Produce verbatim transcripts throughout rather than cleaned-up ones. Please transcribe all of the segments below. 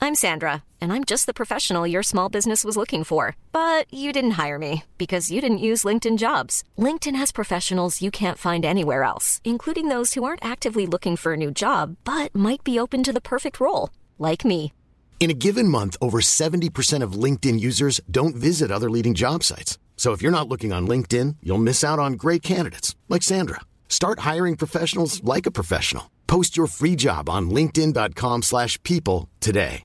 I'm Sandra, and I'm just the professional your small business was looking for. But you didn't hire me because you didn't use LinkedIn Jobs. LinkedIn has professionals you can't find anywhere else, including those who aren't actively looking for a new job, but might be open to the perfect role, like me. In a given month, over seventy percent of LinkedIn users don't visit other leading job sites. So if you're not looking on LinkedIn, you'll miss out on great candidates like Sandra. Start hiring professionals like a professional. Post your free job on linkedin.com slash people today.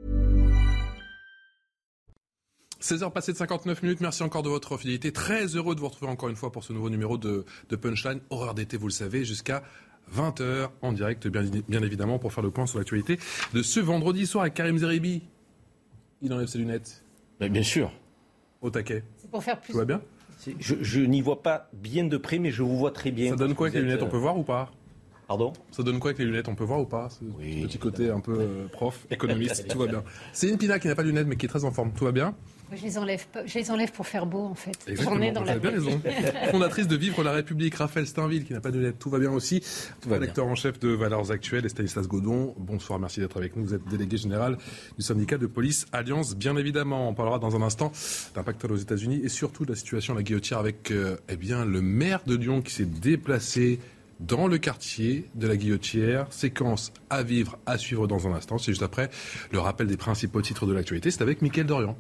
seize heures passées de cinquante-neuf minutes, merci encore de votre fidélité. Très heureux de vous retrouver encore une fois pour ce nouveau numéro de, de Punchline. Horreur d'été, vous le savez, jusqu'à vingt heures en direct, bien, bien évidemment, pour faire le point sur l'actualité de ce vendredi soir avec Karim Zeribi. Il enlève ses lunettes. Mais bien sûr. Au taquet. C'est pour faire plus. Tout va bien ? Je, je n'y vois pas bien de près, mais je vous vois très bien. Ça donne quoi avec les lunettes ? euh... On peut voir ou pas ? Pardon ? Ça donne quoi avec les lunettes ? On peut voir ou pas ? Ce oui, petit côté un peu euh, prof, économiste, tout va bien. C'est une Pina qui n'a pas de lunettes, mais qui est très en forme. Tout va bien ? Moi, je les enlève, pas, je les enlève pour faire beau, en fait. Exactement, j'en ai dans la bien raison. Fondatrice de Vivre la République, Raphaël Steinville, qui n'a pas de lunettes. Tout va bien aussi. Rédacteur en chef de Valeurs Actuelles, et Stanislas Godon. Bonsoir, merci d'être avec nous. Vous êtes délégué général du syndicat de police Alliance, bien évidemment. On parlera dans un instant d'un pactole aux États-Unis et surtout de la situation à la Guillotière avec euh, eh bien, le maire de Lyon qui s'est déplacé dans le quartier de la Guillotière. Séquence à vivre, à suivre dans un instant. C'est juste après le rappel des principaux titres de l'actualité. C'est avec Mickaël Dorian.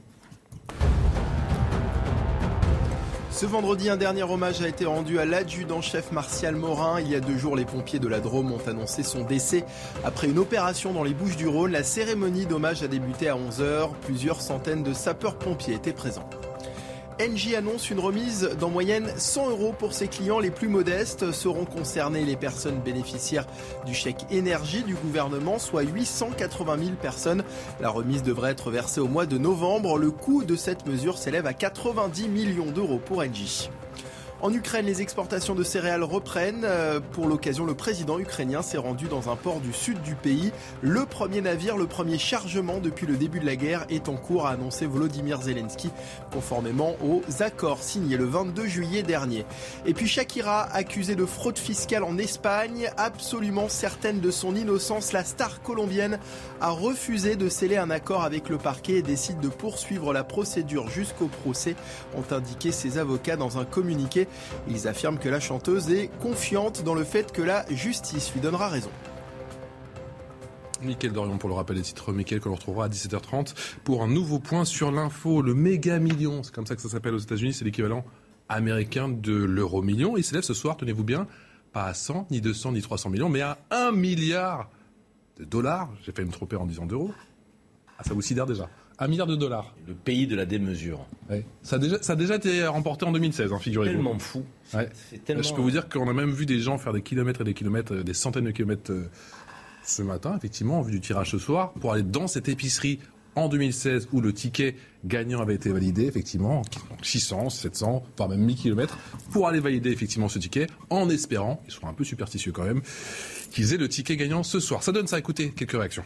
Ce vendredi, un dernier hommage a été rendu à l'adjudant-chef Martial Morin. Il y a deux jours, les pompiers de la Drôme ont annoncé son décès après une opération dans les Bouches-du-Rhône. La cérémonie d'hommage a débuté à onze heures. Plusieurs centaines de sapeurs-pompiers étaient présents. Engie annonce une remise d'en moyenne cent euros pour ses clients les plus modestes. Seront concernées les personnes bénéficiaires du chèque énergie du gouvernement, soit huit cent quatre-vingt mille personnes. La remise devrait être versée au mois de novembre. Le coût de cette mesure s'élève à quatre-vingt-dix millions d'euros pour Engie. En Ukraine, les exportations de céréales reprennent. Pour l'occasion, le président ukrainien s'est rendu dans un port du sud du pays. Le premier navire, le premier chargement depuis le début de la guerre est en cours, a annoncé Volodymyr Zelensky, conformément aux accords signés le vingt-deux juillet dernier. Et puis Shakira, accusée de fraude fiscale en Espagne, absolument certaine de son innocence, la star colombienne a refusé de sceller un accord avec le parquet et décide de poursuivre la procédure jusqu'au procès, ont indiqué ses avocats dans un communiqué. Ils affirment que la chanteuse est confiante dans le fait que la justice lui donnera raison. Mickaël Dorian pour le rappel des titres. Mickaël que l'on retrouvera à dix-sept heures trente pour un nouveau point sur l'info. Le méga million, c'est comme ça que ça s'appelle aux États-Unis, c'est l'équivalent américain de l'euro million. Il s'élève ce soir, tenez-vous bien, pas à cent, ni deux cents, ni trois cents millions, mais à un milliard de dollars. J'ai failli me tromper en disant d'euros. Ah, ça vous sidère déjà. Un milliard de dollars. Le pays de la démesure. Ouais. Ça, a déjà, ça a déjà été remporté en deux mille seize, hein, figurez-vous. Tellement fou. Ouais. C'est tellement... Je peux vous dire qu'on a même vu des gens faire des kilomètres et des kilomètres, des centaines de kilomètres euh, ce matin, effectivement, en vue du tirage ce soir, pour aller dans cette épicerie en deux mille seize où le ticket gagnant avait été validé, effectivement, six cents, sept cents, voire même mille kilomètres, pour aller valider effectivement ce ticket, en espérant, ils sont un peu superstitieux quand même, qu'ils aient le ticket gagnant ce soir. Ça donne ça, écoutez, quelques réactions.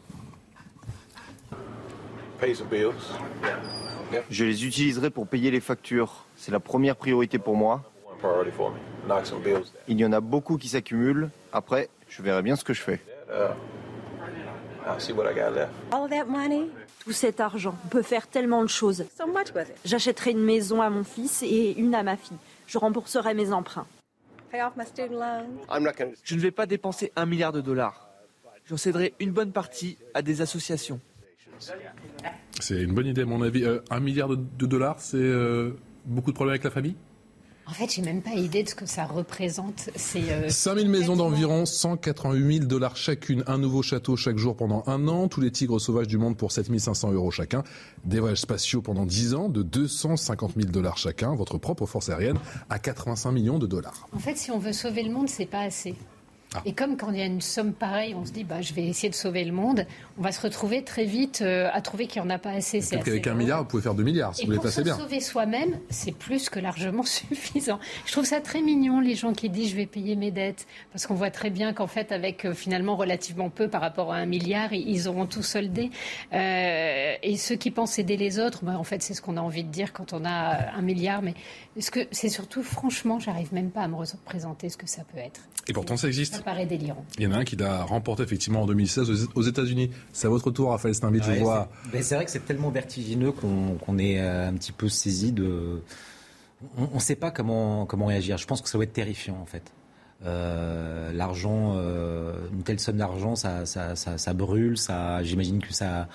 Je les utiliserai pour payer les factures. C'est la première priorité pour moi. Il y en a beaucoup qui s'accumulent. Après, je verrai bien ce que je fais. Tout cet argent, on peut faire tellement de choses. J'achèterai une maison à mon fils et une à ma fille. Je rembourserai mes emprunts. Je ne vais pas dépenser un milliard de dollars. J'en céderai une bonne partie à des associations. C'est une bonne idée à mon avis. Euh, un milliard de, de dollars, c'est euh, beaucoup de problèmes avec la famille ? En fait, j'ai même pas idée de ce que ça représente. C'est euh, cinq mille maisons d'environ cent quatre-vingt-huit mille dollars chacune. Un nouveau château chaque jour pendant un an. Tous les tigres sauvages du monde pour sept mille cinq cents euros chacun. Des voyages spatiaux pendant dix ans de deux cent cinquante mille dollars chacun. Votre propre force aérienne à quatre-vingt-cinq millions de dollars. En fait, si on veut sauver le monde, c'est pas assez. Ah. Et comme quand il y a une somme pareille, on se dit bah, je vais essayer de sauver le monde, on va se retrouver très vite euh, à trouver qu'il n'y en a pas assez. C'est peut-être qu'avec un milliard, vous pouvez faire deux milliards, si vous voulez passer bien. Et pour se sauver soi-même, c'est plus que largement suffisant. Je trouve ça très mignon, les gens qui disent je vais payer mes dettes, parce qu'on voit très bien qu'en fait, avec euh, finalement relativement peu par rapport à un milliard, ils auront tout soldé. Euh, et ceux qui pensent aider les autres, bah, en fait, c'est ce qu'on a envie de dire quand on a un milliard. Mais ce que, c'est surtout, franchement, j'arrive même pas à me représenter ce que ça peut être. Et pourtant, ça existe. paraît délirant. Il y en a un qui l'a remporté effectivement en deux mille seize aux États-Unis. C'est à votre tour, Raphaël Steinville, ouais, je vois. C'est, ben c'est vrai que c'est tellement vertigineux qu'on, qu'on est un petit peu saisi de. On ne sait pas comment, comment réagir. Je pense que ça va être terrifiant en fait. Euh, l'argent, euh, une telle somme d'argent, ça, ça, ça, ça brûle. Ça, j'imagine que ça.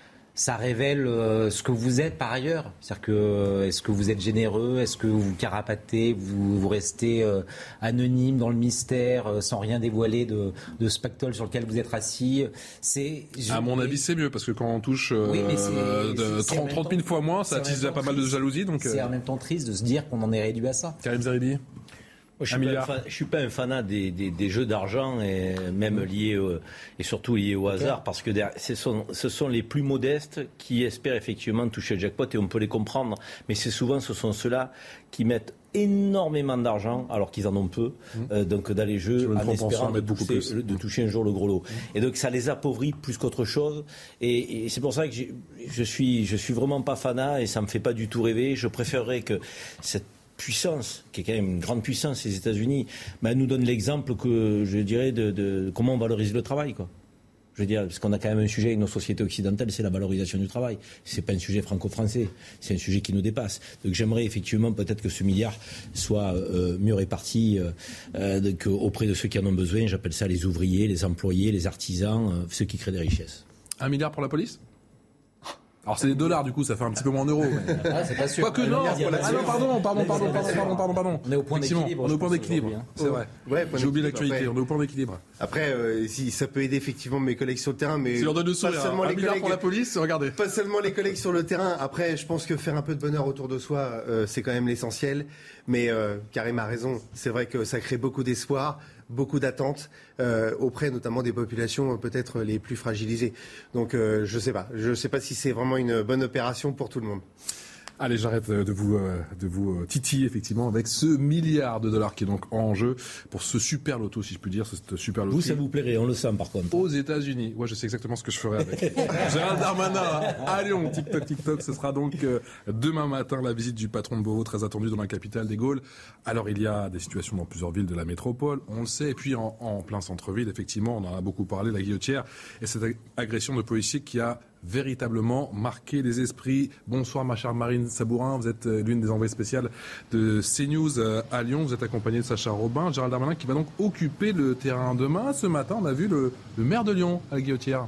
Ça révèle euh, ce que vous êtes par ailleurs. C'est-à-dire que, est-ce que vous êtes généreux ? Est-ce que vous carapatez ? Vous, vous restez euh, anonyme dans le mystère, euh, sans rien dévoiler de, de ce pactole sur lequel vous êtes assis. C'est, je... À mon avis, c'est mieux, parce que quand on touche euh, oui, de trente mille fois moins, ça attise déjà pas mal de jalousie. Donc, c'est euh... en même temps triste de se dire qu'on en est réduit à ça. Karim Zeribi ? Moi, je ne suis pas un fanat des, des, des jeux d'argent, et même liés au, et surtout liés au hasard, okay. Parce que ce sont, ce sont les plus modestes qui espèrent effectivement toucher le jackpot, et on peut les comprendre. Mais c'est souvent ce sont ceux-là qui mettent énormément d'argent alors qu'ils en ont peu, mmh. euh, donc dans les jeux en espérant de toucher, de toucher un jour le gros lot. Mmh. Et donc ça les appauvrit plus qu'autre chose. Et, et c'est pour ça que j'ai, je suis, je suis vraiment pas fanat, et ça me fait pas du tout rêver. Je préférerais que cette puissance, qui est quand même une grande puissance, les États-Unis, bah, nous donne l'exemple que je dirais de, de comment on valorise le travail, quoi. Je veux dire, parce qu'on a quand même un sujet avec nos sociétés occidentales, c'est la valorisation du travail. C'est pas un sujet franco-français, c'est un sujet qui nous dépasse. Donc j'aimerais effectivement peut-être que ce milliard soit euh, mieux réparti euh, donc, auprès de ceux qui en ont besoin. J'appelle ça les ouvriers, les employés, les artisans, euh, ceux qui créent des richesses. Un milliard pour la police ? Alors c'est des dollars, du coup, ça fait un petit peu moins en euros. Mais... Ah, c'est pas sûr. Quoique non, ah, non, pardon, pardon, pardon, pardon, pardon, pardon, pardon. On est au point d'équilibre. On est au point d'équilibre, hein. c'est vrai. Ouais, j'ai oublié l'actualité, après, on est au point d'équilibre. Après, euh, si ça peut aider effectivement mes collègues sur le terrain, mais c'est leur donne de sourire. Pas seulement un les milliard collègues pour la police, regardez. Pas seulement les collègues sur le terrain. Après, je pense que faire un peu de bonheur autour de soi, euh, c'est quand même l'essentiel. Mais euh, Karim a raison. C'est vrai que ça crée beaucoup d'espoir, beaucoup d'attentes euh, auprès notamment des populations euh, peut-être les plus fragilisées. Donc euh, je sais pas, je sais pas si c'est vraiment une bonne opération pour tout le monde. Allez, j'arrête de vous, de vous titiller effectivement avec ce milliard de dollars qui est donc en jeu pour ce super loto, si je puis dire, cette super loterie. Vous, ça vous plairait, on le sent par contre. Aux États-Unis. Ouais, je sais exactement ce que je ferai avec. Gérald Darmanin à Lyon, TikTok, TikTok. Ce sera donc demain matin la visite du patron de Beauvau, très attendue dans la capitale des Gaules. Alors, il y a des situations dans plusieurs villes de la métropole, on le sait. Et puis, en, en plein centre-ville, effectivement, on en a beaucoup parlé, la Guillotière et cette agression de policiers qui a véritablement marqué les esprits. Bonsoir ma chère Marine Sabourin, vous êtes l'une des envoyées spéciales de CNews à Lyon, vous êtes accompagnée de Sacha Robin, Gérald Darmanin qui va donc occuper le terrain demain. Ce matin, on a vu le, le maire de Lyon à la Guillotière.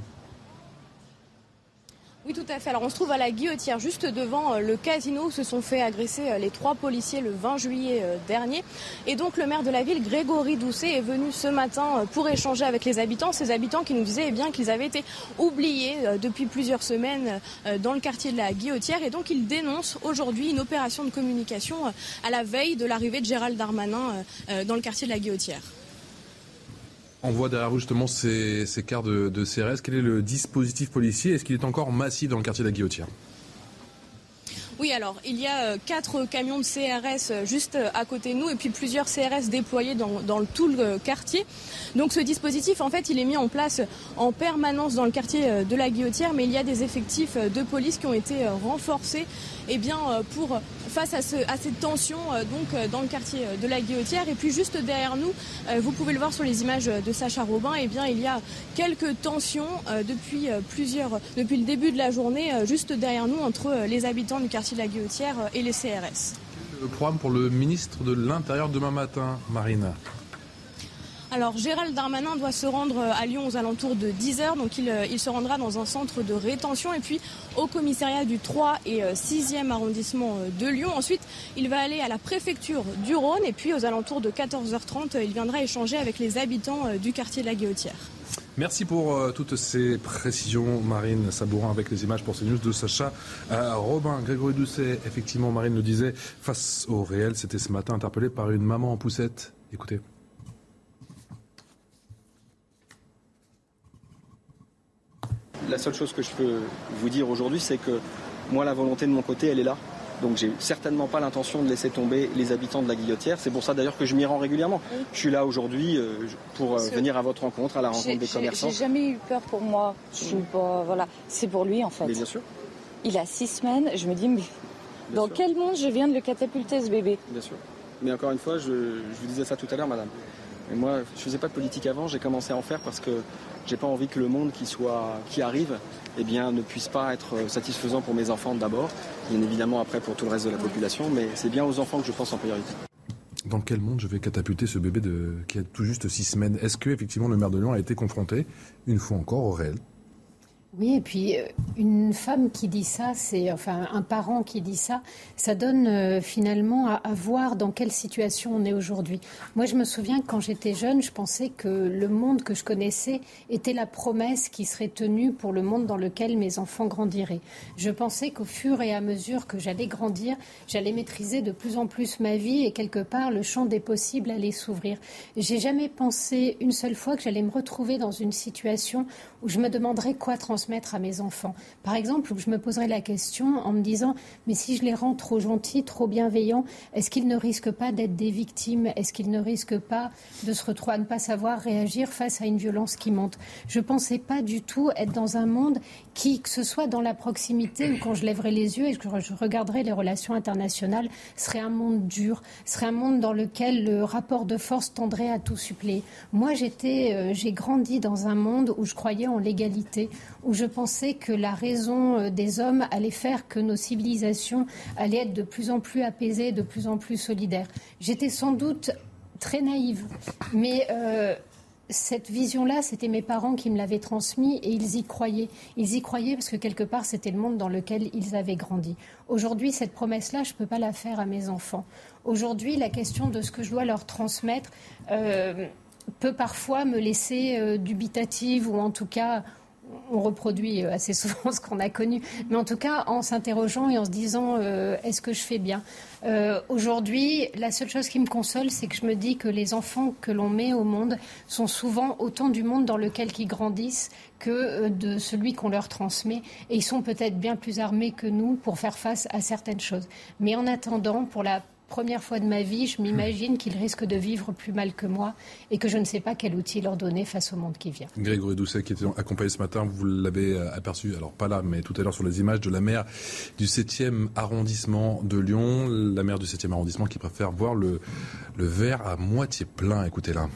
Oui, tout à fait. Alors, on se trouve à la Guillotière, juste devant le casino où se sont fait agresser les trois policiers le vingt juillet dernier. Et donc, le maire de la ville, Grégory Doucet, est venu ce matin pour échanger avec les habitants. Ces habitants qui nous disaient eh bien, qu'ils avaient été oubliés depuis plusieurs semaines dans le quartier de la Guillotière. Et donc, ils dénoncent aujourd'hui une opération de communication à la veille de l'arrivée de Gérald Darmanin dans le quartier de la Guillotière. On voit derrière vous justement ces, ces cars de, de C R S. Quel est le dispositif policier ? Est-ce qu'il est encore massif dans le quartier de la Guillotière ? Oui, alors, il y a quatre camions de C R S juste à côté de nous et puis plusieurs C R S déployés dans, dans le, tout le quartier. Donc ce dispositif, en fait, il est mis en place en permanence dans le quartier de la Guillotière, mais il y a des effectifs de police qui ont été renforcés eh bien, pour, face à, ce, à cette tension donc, dans le quartier de la Guillotière. Et puis juste derrière nous, vous pouvez le voir sur les images de Sacha Robin, eh bien, il y a quelques tensions depuis, plusieurs, depuis le début de la journée, juste derrière nous, entre les habitants du quartier de la Guillotière et les C R S. Le programme pour le ministre de l'Intérieur demain matin, Marine. Alors Gérald Darmanin doit se rendre à Lyon aux alentours de dix heures, donc il, il se rendra dans un centre de rétention et puis au commissariat du trois et sixième arrondissement de Lyon. Ensuite, il va aller à la préfecture du Rhône et puis aux alentours de quatorze heures trente, il viendra échanger avec les habitants du quartier de la Guillotière. Merci pour euh, toutes ces précisions, Marine Sabourin, avec les images pour CNews de Sacha euh, Robin. Grégory Doucet, effectivement, Marine le disait, face au réel, c'était ce matin interpellé par une maman en poussette. Écoutez. La seule chose que je peux vous dire aujourd'hui, c'est que moi, la volonté de mon côté, elle est là. Donc j'ai certainement pas l'intention de laisser tomber les habitants de la Guillotière. C'est pour ça d'ailleurs que je m'y rends régulièrement. Oui. Je suis là aujourd'hui euh, pour euh, venir à votre rencontre, à la rencontre des commerçants. J'ai jamais eu peur pour moi. Je suis pas, voilà. C'est pour lui en fait. Mais bien sûr. Il a six semaines. Je me dis, mais bien dans sûr. Quel monde je viens de le catapulter ce bébé ? Bien sûr. Mais encore une fois, je, je vous disais ça tout à l'heure, madame. Et moi, je faisais pas de politique avant, j'ai commencé à en faire parce que j'ai pas envie que le monde qui soit, qui arrive, eh bien, ne puisse pas être satisfaisant pour mes enfants d'abord, bien évidemment après pour tout le reste de la population, mais c'est bien aux enfants que je pense en priorité. Dans quel monde je vais catapulter ce bébé de, qui a tout juste six semaines ? Est-ce que effectivement le maire de Lyon a été confronté une fois encore au réel ? Oui, et puis une femme qui dit ça, c'est enfin un parent qui dit ça, ça donne euh, finalement à, à voir dans quelle situation on est aujourd'hui. Moi, je me souviens que quand j'étais jeune, je pensais que le monde que je connaissais était la promesse qui serait tenue pour le monde dans lequel mes enfants grandiraient. Je pensais qu'au fur et à mesure que j'allais grandir, j'allais maîtriser de plus en plus ma vie et quelque part le champ des possibles allait s'ouvrir. J'ai jamais pensé une seule fois que j'allais me retrouver dans une situation où je me demanderais quoi transmettre à mes enfants. Par exemple, où je me poserais la question en me disant mais si je les rends trop gentils, trop bienveillants, est-ce qu'ils ne risquent pas d'être des victimes ? Est-ce qu'ils ne risquent pas de se retrouver à ne pas savoir réagir face à une violence qui monte ? Je ne pensais pas du tout être dans un monde qui, que ce soit dans la proximité ou quand je lèverais les yeux et que je regarderais les relations internationales, serait un monde dur, serait un monde dans lequel le rapport de force tendrait à tout suppléer. Moi, j'étais, euh, j'ai grandi dans un monde où je croyais en l'égalité, où je pensais que la raison des hommes allait faire que nos civilisations allaient être de plus en plus apaisées, de plus en plus solidaires. J'étais sans doute très naïve, mais euh, cette vision-là, c'était mes parents qui me l'avaient transmis et ils y croyaient. Ils y croyaient parce que quelque part, c'était le monde dans lequel ils avaient grandi. Aujourd'hui, cette promesse-là, je ne peux pas la faire à mes enfants. Aujourd'hui, la question de ce que je dois leur transmettre euh, peut parfois me laisser euh, dubitative ou en tout cas... On reproduit assez souvent ce qu'on a connu, mais en tout cas en s'interrogeant et en se disant euh, est-ce que je fais bien ? euh, Aujourd'hui, la seule chose qui me console, c'est que je me dis que les enfants que l'on met au monde sont souvent autant du monde dans lequel ils grandissent que euh, de celui qu'on leur transmet. Et ils sont peut-être bien plus armés que nous pour faire face à certaines choses. Mais en attendant, pour la première fois de ma vie, je m'imagine qu'ils risquent de vivre plus mal que moi et que je ne sais pas quel outil leur donner face au monde qui vient. Grégory Doucet, qui était accompagné ce matin, vous l'avez aperçu, alors pas là, mais tout à l'heure sur les images de la maire du septième arrondissement de Lyon, la maire du septième arrondissement qui préfère voir le, le verre à moitié plein. Écoutez-la.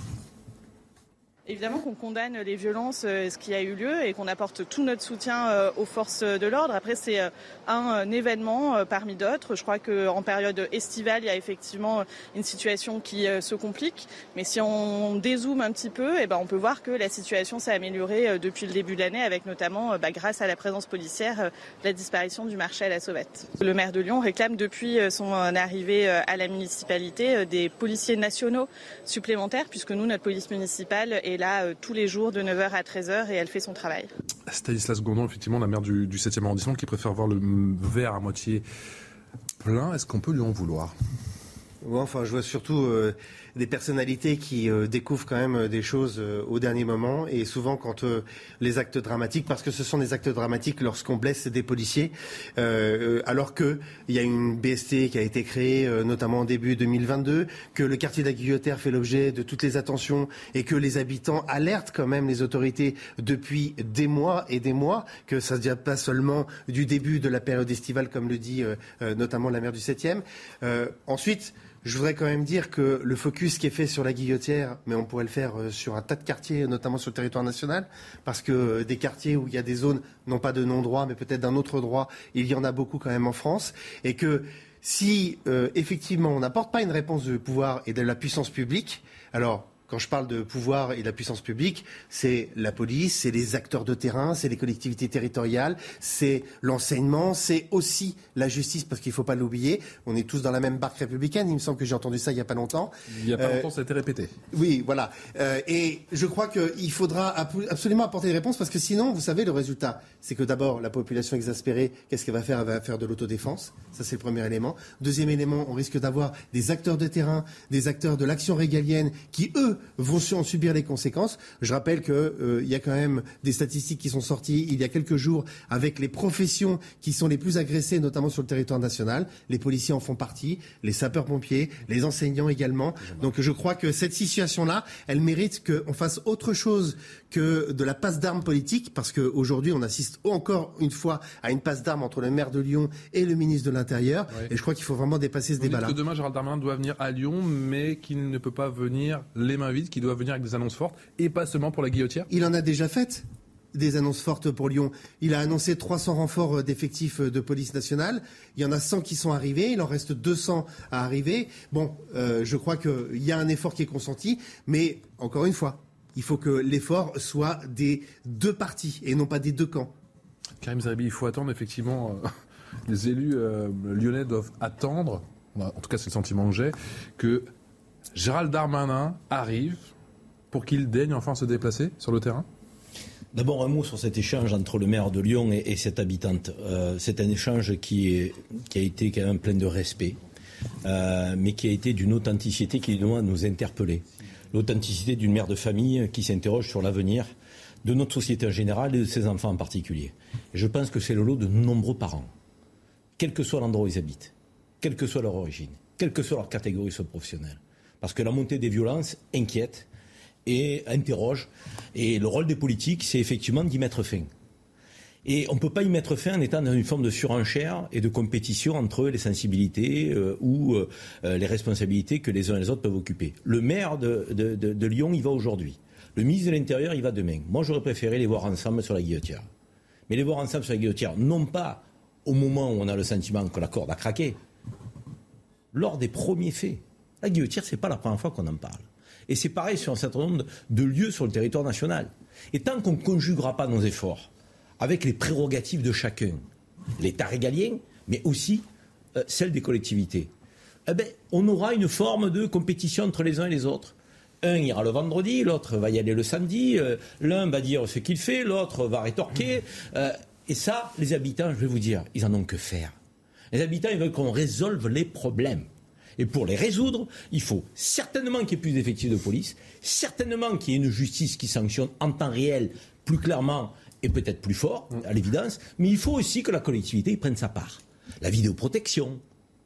Évidemment qu'on condamne les violences, euh, ce qui a eu lieu, et qu'on apporte tout notre soutien euh, aux forces de l'ordre. Après, c'est euh, un, un événement euh, parmi d'autres. Je crois qu'en période estivale, il y a effectivement une situation qui euh, se complique. Mais si on dézoome un petit peu, eh ben, on peut voir que la situation s'est améliorée euh, depuis le début de l'année, avec notamment, euh, bah, grâce à la présence policière, euh, la disparition du marché à la sauvette. Le maire de Lyon réclame depuis euh, son arrivée euh, à la municipalité euh, des policiers nationaux supplémentaires, puisque nous, notre police municipale est là euh, tous les jours de neuf heures à treize heures et elle fait son travail. Stanislas Gondon, effectivement, la maire du, du septième arrondissement qui préfère voir le verre à moitié plein. Est-ce qu'on peut lui en vouloir ? Ouais, enfin, je vois surtout euh, des personnalités qui euh, découvrent quand même euh, des choses euh, au dernier moment et souvent quand euh, les actes dramatiques, parce que ce sont des actes dramatiques lorsqu'on blesse des policiers, euh, alors que il y a une B S T qui a été créée euh, notamment en début deux mille vingt-deux, que le quartier de la Guillotière fait l'objet de toutes les attentions et que les habitants alertent quand même les autorités depuis des mois et des mois, que ça ne vient pas seulement du début de la période estivale comme le dit euh, euh, notamment la maire du septième. Euh, ensuite, je voudrais quand même dire que le focus qui est fait sur la Guillotière, mais on pourrait le faire sur un tas de quartiers, notamment sur le territoire national, parce que des quartiers où il y a des zones, non pas de non-droit, mais peut-être d'un autre droit, il y en a beaucoup quand même en France, et que si euh, effectivement on n'apporte pas une réponse de pouvoir et de la puissance publique, alors... Quand je parle de pouvoir et de la puissance publique, c'est la police, c'est les acteurs de terrain, c'est les collectivités territoriales, c'est l'enseignement, c'est aussi la justice, parce qu'il ne faut pas l'oublier. On est tous dans la même barque républicaine. Il me semble que j'ai entendu ça il n'y a pas longtemps. Il n'y a pas euh, longtemps, ça a été répété. Oui, voilà. Euh, et je crois qu'il faudra absolument apporter des réponses, parce que sinon, vous savez, le résultat, c'est que d'abord, la population exaspérée, qu'est-ce qu'elle va faire ? Elle va faire de l'autodéfense. Ça, c'est le premier élément. Deuxième élément, on risque d'avoir des acteurs de terrain, des acteurs de l'action régalienne qui, eux, eux vont en subir les conséquences. Je rappelle qu'il euh, y a quand même des statistiques qui sont sorties il y a quelques jours avec les professions qui sont les plus agressées, notamment sur le territoire national. Les policiers en font partie, les sapeurs-pompiers, les enseignants également. Donc je crois que cette situation-là, elle mérite qu'on fasse autre chose que de la passe d'armes politique, parce qu'aujourd'hui on assiste encore une fois à une passe d'armes entre le maire de Lyon et le ministre de l'Intérieur. Oui. Et je crois qu'il faut vraiment dépasser ce Vous débat-là. Dites que demain, Gérald Darmanin doit venir à Lyon, mais qu'il ne peut pas venir les mains vides, qu'il doit venir avec des annonces fortes, et pas seulement pour la guillotière. Il en a déjà fait des annonces fortes pour Lyon. Il a annoncé trois cents renforts d'effectifs de police nationale. Il y en a cent qui sont arrivés. Il en reste deux cents à arriver. Bon, euh, je crois qu'il y a un effort qui est consenti, mais encore une fois, il faut que l'effort soit des deux parties et non pas des deux camps. Karim Zeribi, il faut attendre, effectivement. Euh, les élus euh, lyonnais doivent attendre, en tout cas c'est le sentiment que j'ai, que Gérald Darmanin arrive pour qu'il daigne enfin se déplacer sur le terrain. D'abord un mot sur cet échange entre le maire de Lyon et, et cette habitante. Euh, c'est un échange qui, est, qui a été quand même plein de respect, euh, mais qui a été d'une authenticité qui doit nous interpeller. L'authenticité d'une mère de famille qui s'interroge sur l'avenir de notre société en général et de ses enfants en particulier. Et je pense que c'est le lot de nombreux parents, quel que soit l'endroit où ils habitent, quelle que soit leur origine, quelle que soit leur catégorie socio-professionnelle. Parce que la montée des violences inquiète et interroge. Et le rôle des politiques, c'est effectivement d'y mettre fin. Et on ne peut pas y mettre fin en étant dans une forme de surenchère et de compétition entre les sensibilités euh, ou euh, les responsabilités que les uns et les autres peuvent occuper. Le maire de, de, de, de Lyon, il va aujourd'hui. Le ministre de l'Intérieur, il va demain. Moi, j'aurais préféré les voir ensemble sur la guillotière. Mais les voir ensemble sur la guillotière, non pas au moment où on a le sentiment que la corde a craqué, lors des premiers faits. La guillotière, ce n'est pas la première fois qu'on en parle. Et c'est pareil sur un certain nombre de lieux sur le territoire national. Et tant qu'on ne conjuguera pas nos efforts avec les prérogatives de chacun, l'État régalien, mais aussi euh, celles des collectivités, eh ben, on aura une forme de compétition entre les uns et les autres. Un ira le vendredi, l'autre va y aller le samedi, euh, l'un va dire ce qu'il fait, l'autre va rétorquer. Euh, et ça, les habitants, je vais vous dire, ils en ont que faire. Les habitants, ils veulent qu'on résolve les problèmes. Et pour les résoudre, il faut certainement qu'il y ait plus d'effectifs de police, certainement qu'il y ait une justice qui sanctionne en temps réel plus clairement et peut-être plus fort, à l'évidence, mais il faut aussi que la collectivité y prenne sa part. La vidéoprotection,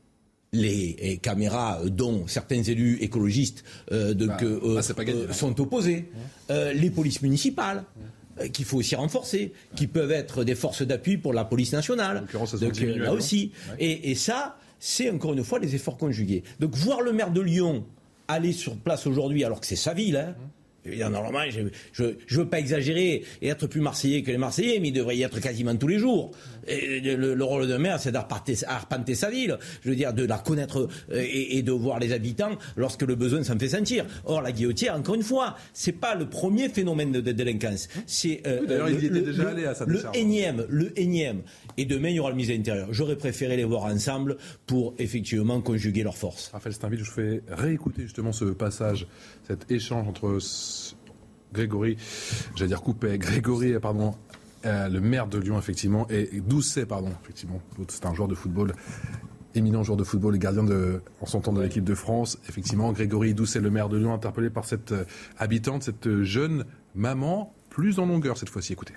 les caméras dont certains élus écologistes euh, de, bah, que, euh, bah, pas gagné, euh, sont opposés, euh, les polices municipales, euh, qu'il faut aussi renforcer, qui peuvent être des forces d'appui pour la police nationale, donc, euh, là aussi. Ouais. Et, et ça, c'est encore une fois les efforts conjugués. Donc voir le maire de Lyon aller sur place aujourd'hui, alors que c'est sa ville, hein, normalement, je ne veux pas exagérer et être plus marseillais que les Marseillais, mais il devrait y être quasiment tous les jours. Et le, le rôle d'un maire, c'est d'arpenter sa ville, je veux dire, de la connaître et, et de voir les habitants lorsque le besoin s'en fait sentir. Or, la guillotière, encore une fois, c'est pas le premier phénomène de, de délinquance. C'est euh, oui, d'ailleurs, le, il y était le, déjà le, allé à sa le énième, le énième. Et demain, il y aura le ministre de l'Intérieur. J'aurais préféré les voir ensemble pour effectivement conjuguer leurs forces. Raphaël Steinville, je vous fais réécouter justement ce passage, cet échange entre Grégory, j'allais dire Coupet, Grégory, pardon, euh, le maire de Lyon, effectivement, et Doucet, pardon, effectivement, c'est un joueur de football, éminent joueur de football et gardien de, en son temps de l'équipe de France. Effectivement, Grégory Doucet, le maire de Lyon, interpellé par cette euh, habitante, cette jeune maman, plus en longueur cette fois-ci. Écoutez.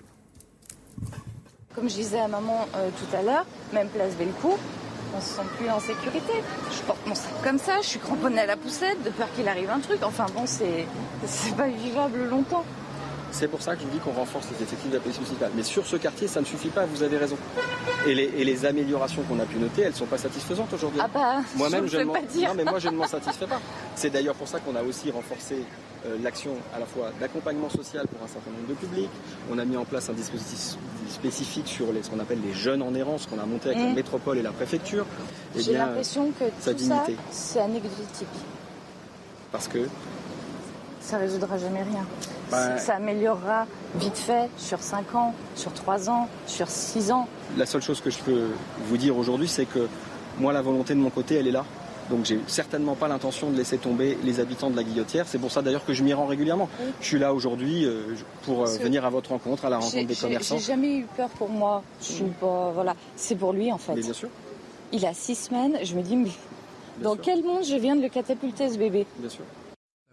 Comme je disais à maman euh, tout à l'heure, même place Bellecour, on se sent plus en sécurité. Je porte mon sac comme ça, je suis cramponnée à la poussette, de peur qu'il arrive un truc. Enfin bon, c'est, c'est pas vivable longtemps. C'est pour ça que je vous dis qu'on renforce les effectifs de la police municipale. Mais sur ce quartier, ça ne suffit pas, vous avez raison. Et les, et les améliorations qu'on a pu noter, elles ne sont pas satisfaisantes aujourd'hui. Ah bah, moi-même, je ne peux pas dire. Non, mais moi, je ne m'en satisfais pas. C'est d'ailleurs pour ça qu'on a aussi renforcé euh, l'action à la fois d'accompagnement social pour un certain nombre de publics. On a mis en place un dispositif spécifique sur les, ce qu'on appelle les jeunes en errance, qu'on a monté avec mmh. la métropole et la préfecture. Et J'ai bien, l'impression que tout dignité. ça, c'est anecdotique. Parce que ça résoudra jamais rien. Bah, ça améliorera vite fait sur cinq ans, sur trois ans, sur six ans. La seule chose que je peux vous dire aujourd'hui, c'est que moi, la volonté de mon côté, elle est là. Donc j'ai certainement pas l'intention de laisser tomber les habitants de la Guillotière. C'est pour ça d'ailleurs que je m'y rends régulièrement. Oui. Je suis là aujourd'hui euh, pour euh, venir à votre rencontre, à la rencontre des commerçants. J'ai jamais eu peur pour moi. Je suis pas, voilà. C'est pour lui en fait. Mais bien sûr. Il a six semaines. Je me dis, mais bien dans sûr. Quel monde je viens de le catapulter ce bébé ? Bien sûr.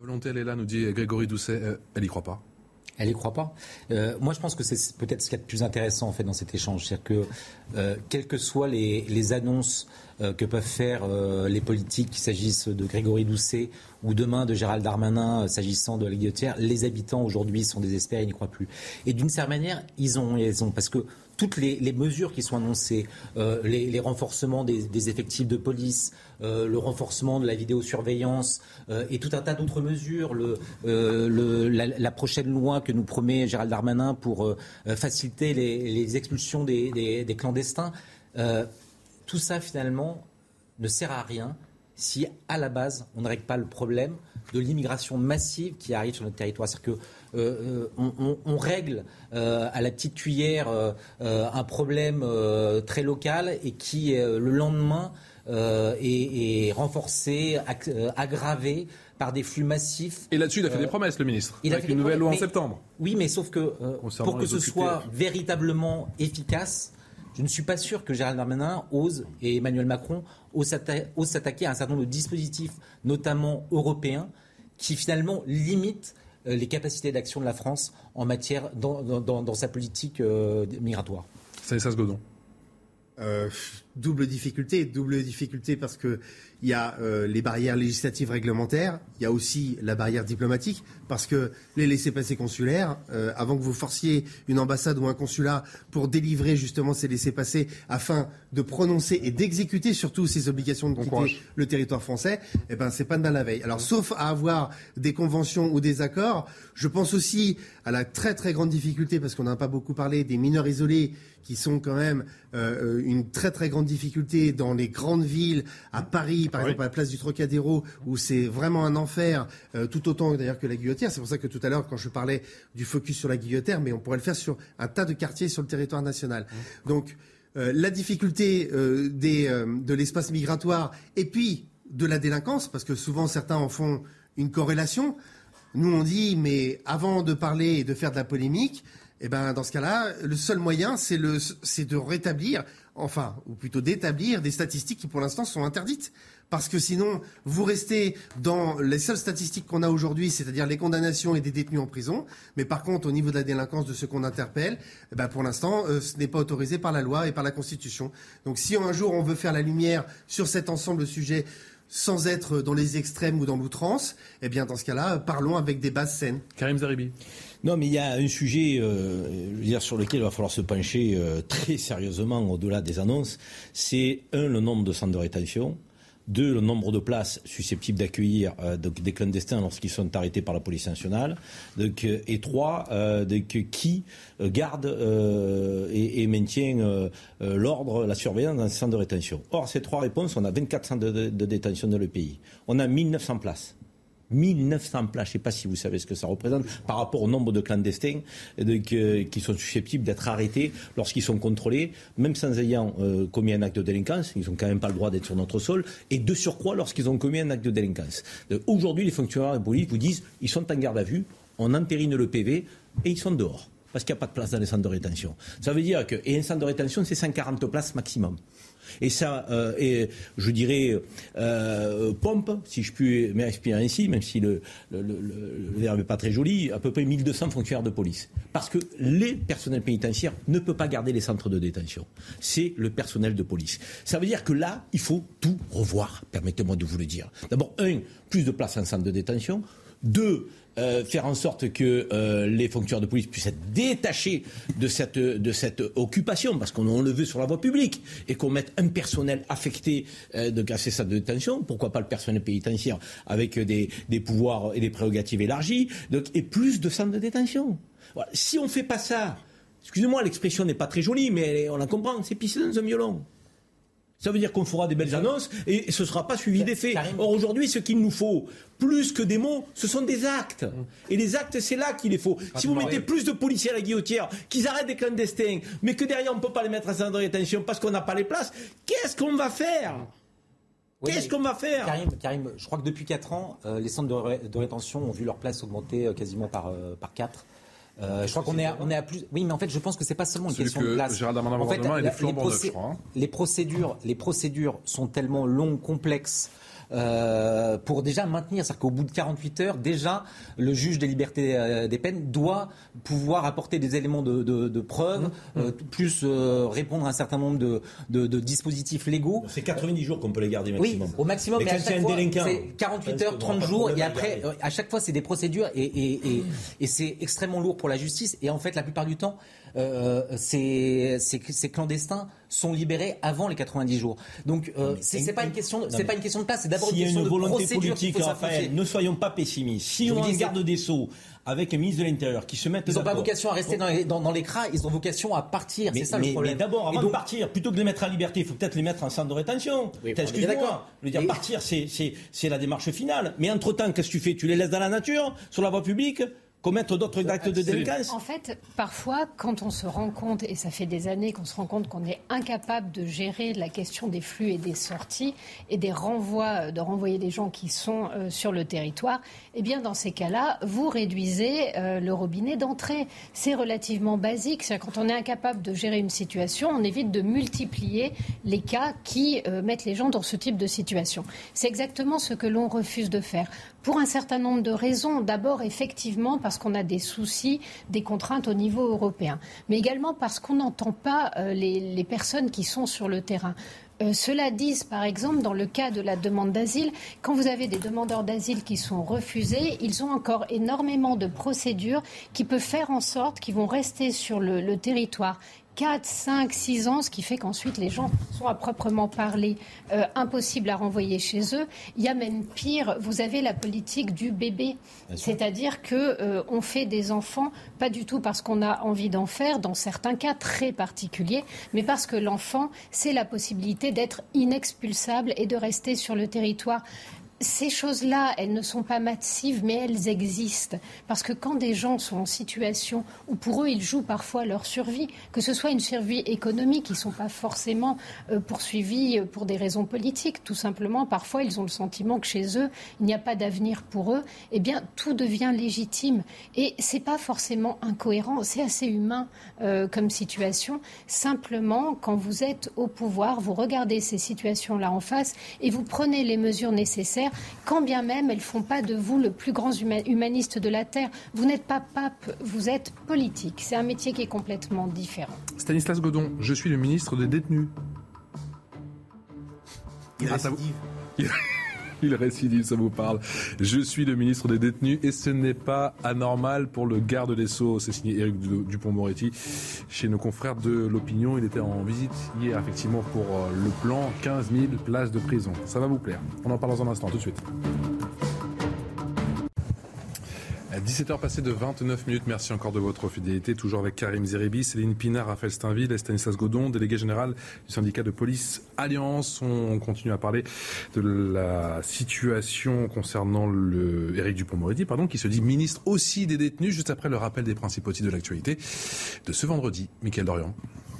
La volonté, elle est là, nous dit Grégory Doucet. Euh, elle n'y croit pas. Elle n'y croit pas. Euh, moi, je pense que c'est peut-être ce qu'il y a de plus intéressant en fait dans cet échange, c'est-à-dire que euh, quelles que soient les, les annonces euh, que peuvent faire euh, les politiques, qu'il s'agisse de Grégory Doucet ou demain de Gérald Darmanin, euh, s'agissant de la guillotière, les habitants aujourd'hui sont désespérés, ils n'y croient plus. Et d'une certaine manière, ils ont raison parce que toutes les, les mesures qui sont annoncées, euh, les, les renforcements des, des effectifs de police, euh, le renforcement de la vidéosurveillance euh, et tout un tas d'autres mesures, le, euh, le, la, la prochaine loi que nous promet Gérald Darmanin pour euh, faciliter les, les expulsions des, des, des clandestins, euh, tout ça finalement ne sert à rien si à la base on ne règle pas le problème de l'immigration massive qui arrive sur notre territoire. C'est-à-dire que euh, on, on, on règle euh, à la petite cuillère euh, euh, un problème euh, très local et qui euh, le lendemain euh, est, est renforcé, ag- euh, aggravé par des flux massifs. Et là-dessus, il a fait euh, des promesses, le ministre, il avec a fait une nouvelle loi en mais, septembre. Oui, mais sauf que euh, pour que ce occupés. soit véritablement efficace, je ne suis pas sûr que Gérald Darmanin ose, et Emmanuel Macron, osent s'atta- osent s'attaquer à un certain nombre de dispositifs, notamment européens, qui finalement limitent euh, les capacités d'action de la France en matière, dans, dans, dans sa politique euh, migratoire. Stanislas Godon. Euh, double difficulté, double difficulté parce que il y a euh, les barrières législatives réglementaires, il y a aussi la barrière diplomatique, parce que les laissez-passer consulaires, euh, avant que vous forciez une ambassade ou un consulat pour délivrer justement ces laissez-passer afin de prononcer et d'exécuter surtout ces obligations de quitter le territoire français, eh ben c'est pas de mal la veille. Alors sauf à avoir des conventions ou des accords, je pense aussi à la très très grande difficulté, parce qu'on n'a pas beaucoup parlé, des mineurs isolés qui sont quand même euh, une très très grande difficulté dans les grandes villes, à Paris par oui. exemple à la place du Trocadéro, où c'est vraiment un enfer, euh, tout autant d'ailleurs que la Guillotière. C'est pour ça que tout à l'heure quand je parlais du focus sur la Guillotière, mais on pourrait le faire sur un tas de quartiers sur le territoire national. Mmh. Donc euh, la difficulté euh, des, euh, de l'espace migratoire et puis de la délinquance, parce que souvent certains en font une corrélation. Nous on dit, mais avant de parler et de faire de la polémique, eh ben, dans ce cas-là, le seul moyen, c'est, le, c'est de rétablir, enfin, ou plutôt d'établir des statistiques qui, pour l'instant, sont interdites. Parce que sinon, vous restez dans les seules statistiques qu'on a aujourd'hui, c'est-à-dire les condamnations et des détenus en prison. Mais par contre, au niveau de la délinquance de ceux qu'on interpelle, eh ben, pour l'instant, euh, ce n'est pas autorisé par la loi et par la Constitution. Donc si un jour on veut faire la lumière sur cet ensemble de sujets, sans être dans les extrêmes ou dans l'outrance, eh bien, dans ce cas-là, parlons avec des bases saines. Karim Zeribi. Non, mais il y a un sujet euh, je veux dire, sur lequel il va falloir se pencher euh, très sérieusement au-delà des annonces. C'est, un, le nombre de centres de rétention. Deux, le nombre de places susceptibles d'accueillir euh, donc, des clandestins lorsqu'ils sont arrêtés par la police nationale. Donc, euh, et trois, euh, donc, qui euh, garde euh, et, et maintient euh, euh, l'ordre, la surveillance dans ces centres de rétention. Or, ces trois réponses, on a vingt-quatre centres de, de, de détention dans le pays. On a mille neuf cents places. mille neuf cents places, je ne sais pas si vous savez ce que ça représente par rapport au nombre de clandestins de, que, qui sont susceptibles d'être arrêtés lorsqu'ils sont contrôlés, même sans ayant euh, commis un acte de délinquance. Ils n'ont quand même pas le droit d'être sur notre sol, et de surcroît lorsqu'ils ont commis un acte de délinquance. Donc, aujourd'hui, les fonctionnaires de police vous disent ils sont en garde à vue, on entérine le P V et ils sont dehors parce qu'il n'y a pas de place dans les centres de rétention. Ça veut dire que, et un centre de rétention, c'est cent quarante places maximum. Et ça, euh, et je dirais, euh, pompe, si je puis m'exprimer ainsi, même si le, le, le, le verbe n'est pas très joli, à peu près mille deux cents fonctionnaires de police. Parce que les personnels pénitentiaires ne peuvent pas garder les centres de détention. C'est le personnel de police. Ça veut dire que là, il faut tout revoir, permettez-moi de vous le dire. D'abord, un, plus de place en centre de détention. Deux, Euh, faire en sorte que euh, les fonctionnaires de police puissent être détachés de cette, de cette occupation, parce qu'on on le veut sur la voie publique, et qu'on mette un personnel affecté euh, de casser ça de détention, pourquoi pas le personnel pénitentiaire avec des, des pouvoirs et des prérogatives élargies, donc, et plus de centres de détention. Voilà. Si on ne fait pas ça, excusez-moi, l'expression n'est pas très jolie, mais on la comprend, c'est pisser dans un violon. Ça veut dire qu'on fera des belles annonces et ce ne sera pas suivi d'effets. Or aujourd'hui, ce qu'il nous faut, plus que des mots, ce sont des actes. Et les actes, c'est là qu'il les faut. Si vous mettez plus de policiers à la guillotière, qu'ils arrêtent des clandestins, mais que derrière on ne peut pas les mettre à centre de rétention parce qu'on n'a pas les places, qu'est-ce qu'on va faire ? Oui, Qu'est-ce qu'on va faire ? Karim, Karim, je crois que depuis quatre ans, euh, les centres de, ré- de rétention ont vu leur place augmenter euh, quasiment par, euh, par quatre. Euh, je crois qu'on est à, on est à plus. Oui, mais en fait, je pense que c'est pas seulement une Celui question de place. Gérald Darmanin en fait, la, la, les, les, procé- neuf, je crois, hein. les procédures, les procédures sont tellement longues, complexes. euh, pour déjà maintenir. C'est-à-dire qu'au bout de quarante-huit heures, déjà, le juge des libertés euh, des peines doit pouvoir apporter des éléments de, de, de preuve, mmh. euh, plus euh, répondre à un certain nombre de, de, de dispositifs légaux. C'est quatre-vingt-dix jours qu'on peut les garder maximum. Oui, au maximum. Mais, mais à chaque fois, c'est quarante-huit heures, trente jours, et après, euh, à chaque fois, c'est des procédures, et, et, et, et c'est extrêmement lourd pour la justice. Et en fait, la plupart du temps, euh, ces, ces, ces clandestins sont libérés avant les quatre-vingt-dix jours. Donc, euh, c'est, c'est pas une question, c'est pas une question de place, c'est d'abord une question de procédure. S'il y a une volonté politique, Raphaël, ne soyons pas pessimistes. Si on a un garde des Sceaux avec un ministre de l'Intérieur qui se mettent ils n'ont pas vocation à rester bon. dans, les, dans, dans les cras, ils ont vocation à partir. Mais, c'est ça mais, le problème. Mais d'abord, avant donc, de partir, plutôt que de les mettre en liberté, il faut peut-être les mettre en centre de rétention. Oui, excuse-moi. D'accord. Je veux dire, et... partir, c'est, c'est, c'est la démarche finale. Mais entre-temps, qu'est-ce que tu fais ? Tu les laisses dans la nature, sur la voie publique ? Commettre d'autres actes de délinquance ? En fait, parfois, quand on se rend compte, et ça fait des années qu'on se rend compte qu'on est incapable de gérer la question des flux et des sorties et des renvois, de renvoyer les gens qui sont euh, sur le territoire, eh bien, dans ces cas-là, vous réduisez euh, le robinet d'entrée. C'est relativement basique. C'est-à-dire, quand on est incapable de gérer une situation, on évite de multiplier les cas qui euh, mettent les gens dans ce type de situation. C'est exactement ce que l'on refuse de faire. Pour un certain nombre de raisons. D'abord, effectivement, parce qu'on a des soucis, des contraintes au niveau européen. Mais également parce qu'on n'entend pas euh, les, les personnes qui sont sur le terrain. Euh, cela dit, par exemple, dans le cas de la demande d'asile, quand vous avez des demandeurs d'asile qui sont refusés, ils ont encore énormément de procédures qui peuvent faire en sorte qu'ils vont rester sur le, le territoire quatre, cinq, six ans, ce qui fait qu'ensuite les gens sont à proprement parler euh, impossibles à renvoyer chez eux. Il y a même pire, vous avez la politique du bébé. C'est-à-dire qu'on euh, fait des enfants, pas du tout parce qu'on a envie d'en faire, dans certains cas très particuliers, mais parce que l'enfant, c'est la possibilité d'être inexpulsable et de rester sur le territoire. Ces choses-là, elles ne sont pas massives, mais elles existent. Parce que quand des gens sont en situation où pour eux, ils jouent parfois leur survie, que ce soit une survie économique, ils ne sont pas forcément euh, poursuivis pour des raisons politiques. Tout simplement, parfois, ils ont le sentiment que chez eux, il n'y a pas d'avenir pour eux. Eh bien, tout devient légitime. Et ce n'est pas forcément incohérent, c'est assez humain euh, comme situation. Simplement, quand vous êtes au pouvoir, vous regardez ces situations-là en face et vous prenez les mesures nécessaires, quand bien même elles ne font pas de vous le plus grand humaniste de la Terre. Vous n'êtes pas pape, vous êtes politique. C'est un métier qui est complètement différent. Stanislas Godon, je suis le ministre des détenus. Il ah, récidive. Vous... Il récidive, ça vous parle. Je suis le ministre des détenus et ce n'est pas anormal pour le garde des Sceaux. C'est signé Éric Dupond-Moretti chez nos confrères de l'Opinion. Il était en visite hier, effectivement, pour le plan quinze mille places de prison. Ça va vous plaire. On en parle dans un instant, tout de suite. À dix-sept heures passées de vingt-neuf minutes, merci encore de votre fidélité. Toujours avec Karim Zeribi, Céline Pinard, Raphaël Steinville et Stanislas Godon, délégué général du syndicat de police Alliance. On continue à parler de la situation concernant le Éric Dupond-Moretti, pardon, qui se dit ministre aussi des détenus, juste après le rappel des principaux titres de l'actualité de ce vendredi. Mickaël Dorian.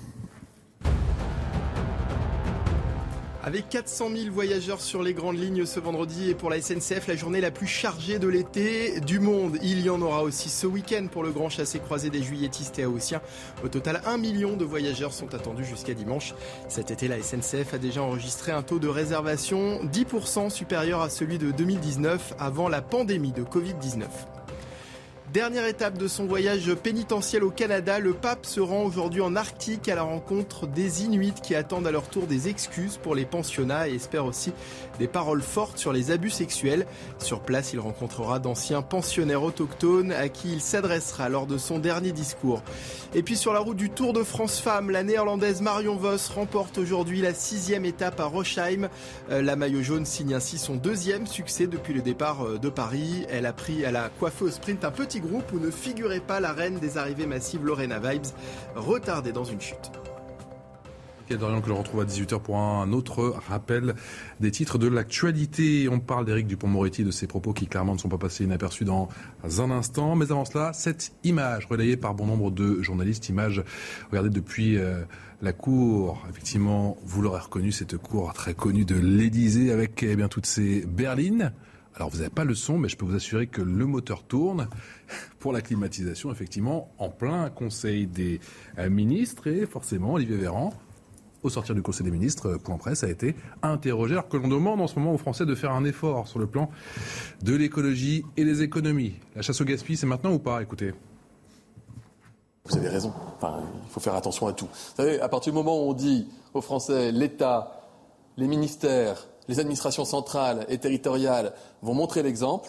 Avec quatre cent mille voyageurs sur les grandes lignes ce vendredi et pour la S N C F, la journée la plus chargée de l'été du monde. Il y en aura aussi ce week-end pour le grand chassé-croisé des juilletistes et haussiens. Au total, un million de voyageurs sont attendus jusqu'à dimanche. Cet été, la S N C F a déjà enregistré un taux de réservation dix pour cent supérieur à celui de deux mille dix-neuf avant la pandémie de covid dix-neuf. Dernière étape de son voyage pénitentiel au Canada, le pape se rend aujourd'hui en Arctique à la rencontre des Inuits qui attendent à leur tour des excuses pour les pensionnats et espèrent aussi des paroles fortes sur les abus sexuels. Sur place, il rencontrera d'anciens pensionnaires autochtones à qui il s'adressera lors de son dernier discours. Et puis sur la route du Tour de France Femmes, la néerlandaise Marion Vos remporte aujourd'hui la sixième étape à Rochheim. La maillot jaune signe ainsi son deuxième succès depuis le départ de Paris. Elle a pris, elle a coiffé au sprint un petit groupe où ne figurait pas la reine des arrivées massives Lorena Vibes, retardée dans une chute. Mickaël Dorian que je retrouve à dix-huit heures pour un autre rappel des titres de l'actualité. On parle d'Éric Dupond-Moretti, de ses propos qui clairement ne sont pas passés inaperçus dans un instant. Mais avant cela, cette image relayée par bon nombre de journalistes, image regardée depuis euh, la cour. Effectivement, vous l'aurez reconnu, cette cour très connue de l'Élysée avec eh bien, toutes ces berlines. Alors vous n'avez pas le son, mais je peux vous assurer que le moteur tourne pour la climatisation, effectivement, en plein conseil des ministres. Et forcément, Olivier Véran au sortir du Conseil des ministres, Point Presse a été interrogé, alors que l'on demande en ce moment aux Français de faire un effort sur le plan de l'écologie et des économies. La chasse au gaspillage, c'est maintenant ou pas? Écoutez. Vous avez raison. Enfin, il faut faire attention à tout. Vous savez, à partir du moment où on dit aux Français, l'État, les ministères, les administrations centrales et territoriales vont montrer l'exemple,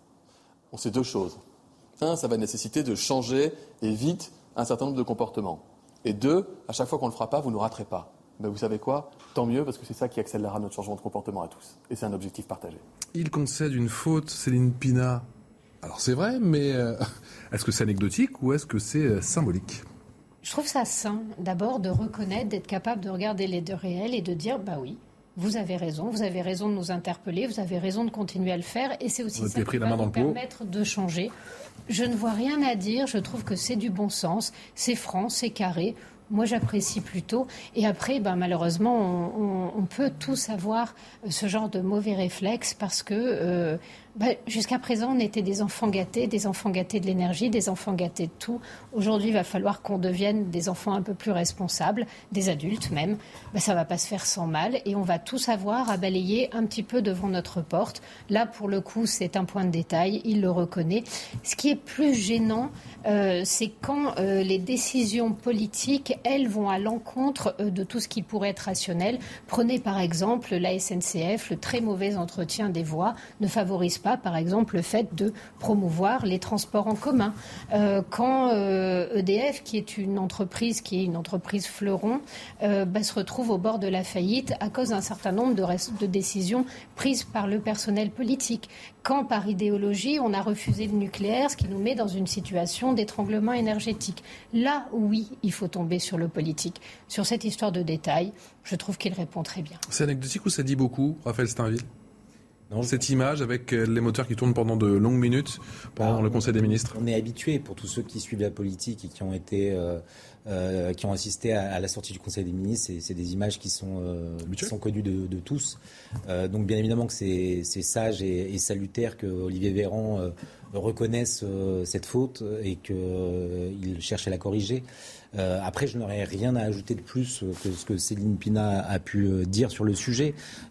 on sait deux choses. Un, ça va nécessiter de changer et vite un certain nombre de comportements. Et deux, à chaque fois qu'on ne le fera pas, vous ne raterez pas. Mais vous savez quoi ? Tant mieux, parce que c'est ça qui accélérera notre changement de comportement à tous. Et c'est un objectif partagé. Il concède une faute, Céline Pina. Alors c'est vrai, mais euh, est-ce que c'est anecdotique ou est-ce que c'est euh, symbolique ? Je trouve ça sain, d'abord, de reconnaître, d'être capable de regarder les deux réels et de dire, bah oui, vous avez raison, vous avez raison de nous interpeller, vous avez raison de continuer à le faire, et c'est aussi ça qui va nous permettre de changer. Je ne vois rien à dire, je trouve que c'est du bon sens, c'est franc, c'est carré. Moi, j'apprécie plutôt. Et après, ben, malheureusement, on, on, on peut tous avoir ce genre de mauvais réflexes parce que euh, ben, jusqu'à présent, on était des enfants gâtés, des enfants gâtés de l'énergie, des enfants gâtés de tout. Aujourd'hui, il va falloir qu'on devienne des enfants un peu plus responsables, des adultes même. Ben, ça ne va pas se faire sans mal et on va tous avoir à balayer un petit peu devant notre porte. Là, pour le coup, c'est un point de détail, il le reconnaît. Ce qui est plus gênant, euh, c'est quand euh, les décisions politiques elles vont à l'encontre de tout ce qui pourrait être rationnel. Prenez par exemple la S N C F, le très mauvais entretien des voies ne favorise pas par exemple le fait de promouvoir les transports en commun. Euh, quand euh, E D F, qui est une entreprise qui est une entreprise fleuron, euh, bah, se retrouve au bord de la faillite à cause d'un certain nombre de, res- de décisions prises par le personnel politique. Quand par idéologie on a refusé le nucléaire, ce qui nous met dans une situation d'étranglement énergétique. Là, oui, il faut tomber sur le politique. Sur cette histoire de détail, je trouve qu'il répond très bien. C'est anecdotique ou ça dit beaucoup, Raphaël Steinville ? Non, cette image avec les moteurs qui tournent pendant de longues minutes pendant ah, le Conseil des ministres. On est habitué, pour tous ceux qui suivent la politique et qui ont été, euh, euh, qui ont assisté à, à la sortie du Conseil des ministres, c'est, c'est des images qui sont, euh, qui sont connues de, de tous. Euh, donc bien évidemment que c'est, c'est sage et, et salutaire que Olivier Véran euh, reconnaisse euh, cette faute et qu'il euh, cherche à la corriger. Euh, après, je n'aurais rien à ajouter de plus que ce que Céline Pina a pu dire sur le sujet.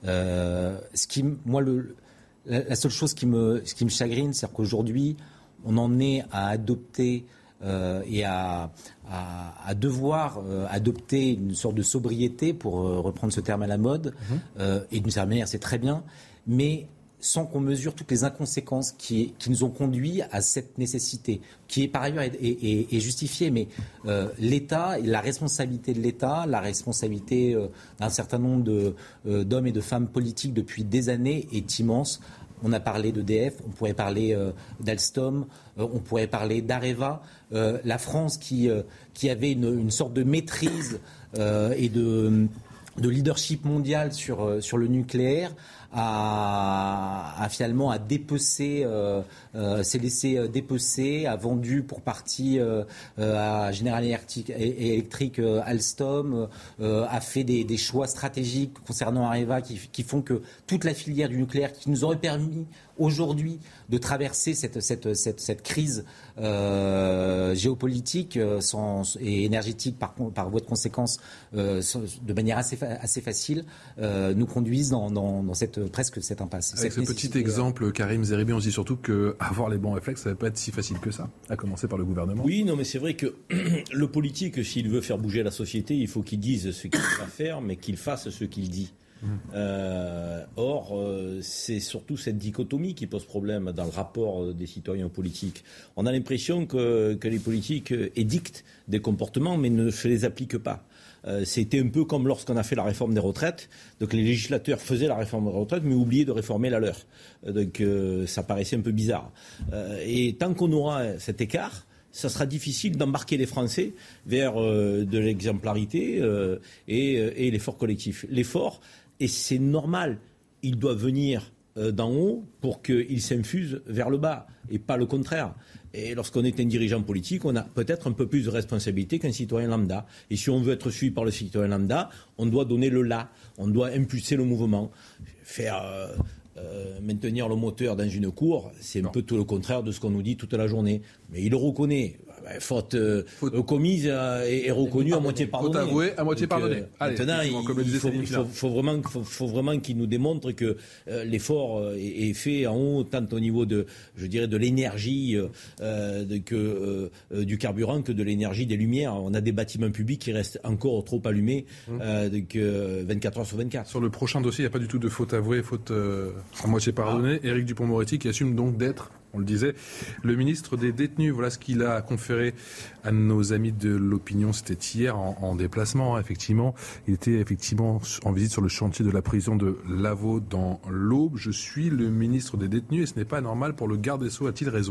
Euh, ce qui, moi, le, la, la seule chose qui me, ce qui me chagrine, c'est qu'aujourd'hui, on en est à adopter euh, et à, à, à devoir euh, adopter une sorte de sobriété, pour euh, reprendre ce terme à la mode. Mmh. Euh, et d'une certaine manière, c'est très bien, mais sans qu'on mesure toutes les inconséquences qui, qui nous ont conduits à cette nécessité, qui est par ailleurs est, est, est justifiée. Mais euh, l'État, la responsabilité de l'État, la responsabilité euh, d'un certain nombre de, euh, d'hommes et de femmes politiques depuis des années est immense. On a parlé d'E D F, on pourrait parler euh, d'Alstom, euh, on pourrait parler d'Areva. Euh, la France qui, euh, qui avait une, une sorte de maîtrise euh, et de, de leadership mondial sur, euh, sur le nucléaire, a, a finalement a dépecé, euh, euh, s'est laissé dépecer, a vendu pour partie euh, à General Electric euh, Alstom, euh, a fait des, des choix stratégiques concernant Areva qui, qui font que toute la filière du nucléaire qui nous aurait permis aujourd'hui de traverser cette, cette, cette, cette crise euh, géopolitique euh, sans, et énergétique par, par voie de conséquence euh, de manière assez, assez facile, euh, nous conduisent dans, dans, dans cette, presque cette impasse. Avec cette ce petit exemple, Karim Zeribi, on se dit surtout qu'avoir les bons réflexes, ça ne va pas être si facile que ça, à commencer par le gouvernement. Oui, non, mais c'est vrai que le politique, s'il veut faire bouger la société, il faut qu'il dise ce qu'il va faire, mais qu'il fasse ce qu'il dit. Euh, or, euh, c'est surtout cette dichotomie qui pose problème dans le rapport des citoyens aux politiques. On a l'impression que, que les politiques édictent des comportements mais ne se les appliquent pas. Euh, c'était un peu comme lorsqu'on a fait la réforme des retraites. Donc les législateurs faisaient la réforme des retraites mais oubliaient de réformer la leur. Euh, donc euh, ça paraissait un peu bizarre. Euh, et tant qu'on aura cet écart, ça sera difficile d'embarquer les Français vers euh, de l'exemplarité euh, et, et l'effort collectif. L'effort, et c'est normal, il doit venir euh, d'en haut pour qu'il s'infuse vers le bas et pas le contraire. Et lorsqu'on est un dirigeant politique, on a peut-être un peu plus de responsabilité qu'un citoyen lambda. Et si on veut être suivi par le citoyen lambda, on doit donner le là, on doit impulser le mouvement, faire... Euh, Euh, maintenir le moteur dans une cour, c'est un non. peu tout le contraire de ce qu'on nous dit toute la journée. Mais il le reconnaît. bah, faute, euh, faute commise euh, et, et reconnue à moitié pardonnée. Faute avouée, à moitié pardonnée. Euh, Allez, maintenant, il, il faut, il faut, faut vraiment, faut, faut vraiment qu'il nous démontre que euh, l'effort euh, est, est fait en haut, tant au niveau de, je dirais, de l'énergie euh, de, que euh, du carburant que de l'énergie des lumières. On a des bâtiments publics qui restent encore trop allumés mmh. euh, donc, euh, vingt-quatre heures sur vingt-quatre. Sur le prochain dossier, il n'y a pas du tout de faute avouée, faute euh, à moitié pardonnée. Ah. Éric Dupond-Moretti qui assume donc d'être, on le disait, le ministre des détenus. Voilà ce qu'il a conféré à nos amis de l'opinion. C'était hier en, en déplacement, hein, effectivement. Il était effectivement en visite sur le chantier de la prison de Lavaux dans l'Aube. Je suis le ministre des détenus et ce n'est pas normal pour le garde des Sceaux. A-t-il raison ?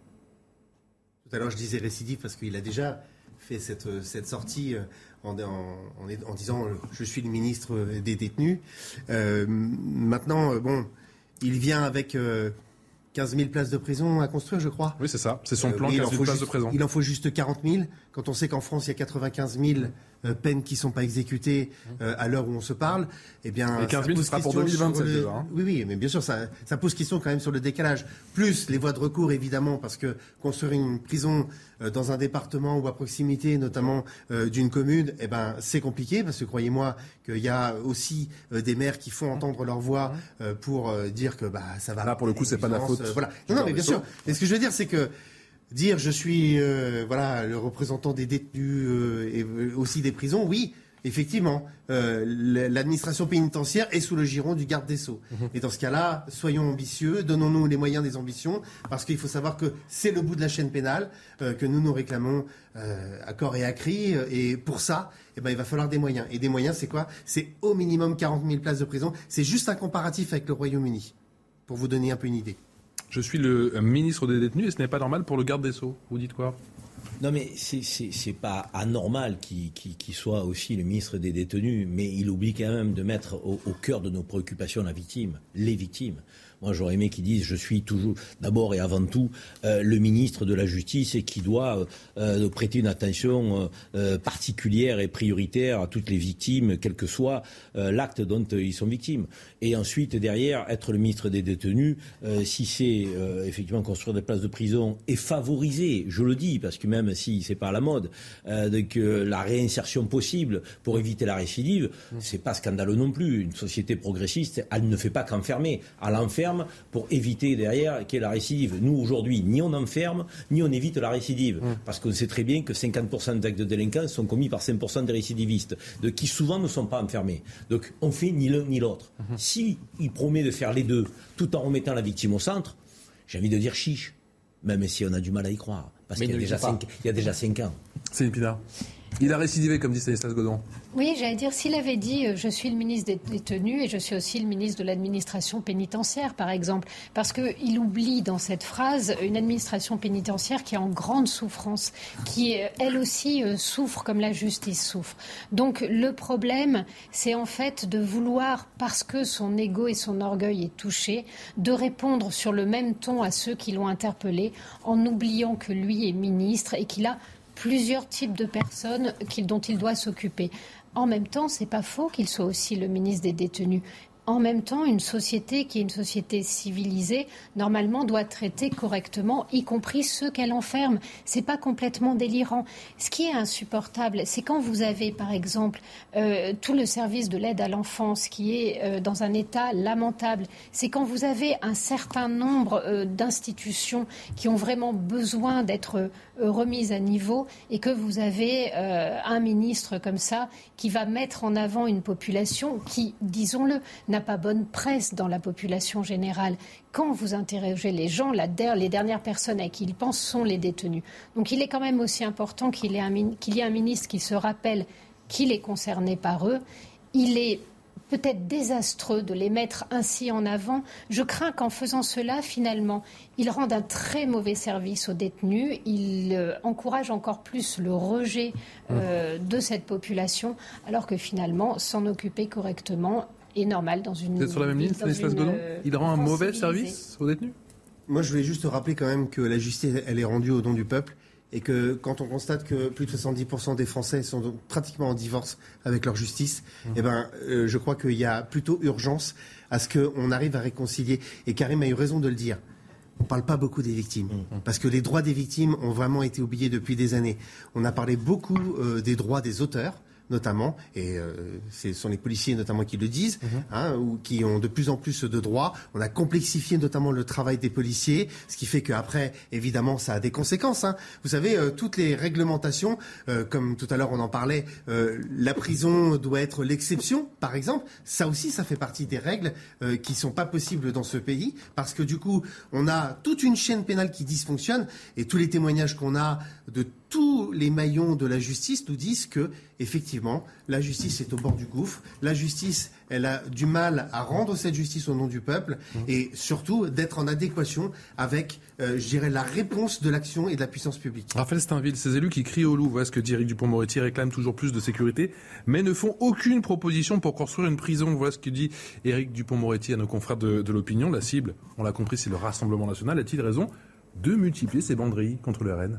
Tout à l'heure, je disais récidive parce qu'il a déjà fait cette, cette sortie en, en, en, en disant « je suis le ministre des détenus euh, ». Maintenant, bon, il vient avec... Euh, quinze mille places de prison à construire, je crois. Oui, c'est ça. C'est son plan, euh, quinze mille places juste, de prison. Il en faut juste quarante mille. Quand on sait qu'en France, il y a quatre-vingt-quinze mille euh, peines qui ne sont pas exécutées euh, à l'heure où on se parle, eh bien... Et quinze mille, ce sera pour deux mille vingt-sept le... déjà. Hein. Oui, oui, mais bien sûr, ça, ça pose question quand même sur le décalage. Plus les voies de recours, évidemment, parce que construire une prison euh, dans un département ou à proximité, notamment euh, d'une commune, eh ben, c'est compliqué, parce que croyez-moi qu'il y a aussi euh, des maires qui font entendre leur voix euh, pour euh, dire que bah, ça va... Là, pour le coup, c'est pas de la faute. Euh, voilà. Non, non, mais bien sûr. Mais ce que je veux dire, c'est que dire je suis euh, voilà le représentant des détenus euh, et aussi des prisons, oui, effectivement, euh, l'administration pénitentiaire est sous le giron du garde des Sceaux. Mmh. Et dans ce cas-là, soyons ambitieux, donnons-nous les moyens des ambitions, parce qu'il faut savoir que c'est le bout de la chaîne pénale euh, que nous nous réclamons euh, à corps et à cri. Et pour ça, eh ben, il va falloir des moyens. Et des moyens, c'est quoi ? C'est au minimum quarante mille places de prison. C'est juste un comparatif avec le Royaume-Uni, pour vous donner un peu une idée. Je suis le ministre des détenus et ce n'est pas normal pour le garde des Sceaux. Vous dites quoi ? Non, mais c'est, c'est, c'est pas anormal qu'il, qu'il, qu'il soit aussi le ministre des détenus, mais il oublie quand même de mettre au, au cœur de nos préoccupations la victime, les victimes. Moi, j'aurais aimé qu'ils disent « je suis toujours, d'abord et avant tout, euh, le ministre de la Justice et qui doit euh, prêter une attention euh, particulière et prioritaire à toutes les victimes, quel que soit euh, l'acte dont euh, ils sont victimes. » Et ensuite, derrière, être le ministre des détenus, euh, si c'est euh, effectivement construire des places de prison et favoriser, je le dis, parce que même si c'est pas à la mode, euh, donc, euh, la réinsertion possible pour éviter la récidive, c'est pas scandaleux non plus. Une société progressiste, elle ne fait pas qu'enfermer. À l'enfer, pour éviter derrière qu'il y ait la récidive. Nous, aujourd'hui, ni on enferme, ni on évite la récidive. Mmh. Parce qu'on sait très bien que cinquante pour cent des actes de délinquance sont commis par cinq pour cent des récidivistes, de qui souvent ne sont pas enfermés. Donc, on fait ni l'un ni l'autre. Mmh. Si il promet de faire les deux, tout en remettant la victime au centre, j'ai envie de dire chiche, même si on a du mal à y croire. Parce qu'il y a, déjà cinq, il y a déjà cinq ans. C'est une pinard. Il a récidivé, comme dit Stanislas Godon. Oui, j'allais dire, s'il avait dit euh, je suis le ministre des détenus et je suis aussi le ministre de l'administration pénitentiaire, par exemple, parce qu'il oublie dans cette phrase une administration pénitentiaire qui est en grande souffrance, qui, elle aussi, euh, souffre comme la justice souffre. Donc, le problème, c'est en fait de vouloir, parce que son ego et son orgueil est touché, de répondre sur le même ton à ceux qui l'ont interpellé, en oubliant que lui est ministre et qu'il a plusieurs types de personnes dont il doit s'occuper. En même temps, c'est pas faux qu'il soit aussi le ministre des détenus. En même temps, une société qui est une société civilisée, normalement, doit traiter correctement, y compris ceux qu'elle enferme. C'est pas complètement délirant. Ce qui est insupportable, c'est quand vous avez, par exemple, euh, tout le service de l'aide à l'enfance qui est euh, dans un état lamentable. C'est quand vous avez un certain nombre euh, d'institutions qui ont vraiment besoin d'être euh, remises à niveau et que vous avez euh, un ministre comme ça qui va mettre en avant une population qui, disons-le, n'a pas bonne presse dans la population générale. Quand vous interrogez les gens, la der- les dernières personnes à qui ils pensent sont les détenus. Donc il est quand même aussi important qu'il y ait un, min- qu'il y ait un ministre qui se rappelle qu'il est concerné par eux. Il est peut-être désastreux de les mettre ainsi en avant. Je crains qu'en faisant cela, finalement, ils rendent un très mauvais service aux détenus. Ils euh, encouragent encore plus le rejet euh, de cette population, alors que finalement, s'en occuper correctement est normal dans une... Vous êtes sur la même ligne, Stanislas Godon ? Il rend un mauvais service aux détenus ? Moi, je voulais juste rappeler quand même que la justice, elle est rendue au nom du peuple. Et que quand on constate que plus de soixante-dix pour cent des Français sont donc pratiquement en divorce avec leur justice, mmh. eh ben, euh, je crois qu'il y a plutôt urgence à ce qu'on arrive à réconcilier. Et Karim a eu raison de le dire. on ne parle pas beaucoup des victimes, parce que les droits des victimes ont vraiment été oubliés depuis des années. On a parlé beaucoup euh, des droits des auteurs, notamment, et euh, ce sont les policiers notamment qui le disent, mmh. hein, ou qui ont de plus en plus de droits. On a complexifié notamment le travail des policiers, ce qui fait qu'après, évidemment, ça a des conséquences. Hein. Vous savez, euh, toutes les réglementations, euh, comme tout à l'heure on en parlait, euh, la prison doit être l'exception, par exemple. Ça aussi, ça fait partie des règles euh, qui sont pas possibles dans ce pays, parce que du coup, on a toute une chaîne pénale qui dysfonctionne, et tous les témoignages qu'on a de tous les maillons de la justice nous disent que, effectivement, la justice est au bord du gouffre. La justice, elle a du mal à rendre cette justice au nom du peuple mmh. et surtout d'être en adéquation avec, euh, je dirais, la réponse de l'action et de la puissance publique. Raphaël Steinville, ces élus qui crient au loup, voilà ce que dit Éric Dupond-Moretti, réclament toujours plus de sécurité, mais ne font aucune proposition pour construire une prison. Voilà ce que dit Éric Dupond-Moretti à nos confrères de, de l'opinion. La cible, on l'a compris, c'est le Rassemblement national. A-t-il raison de multiplier ces banderilles contre le R N ?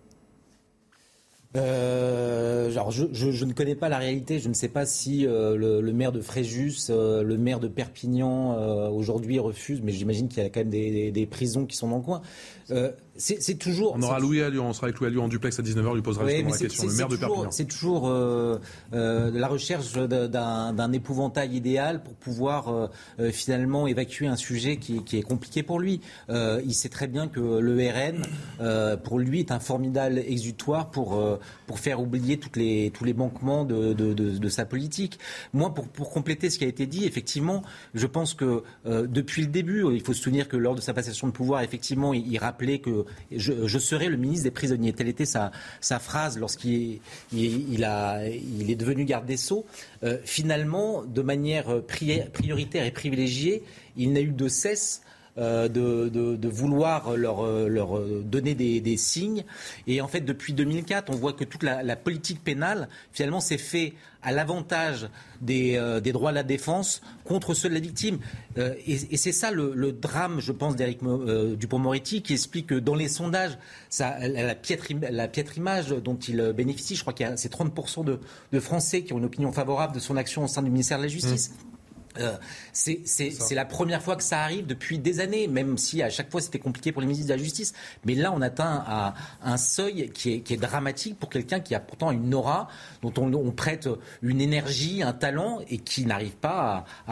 Euh, alors je, je, je ne connais pas la réalité. Je ne sais pas si euh, le, le maire de Fréjus, euh, le maire de Perpignan euh, aujourd'hui refuse, mais j'imagine qu'il y a quand même des, des, des prisons qui sont dans le coin. Euh, c'est, c'est toujours. On aura Louis à Lyon, on sera avec Louis à Lyon en duplex à dix-neuf heures, lui posera oui, justement la question. C'est, le maire de toujours, Perpignan. C'est toujours euh, euh, la recherche d'un, d'un épouvantail idéal pour pouvoir euh, euh, finalement évacuer un sujet qui, qui est compliqué pour lui. Euh, il sait très bien que le R N, euh, pour lui, est un formidable exutoire pour euh, pour faire oublier toutes les tous les manquements de de, de, de sa politique. Moi, pour pour compléter ce qui a été dit, effectivement, je pense que euh, depuis le début, il faut se souvenir que lors de sa passation de pouvoir, effectivement, il, il rappelait que je, je serai le ministre des prisonniers. Telle était sa, sa phrase lorsqu'il il, il a, il est devenu garde des Sceaux. Euh, finalement, de manière pri- prioritaire et privilégiée, il n'a eu de cesse Euh, de, de, de vouloir leur, leur donner des, des signes. Et en fait, depuis deux mille quatre, on voit que toute la, la politique pénale, finalement, s'est fait à l'avantage des, euh, des droits de la défense contre ceux de la victime. Euh, et, et c'est ça le, le drame, je pense, d'Éric euh, Dupond-Moretti, qui explique que dans les sondages, ça, la, piètre, la piètre image dont il bénéficie, je crois qu'il y a c'est trente pour cent de, de Français qui ont une opinion favorable de son action au sein du ministère de la Justice. Mmh. Euh, c'est, c'est, c'est la première fois que ça arrive depuis des années, même si à chaque fois c'était compliqué pour les ministres de la Justice. Mais là, on atteint à un seuil qui est, qui est dramatique pour quelqu'un qui a pourtant une aura, dont on, on prête une énergie, un talent, et qui n'arrive pas à,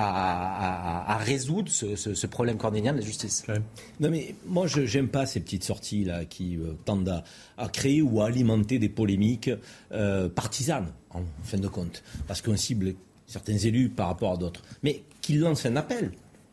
à, à, à résoudre ce, ce, ce problème cornélien de la justice. Ouais. Non mais moi, je j'aime pas ces petites sorties là qui euh, tendent à, à créer ou à alimenter des polémiques euh, partisanes, en fin de compte, parce qu'on cible certains élus par rapport à d'autres, mais qu'ils lancent un appel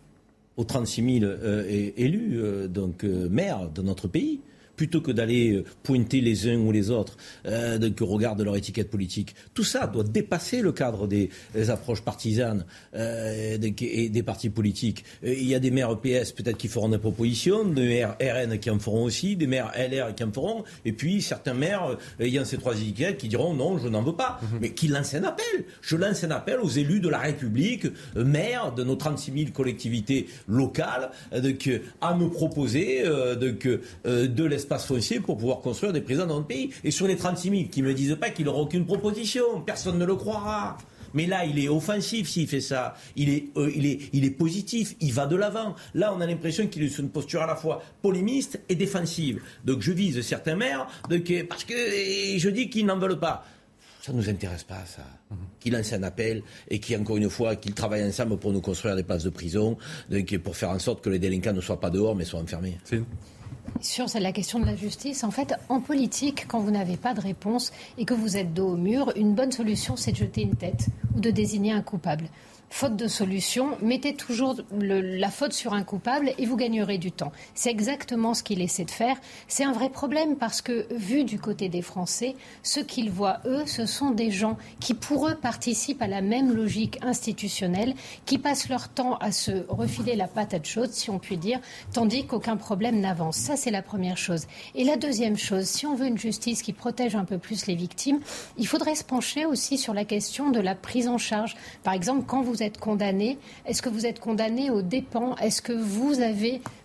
aux trente-six mille euh, élus, euh, donc euh, maires de notre pays, plutôt que d'aller pointer les uns ou les autres, euh, donc, au regard de leur étiquette politique. Tout ça doit dépasser le cadre des, des approches partisanes euh, de, et des partis politiques. Il y a des maires E P S peut-être qui feront des propositions, des maires R N qui en feront aussi, des maires L R qui en feront, et puis certains maires ayant ces trois étiquettes qui diront non, je n'en veux pas. Mmh. Mais qui lancent un appel. Je lance un appel aux élus de la République, euh, maires de nos trente-six mille collectivités locales, euh, donc, à me proposer euh, donc, euh, de l'espace foncier pour pouvoir construire des prisons dans notre pays. Et sur les trente-six mille qui ne me disent pas qu'il n'aura aucune proposition, personne ne le croira. Mais là, il est offensif s'il fait ça. Il est, euh, il est, il est positif. Il va de l'avant. Là, on a l'impression qu'il est sur une posture à la fois polémiste et défensive. Donc, je vise certains maires donc, parce que je dis qu'ils n'en veulent pas. Ça ne nous intéresse pas, ça. Mmh. Qu'ils lancent un appel et qu'ils, encore une fois, qu'ils travaillent ensemble pour nous construire des places de prison, donc, pour faire en sorte que les délinquants ne soient pas dehors, mais soient enfermés. C'est... Sur la question de la justice, en fait, en politique, quand vous n'avez pas de réponse et que vous êtes dos au mur, une bonne solution, c'est de jeter une tête ou de désigner un coupable. Faute de solution, mettez toujours le, la faute sur un coupable et vous gagnerez du temps. C'est exactement ce qu'il essaie de faire. C'est un vrai problème parce que, vu du côté des Français, ce qu'ils voient, eux, ce sont des gens qui, pour eux, participent à la même logique institutionnelle, qui passent leur temps à se refiler la patate chaude, si on peut dire, tandis qu'aucun problème n'avance. Ça, c'est la première chose. Et la deuxième chose, si on veut une justice qui protège un peu plus les victimes, il faudrait se pencher aussi sur la question de la prise en charge. Par exemple, quand vous êtes condamné, est-ce que vous êtes condamné aux dépens ? Est-ce que vous avez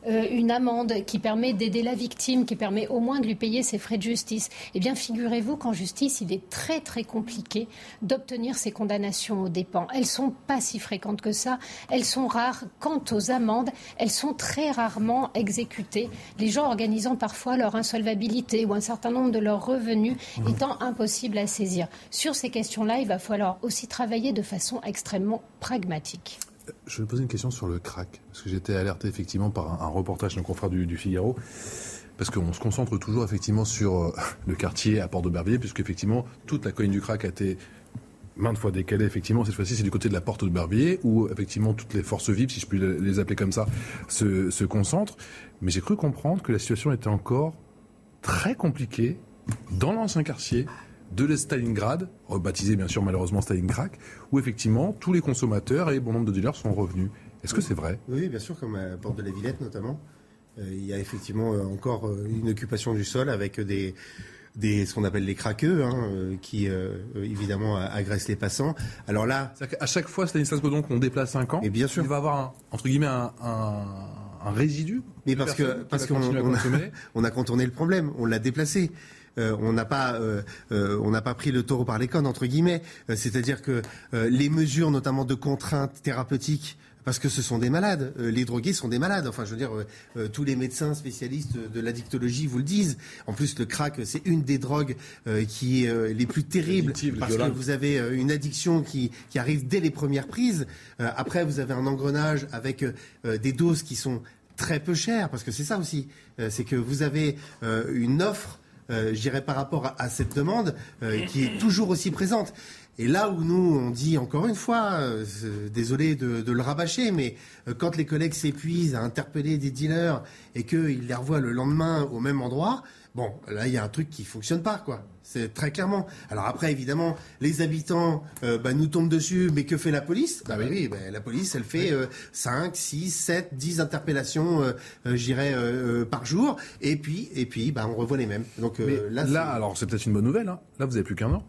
euh, une amende, qui permet d'aider la victime, qui permet au moins de lui payer ses frais de justice. Eh bien, figurez-vous qu'en justice, il est très très compliqué d'obtenir ces condamnations aux dépens. Elles sont pas si fréquentes que ça. Elles sont rares. Quant aux amendes, elles sont très rarement exécutées. Les gens organisant parfois leur insolvabilité ou un certain nombre de leurs revenus mmh. étant impossibles à saisir. Sur ces questions-là, il va falloir aussi travailler de façon extrêmement pragmatique. Je vais poser une question sur le crack, parce que j'ai été alerté effectivement par un, un reportage d'un confrère du, du Figaro, parce qu'on se concentre toujours effectivement sur euh, le quartier à Port-d'Aubervilliers, puisque effectivement toute la colline du crack a été maintes fois décalée. Effectivement, cette fois-ci, c'est du côté de la porte d'Aubervilliers, où effectivement toutes les forces vives, si je puis les appeler comme ça, se, se concentrent. Mais j'ai cru comprendre que la situation était encore très compliquée dans l'ancien quartier de Stalingrad, rebaptisé bien sûr malheureusement Stalingrad, où effectivement tous les consommateurs et bon nombre de dealers sont revenus. Est-ce que c'est vrai ? Oui, bien sûr, comme à Porte de la Villette notamment. Euh, il y a effectivement euh, encore euh, une occupation du sol avec des, des ce qu'on appelle les craqueux, hein, euh, qui euh, évidemment agressent les passants. Alors là, à chaque fois, Stanislas Godon qu'on déplace un camp, et bien sûr, il va avoir un, entre guillemets un, un, un résidu. Mais parce que parce qu'on on a, on a contourné le problème, on l'a déplacé. Euh, on n'a pas, euh, euh, on n'a pas pris le taureau par les cornes entre guillemets. Euh, c'est-à-dire que euh, les mesures, notamment de contraintes thérapeutiques, parce que ce sont des malades. Euh, les drogués sont des malades. Enfin, je veux dire, euh, euh, tous les médecins spécialistes de l'addictologie vous le disent. En plus, le crack, c'est une des drogues euh, qui est euh, les plus terribles, parce violente. Que vous avez euh, une addiction qui, qui arrive dès les premières prises. Euh, après, vous avez un engrenage avec euh, des doses qui sont très peu chères, parce que c'est ça aussi. Euh, c'est que vous avez euh, une offre, euh, je dirais, par rapport à, à cette demande, euh, qui est toujours aussi présente. Et là où nous, on dit encore une fois, euh, désolé de, de le rabâcher, mais euh, quand les collègues s'épuisent à interpeller des dealers et qu'ils les revoient le lendemain au même endroit, bon, là, il y a un truc qui fonctionne pas, quoi. C'est très clairement. Alors après, évidemment, les habitants euh, bah, nous tombent dessus, mais que fait la police ? Bah oui, oui bah, la police, elle fait euh, cinq, six, sept, dix interpellations, euh, euh, je dirais, euh, par jour, et puis, et puis bah, on revoit les mêmes. Donc euh, là, là alors c'est peut-être une bonne nouvelle, hein. Là, vous n'avez plus qu'un an.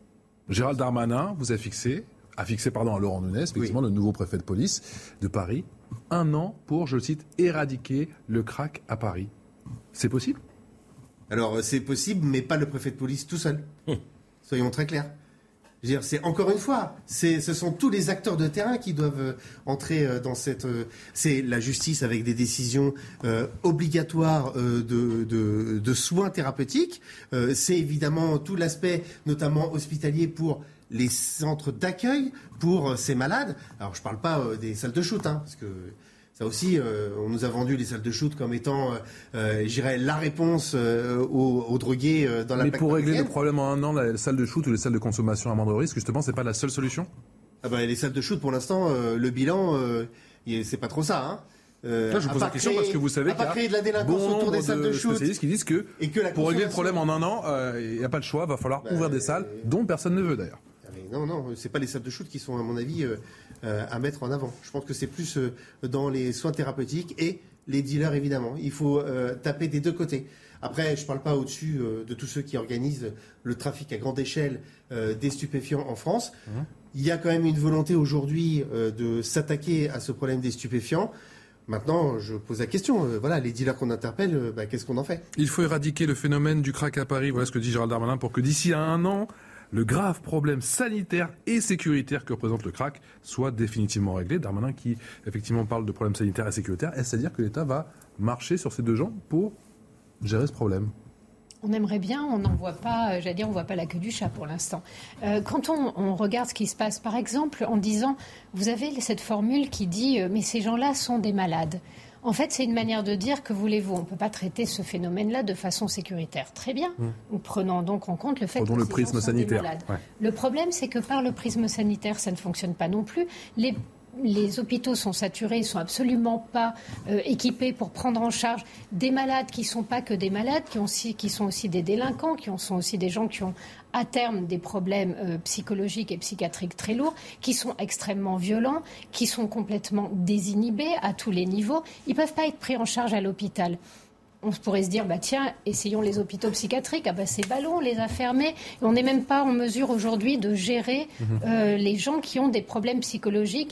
Gérald Darmanin vous a fixé, a fixé pardon, à Laurent Nunez, effectivement, oui. le nouveau préfet de police de Paris, un an pour, je cite, éradiquer le crack à Paris. C'est possible ? Alors, c'est possible, mais pas le préfet de police tout seul. Hum. Soyons très clairs. Je veux dire, c'est encore une fois, c'est, ce sont tous les acteurs de terrain qui doivent euh, entrer euh, dans cette. Euh, c'est la justice avec des décisions euh, obligatoires euh, de, de, de soins thérapeutiques. Euh, c'est évidemment tout l'aspect, notamment hospitalier, pour les centres d'accueil pour euh, ces malades. Alors, je ne parle pas euh, des salles de shoot, hein, parce que. Ça aussi, euh, on nous a vendu les salles de shoot comme étant, euh, je dirais, la réponse euh, aux, aux drogués euh, dans la plaque. Mais pour régler le problème en un an, la salle de shoot ou les salles de consommation à moindre risque, justement, c'est pas la seule solution ? Ah bah, les salles de shoot, pour l'instant, euh, le bilan, euh, c'est pas trop ça. Hein. Euh, Là, je vous pose la question créer, parce que vous savez qu'il y a créer de la délinquance bon autour des salles de shoot, spécialistes qui disent que, que pour régler le problème en un an, il euh, n'y a pas le choix, il va falloir bah, ouvrir des salles, euh... dont personne ne veut d'ailleurs. Non, non, c'est pas les salles de shoot qui sont, à mon avis, euh, euh, à mettre en avant. Je pense que c'est plus euh, dans les soins thérapeutiques et les dealers, évidemment. Il faut euh, taper des deux côtés. Après, je ne parle pas au-dessus euh, de tous ceux qui organisent le trafic à grande échelle euh, des stupéfiants en France. Mmh. Il y a quand même une volonté aujourd'hui euh, de s'attaquer à ce problème des stupéfiants. Maintenant, je pose la question. Euh, voilà, les dealers qu'on interpelle, euh, bah, qu'est-ce qu'on en fait ? Il faut éradiquer le phénomène du crack à Paris. Voilà ce que dit Gérald Darmanin, pour que d'ici à un an, le grave problème sanitaire et sécuritaire que représente le crack soit définitivement réglé. Darmanin qui, effectivement, parle de problèmes sanitaires et sécuritaires. Est-ce à dire que l'État va marcher sur ces deux jambes pour gérer ce problème ? On aimerait bien, on n'en voit pas, j'allais dire, on ne voit pas la queue du chat pour l'instant. Euh, quand on, on regarde ce qui se passe, par exemple, en disant, vous avez cette formule qui dit, euh, mais ces gens-là sont des malades. En fait, c'est une manière de dire que voulez-vous, on ne peut pas traiter ce phénomène-là de façon sécuritaire. Très bien. Mmh. Nous prenons donc en compte le fait Prenons que le ces prisme gens sont sanitaire. des malades. Ouais. Le problème, c'est que par le prisme sanitaire, ça ne fonctionne pas non plus. Les Les hôpitaux sont saturés, ils ne sont absolument pas euh, équipés pour prendre en charge des malades qui ne sont pas que des malades, qui, ont aussi, qui sont aussi des délinquants, qui sont aussi des gens qui ont à terme des problèmes euh, psychologiques et psychiatriques très lourds, qui sont extrêmement violents, qui sont complètement désinhibés à tous les niveaux. Ils ne peuvent pas être pris en charge à l'hôpital. On pourrait se dire, bah tiens, essayons les hôpitaux psychiatriques, ah bah c'est ballon, on les a fermés. Et on n'est même pas en mesure aujourd'hui de gérer euh, les gens qui ont des problèmes psychologiques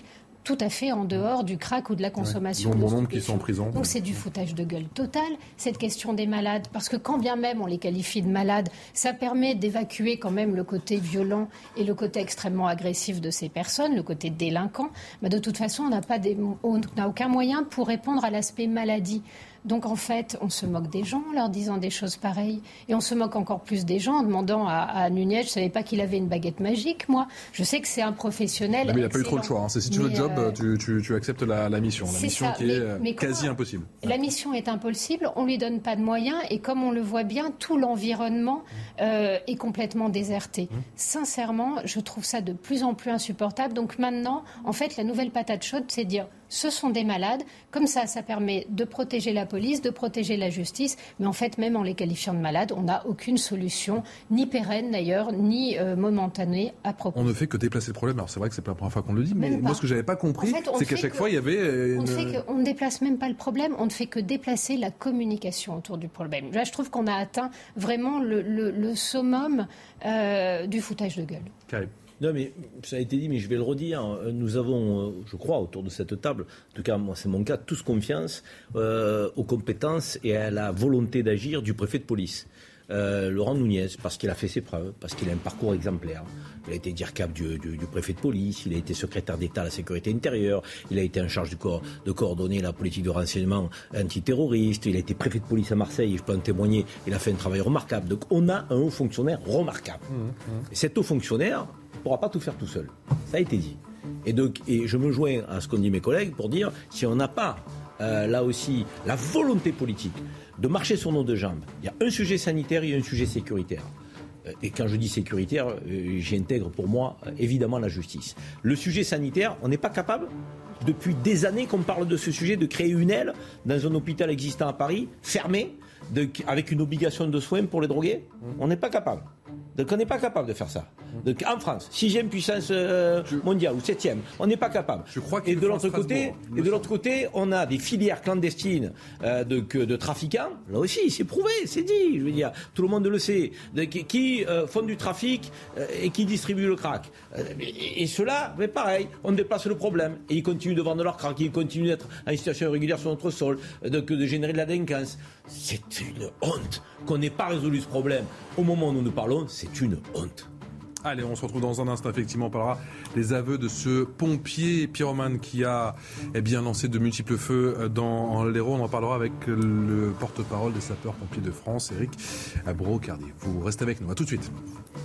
tout à fait en dehors du crack ou de la consommation. Ouais, de bon nombre qui sont en prison. Donc c'est du foutage de gueule total, cette question des malades, parce que quand bien même on les qualifie de malades, ça permet d'évacuer quand même le côté violent et le côté extrêmement agressif de ces personnes, le côté délinquant. Mais de toute façon, on n'a pas des, on n'a aucun moyen pour répondre à l'aspect maladie. Donc en fait, on se moque des gens en leur disant des choses pareilles. Et on se moque encore plus des gens en demandant à, à Nunez, je ne savais pas qu'il avait une baguette magique, moi. Je sais que c'est un professionnel. Non, mais il n'a pas eu trop le choix. Hein. C'est si tu veux le job, euh... tu, tu, tu acceptes la, la mission. La mission ça. qui mais, est mais quasi comment... impossible. La mission est impossible, on ne lui donne pas de moyens. Et comme on le voit bien, tout l'environnement euh, est complètement déserté. Mmh. Sincèrement, je trouve ça de plus en plus insupportable. Donc maintenant, en fait, la nouvelle patate chaude, c'est de dire... Ce sont des malades. Comme ça, ça permet de protéger la police, de protéger la justice. Mais en fait, même en les qualifiant de malades, on n'a aucune solution, ni pérenne d'ailleurs, ni euh, momentanée à propos. On ne fait que déplacer le problème. Alors c'est vrai que c'est pas la première fois qu'on le dit, mais moi ce que j'avais pas compris, en fait, c'est qu'à chaque que, fois il y avait. Une... On, fait que, on ne déplace même pas le problème, on ne fait que déplacer la communication autour du problème. Là, je trouve qu'on a atteint vraiment le, le, le summum euh, du foutage de gueule. Karim. Non, mais ça a été dit, mais je vais le redire. Nous avons, je crois, autour de cette table, en tout cas, moi, c'est mon cas, tous confiance euh, aux compétences et à la volonté d'agir du préfet de police. Euh, Laurent Nunez, parce qu'il a fait ses preuves, parce qu'il a un parcours exemplaire. Il a été D I R C A P du, du, du préfet de police, il a été secrétaire d'État à la sécurité intérieure, il a été en charge du corps, de coordonner la politique de renseignement antiterroriste, il a été préfet de police à Marseille, et je peux en témoigner, il a fait un travail remarquable. Donc on a un haut fonctionnaire remarquable. Mmh, mmh. Et cet haut fonctionnaire ne pourra pas tout faire tout seul. Ça a été dit. Et, donc, et je me joins à ce qu'ont dit mes collègues pour dire, si on n'a pas euh, là aussi la volonté politique de marcher sur nos deux jambes, il y a un sujet sanitaire et un sujet sécuritaire. Et quand je dis sécuritaire, euh, j'y intègre pour moi euh, évidemment la justice. Le sujet sanitaire, on n'est pas capable, depuis des années qu'on parle de ce sujet, de créer une aile dans un hôpital existant à Paris, fermé, de, avec une obligation de soins pour les drogués. On n'est pas capable. Donc on n'est pas capable de faire ça. Donc en France, sixième puissance euh, mondiale ou septième, on n'est pas capable. Je crois et de l'autre côté, et de l'autre côté, on a des filières clandestines euh, de, de trafiquants. Là aussi, c'est prouvé, c'est dit. Je veux dire, tout le monde le sait. De, qui qui euh, font du trafic euh, et qui distribuent le crack. Euh, et, et ceux-là, mais pareil, on déplace le problème et ils continuent de vendre leur crack, ils continuent d'être en situation irrégulière sur notre sol, de, de générer de la délinquance. C'est une honte qu'on n'ait pas résolu ce problème au moment où nous nous parlons. C'est une honte. Allez, on se retrouve dans un instant. Effectivement, on parlera des aveux de ce pompier pyromane qui a eh bien, lancé de multiples feux dans l'Hérault. On en parlera avec le porte-parole des sapeurs-pompiers de France, Éric Brocardier. Vous restez avec nous. À tout de suite.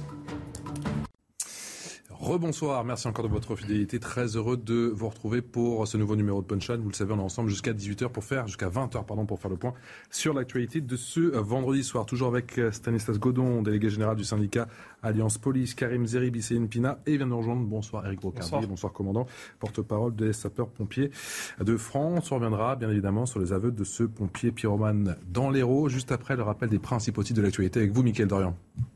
Rebonsoir, merci encore de votre fidélité. Très heureux de vous retrouver pour ce nouveau numéro de Punchline. Vous le savez, on est ensemble jusqu'à dix-huit heures pour faire, jusqu'à vingt heures pardon, pour faire le point sur l'actualité de ce vendredi soir. Toujours avec Stanislas Godon, délégué général du syndicat Alliance Police, Karim Zeribi, Céline Pina et vient de nous rejoindre. Bonsoir Éric Brocardier, bonsoir. bonsoir commandant, porte-parole des sapeurs-pompiers de France. On reviendra bien évidemment sur les aveux de ce pompier pyromane dans l'Hérault, juste après le rappel des principaux titres de l'actualité avec vous, Mickaël Dorian.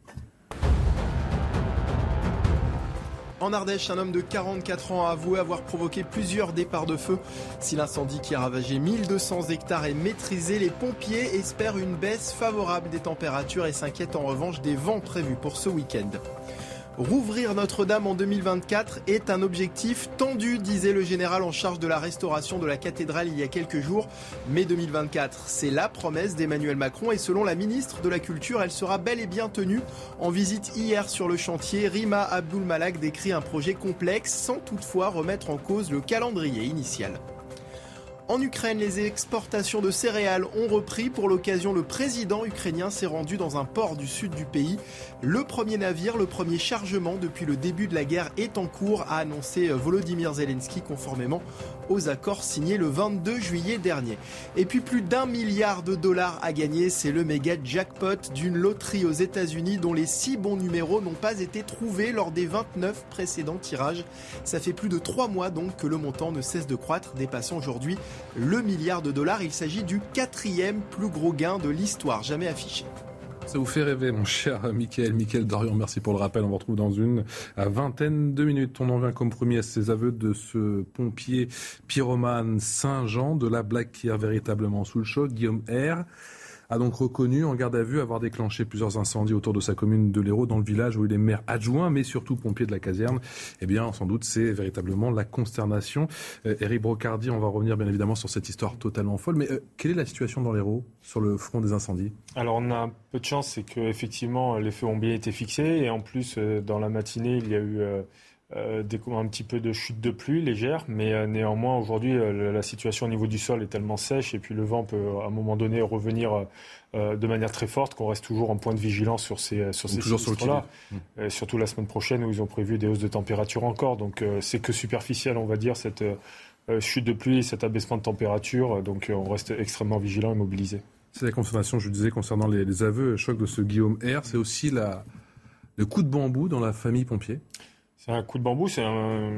En Ardèche, un homme de quarante-quatre ans a avoué avoir provoqué plusieurs départs de feu. Si l'incendie qui a ravagé mille deux cents hectares est maîtrisé, les pompiers espèrent une baisse favorable des températures et s'inquiètent en revanche des vents prévus pour ce week-end. Rouvrir Notre-Dame en deux mille vingt-quatre est un objectif tendu, disait le général en charge de la restauration de la cathédrale il y a quelques jours. Mais deux mille vingt-quatre, c'est la promesse d'Emmanuel Macron et selon la ministre de la Culture, elle sera bel et bien tenue. En visite hier sur le chantier, Rima Abdul-Malak décrit un projet complexe sans toutefois remettre en cause le calendrier initial. En Ukraine, les exportations de céréales ont repris. Pour l'occasion, le président ukrainien s'est rendu dans un port du sud du pays. Le premier navire, le premier chargement depuis le début de la guerre est en cours, a annoncé Volodymyr Zelensky conformément aux accords signés le vingt-deux juillet dernier. Et puis plus d'un milliard de dollars à gagner, c'est le méga jackpot d'une loterie aux États-Unis dont les six bons numéros n'ont pas été trouvés lors des vingt-neuf précédents tirages. Ça fait plus de trois mois donc que le montant ne cesse de croître, dépassant aujourd'hui le milliard de dollars. Il s'agit du quatrième plus gros gain de l'histoire jamais affiché. Ça vous fait rêver, mon cher Mickaël. Mickaël Dorian, merci pour le rappel. On vous retrouve dans une vingtaine de minutes. On en vient comme premier à ces aveux de ce pompier pyromane Saint-Jean, de la Blaquière, véritablement sous le choc. Guillaume R. a donc reconnu en garde à vue avoir déclenché plusieurs incendies autour de sa commune de l'Hérault, dans le village où il est maire adjoint, mais surtout pompier de la caserne. Eh bien, sans doute, c'est véritablement la consternation. Euh, Éric Brocardi, on va revenir bien évidemment sur cette histoire totalement folle. Mais euh, quelle est la situation dans l'Hérault, sur le front des incendies ? Alors, on a un peu de chance, c'est qu'effectivement, les feux ont bien été fixés. Et en plus, euh, dans la matinée, il y a eu... Euh, Euh, des, un petit peu de chute de pluie légère, mais euh, néanmoins aujourd'hui euh, la situation au niveau du sol est tellement sèche et puis le vent peut à un moment donné revenir euh, de manière très forte qu'on reste toujours en point de vigilance sur ces sur ces sinistres-là. Mmh. Surtout la semaine prochaine où ils ont prévu des hausses de température encore, donc euh, c'est que superficiel, on va dire, cette euh, chute de pluie, cet abaissement de température, donc euh, on reste extrêmement vigilant et mobilisé. C'est la constatation, je disais, concernant les, les aveux choc de ce Guillaume R, c'est aussi la, le coup de bambou dans la famille pompier. C'est un coup de bambou, c'est un...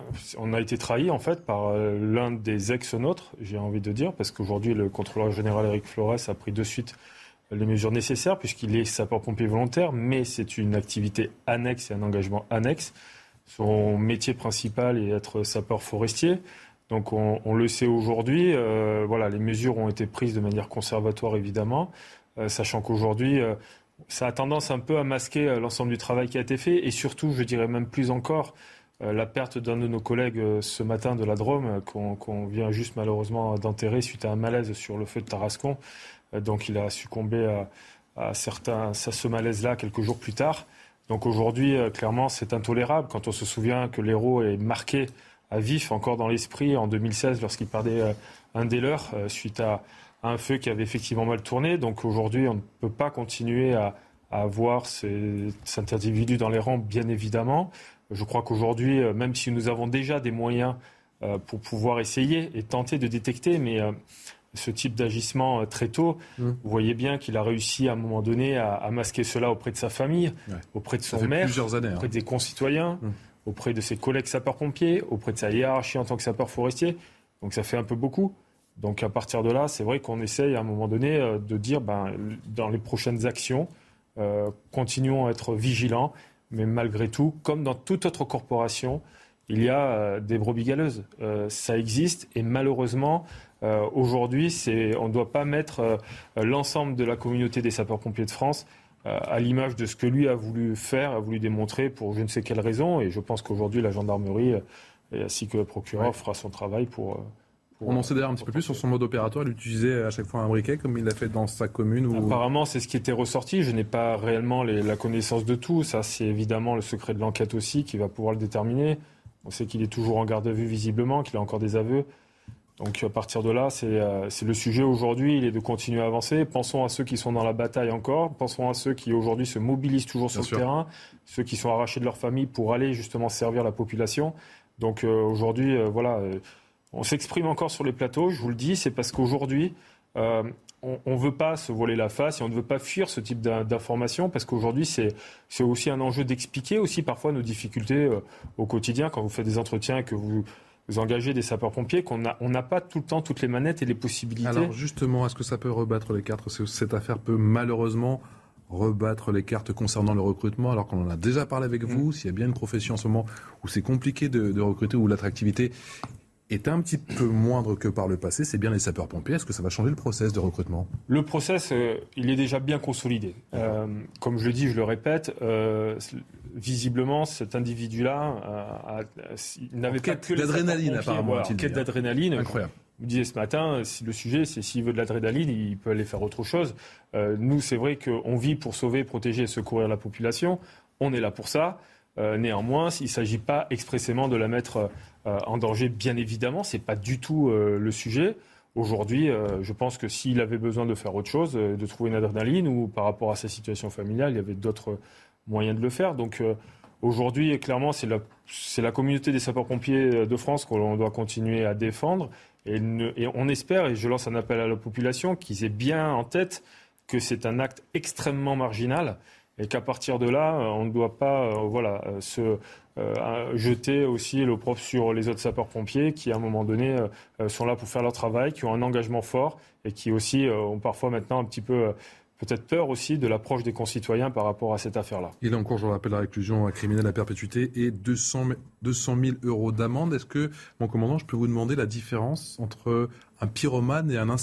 on a été trahi en fait par l'un des ex-nôtres, j'ai envie de dire, parce qu'aujourd'hui le contrôleur général Éric Flores a pris de suite les mesures nécessaires puisqu'il est sapeur-pompier volontaire, mais c'est une activité annexe et un engagement annexe. Son métier principal est être sapeur forestier, donc on, on le sait aujourd'hui. Euh, voilà, les mesures ont été prises de manière conservatoire évidemment, euh, sachant qu'aujourd'hui euh, ça a tendance un peu à masquer l'ensemble du travail qui a été fait et surtout, je dirais même plus encore, euh, la perte d'un de nos collègues euh, ce matin de la Drôme euh, qu'on, qu'on vient juste malheureusement d'enterrer suite à un malaise sur le feu de Tarascon. Euh, donc il a succombé à, à, certains, à ce malaise-là quelques jours plus tard. Donc aujourd'hui, euh, clairement, c'est intolérable quand on se souvient que l'Hérault est marqué à vif encore dans l'esprit en deux mille seize lorsqu'il perdait euh, un des leurs euh, suite à un feu qui avait effectivement mal tourné. Donc aujourd'hui, on ne peut pas continuer à, à avoir ces, cet individu dans les rangs, bien évidemment. Je crois qu'aujourd'hui, même si nous avons déjà des moyens euh, pour pouvoir essayer et tenter de détecter, mais euh, ce type d'agissement euh, très tôt, mmh. vous voyez bien qu'il a réussi à un moment donné à, à masquer cela auprès de sa famille, ouais. auprès de son maire, années, auprès hein. des concitoyens, mmh. auprès de ses collègues sapeurs-pompiers, auprès de sa hiérarchie en tant que sapeur-forestier. Donc ça fait un peu beaucoup. Donc à partir de là, c'est vrai qu'on essaye à un moment donné euh, de dire, ben, dans les prochaines actions, euh, continuons à être vigilants, mais malgré tout, comme dans toute autre corporation, il y a euh, des brebis galeuses. Euh, ça existe et malheureusement, euh, aujourd'hui, c'est, on ne doit pas mettre euh, l'ensemble de la communauté des sapeurs-pompiers de France euh, à l'image de ce que lui a voulu faire, a voulu démontrer pour je ne sais quelle raison. Et je pense qu'aujourd'hui, la gendarmerie, euh, ainsi que le procureur, ouais. fera son travail pour... Euh, On en sait d'ailleurs un petit peu plus sur son mode opératoire. Il utilisait à chaque fois un briquet comme il l'a fait dans sa commune ou... Apparemment, c'est ce qui était ressorti. Je n'ai pas réellement les, la connaissance de tout. Ça, c'est évidemment le secret de l'enquête aussi qui va pouvoir le déterminer. On sait qu'il est toujours en garde à vue visiblement, qu'il a encore des aveux. Donc à partir de là, c'est, euh, c'est le sujet aujourd'hui. Il est de continuer à avancer. Pensons à ceux qui sont dans la bataille encore. Pensons à ceux qui aujourd'hui se mobilisent toujours Bien sur sûr. le terrain. Ceux qui sont arrachés de leur famille pour aller justement servir la population. Donc euh, aujourd'hui, euh, voilà... Euh, on s'exprime encore sur les plateaux, je vous le dis, c'est parce qu'aujourd'hui, euh, on ne veut pas se voiler la face et on ne veut pas fuir ce type d'informations parce qu'aujourd'hui, c'est, c'est aussi un enjeu d'expliquer aussi parfois nos difficultés euh, au quotidien quand vous faites des entretiens, que vous, vous engagez des sapeurs-pompiers, qu'on a, on n'a pas tout le temps toutes les manettes et les possibilités. Alors justement, est-ce que ça peut rebattre les cartes ? Est-ce que cette affaire peut malheureusement rebattre les cartes concernant le recrutement alors qu'on en a déjà parlé avec vous, mmh. s'il y a bien une profession en ce moment où c'est compliqué de, de recruter, où l'attractivité est un petit peu moindre que par le passé, c'est bien les sapeurs-pompiers. Est-ce que ça va changer le process de recrutement ? Le process, euh, il est déjà bien consolidé. Euh, comme je le dis, je le répète, euh, visiblement, cet individu-là euh, a, il n'avait pas que l'adrénaline, apparemment. Voilà, en quête d'adrénaline. Incroyable. Je vous disais ce matin, si le sujet, c'est s'il veut de l'adrénaline, il peut aller faire autre chose. Euh, nous, c'est vrai qu'on vit pour sauver, protéger et secourir la population. On est là pour ça. Euh, néanmoins, il ne s'agit pas expressément de la mettre euh, en danger, bien évidemment. Ce n'est pas du tout euh, le sujet. Aujourd'hui, euh, je pense que s'il avait besoin de faire autre chose, euh, de trouver une adrénaline ou par rapport à sa situation familiale, il y avait d'autres moyens de le faire. Donc euh, aujourd'hui, clairement, c'est la, c'est la communauté des sapeurs-pompiers de France qu'on doit continuer à défendre. Et, ne, et on espère, et je lance un appel à la population, qu'ils aient bien en tête que c'est un acte extrêmement marginal. Et qu'à partir de là, on ne doit pas euh, voilà, se euh, jeter aussi l'opprobre sur les autres sapeurs-pompiers qui, à un moment donné, euh, sont là pour faire leur travail, qui ont un engagement fort et qui aussi euh, ont parfois maintenant un petit peu euh, peut-être peur aussi de l'approche des concitoyens par rapport à cette affaire-là. Il est en cours, je vous rappelle, la réclusion criminelle à perpétuité et deux cents mille euros d'amende. Est-ce que, mon commandant, je peux vous demander la différence entre un pyromane et un incendiaire ?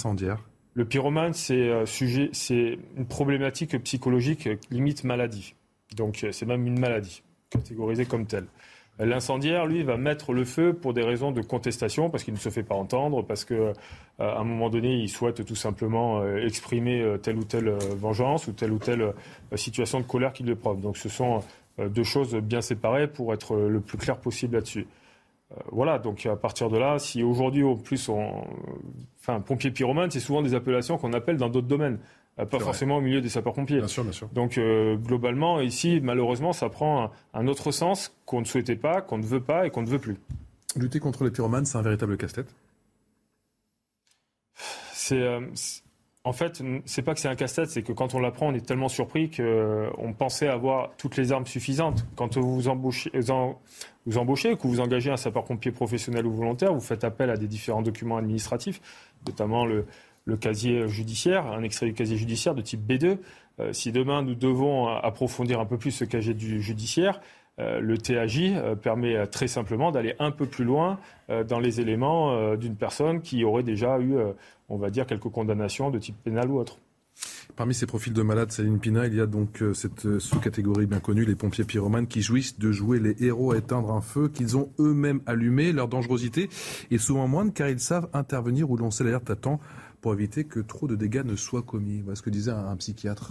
Le pyromane, c'est, euh, sujet, c'est une problématique psychologique euh, limite maladie. Donc euh, c'est même une maladie, catégorisée comme telle. L'incendiaire, lui, va mettre le feu pour des raisons de contestation, parce qu'il ne se fait pas entendre, parce qu'à euh, un moment donné, il souhaite tout simplement euh, exprimer euh, telle ou telle euh, vengeance ou telle ou telle euh, situation de colère qu'il éprouve. Donc ce sont euh, deux choses bien séparées pour être euh, le plus clair possible là-dessus. Euh, voilà, donc à partir de là, si aujourd'hui, en plus, on... enfin, pompier pyromane, c'est souvent des appellations qu'on appelle dans d'autres domaines. Pas forcément au milieu des sapeurs-pompiers. Bien sûr, bien sûr. Donc, euh, globalement, ici, malheureusement, ça prend un, un autre sens qu'on ne souhaitait pas, qu'on ne veut pas et qu'on ne veut plus. Lutter contre les pyromanes, c'est un véritable casse-tête. C'est, euh, c'est, en fait, c'est pas que c'est un casse-tête, c'est que quand on l'apprend, on est tellement surpris qu'on pensait avoir toutes les armes suffisantes. Quand vous embauchez, vous embauchez ou que vous engagez un sapeur-pompier professionnel ou volontaire, vous faites appel à des différents documents administratifs, notamment le... le casier judiciaire, un extrait du casier judiciaire de type B deux. Euh, si demain nous devons approfondir un peu plus ce casier du judiciaire, euh, le T A J euh, permet euh, très simplement d'aller un peu plus loin euh, dans les éléments euh, d'une personne qui aurait déjà eu, euh, on va dire, quelques condamnations de type pénal ou autre. Parmi ces profils de malades, Céline Pina, il y a donc euh, cette sous-catégorie bien connue, les pompiers pyromanes, qui jouissent de jouer les héros à éteindre un feu qu'ils ont eux-mêmes allumé. Leur dangerosité est souvent moindre car ils savent intervenir où lancer l'alerte à temps pour éviter que trop de dégâts ne soient commis. Voilà ce que disait un, un psychiatre.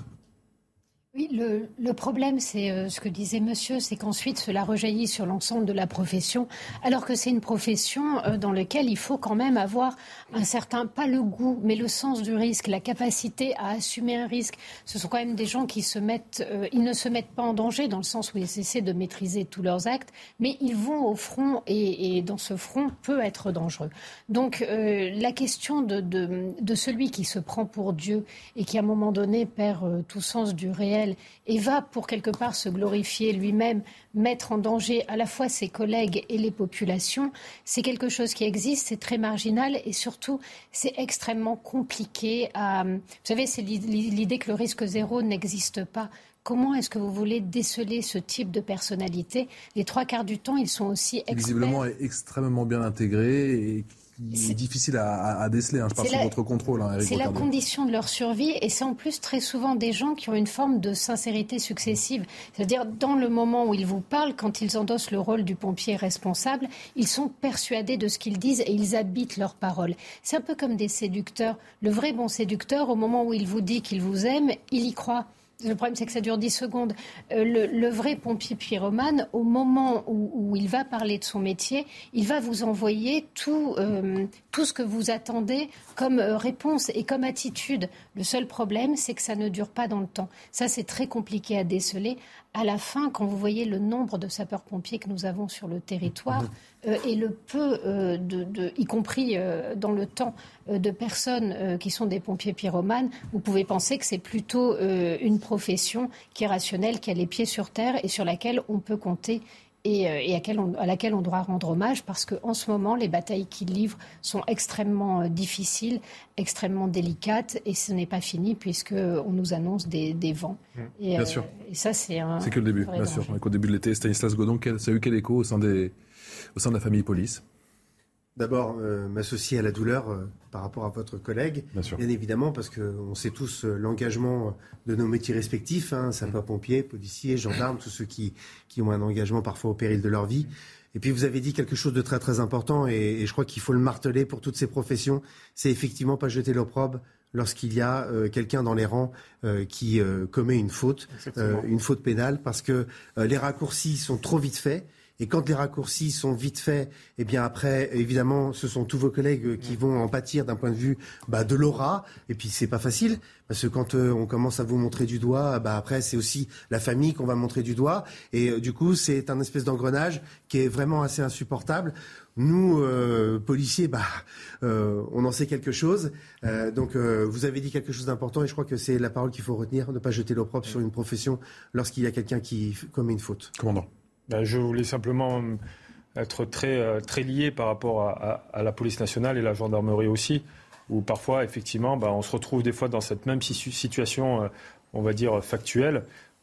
Oui, le, le problème, c'est euh, ce que disait monsieur, c'est qu'ensuite cela rejaillit sur l'ensemble de la profession, alors que c'est une profession euh, dans laquelle il faut quand même avoir un certain, pas le goût, mais le sens du risque, la capacité à assumer un risque. Ce sont quand même des gens qui se mettent, euh, ils ne se mettent pas en danger dans le sens où ils essaient de maîtriser tous leurs actes, mais ils vont au front et, et dans ce front peut être dangereux. Donc euh, la question de, de, de celui qui se prend pour Dieu et qui à un moment donné perd euh, tout sens du réel et va pour quelque part se glorifier lui-même, mettre en danger à la fois ses collègues et les populations, c'est quelque chose qui existe, c'est très marginal et surtout c'est extrêmement compliqué à... Vous savez, c'est l'idée que le risque zéro n'existe pas. Comment est-ce que vous voulez déceler ce type de personnalité ? Les trois quarts du temps, ils sont aussi experts. Visiblement extrêmement bien intégrés et c'est difficile à, à, à déceler. Hein. Je parle sous votre contrôle, hein, Éric C'est Rocardel. la condition de leur survie et c'est en plus très souvent des gens qui ont une forme de sincérité successive. C'est-à-dire, dans le moment où ils vous parlent, quand ils endossent le rôle du pompier responsable, ils sont persuadés de ce qu'ils disent et ils habitent leurs paroles. C'est un peu comme des séducteurs. Le vrai bon séducteur, au moment où il vous dit qu'il vous aime, il y croit. Le problème, c'est que ça dure dix secondes. Euh, le, le vrai pompier pyromane, au moment où, où il va parler de son métier, il va vous envoyer tout, euh, tout ce que vous attendez comme euh, réponse et comme attitude. Le seul problème, c'est que ça ne dure pas dans le temps. Ça, c'est très compliqué à déceler. À la fin, quand vous voyez le nombre de sapeurs-pompiers que nous avons sur le territoire euh, et le peu, euh, de, de, y compris euh, dans le temps, euh, de personnes euh, qui sont des pompiers pyromanes, vous pouvez penser que c'est plutôt euh, une profession qui est rationnelle, qui a les pieds sur terre et sur laquelle on peut compter et, euh, et à, laquelle on, à laquelle on doit rendre hommage parce qu'en ce moment, les batailles qu'ils livrent sont extrêmement euh, difficiles, extrêmement délicates et ce n'est pas fini puisqu'on nous annonce des, des vents. Mmh. Et, bien euh, sûr. Et ça, c'est un... C'est que le début, bien danger. sûr. Donc, au début de l'été, Stanislas Godon, ça a eu quel écho au sein, des, au sein de la famille police ? D'abord, euh, m'associer à la douleur euh, par rapport à votre collègue, bien, sûr. bien évidemment, parce qu'on sait tous euh, l'engagement de nos métiers respectifs, hein, sapeurs-pompiers, policiers, gendarmes, tous ceux qui, qui ont un engagement parfois au péril de leur vie. Et puis vous avez dit quelque chose de très très important, et, et je crois qu'il faut le marteler pour toutes ces professions, c'est effectivement pas jeter l'opprobre lorsqu'il y a euh, quelqu'un dans les rangs euh, qui euh, commet une faute, euh, une faute pénale, parce que euh, les raccourcis sont trop vite faits. Et quand les raccourcis sont vite faits, eh bien après, évidemment, ce sont tous vos collègues qui vont en pâtir d'un point de vue bah, de l'aura. Et puis c'est pas facile, parce que quand euh, on commence à vous montrer du doigt, bah après c'est aussi la famille qu'on va montrer du doigt. Et euh, du coup, c'est un espèce d'engrenage qui est vraiment assez insupportable. Nous, euh, policiers, bah, euh, on en sait quelque chose. Euh, donc, euh, vous avez dit quelque chose d'important et je crois que c'est la parole qu'il faut retenir, ne pas jeter l'opprobre sur une profession lorsqu'il y a quelqu'un qui commet une faute. Commandant. Ben, je voulais simplement être très, très lié par rapport à, à, à la police nationale et la gendarmerie aussi, où parfois, effectivement, ben, on se retrouve des fois dans cette même situation, on va dire, factuelle,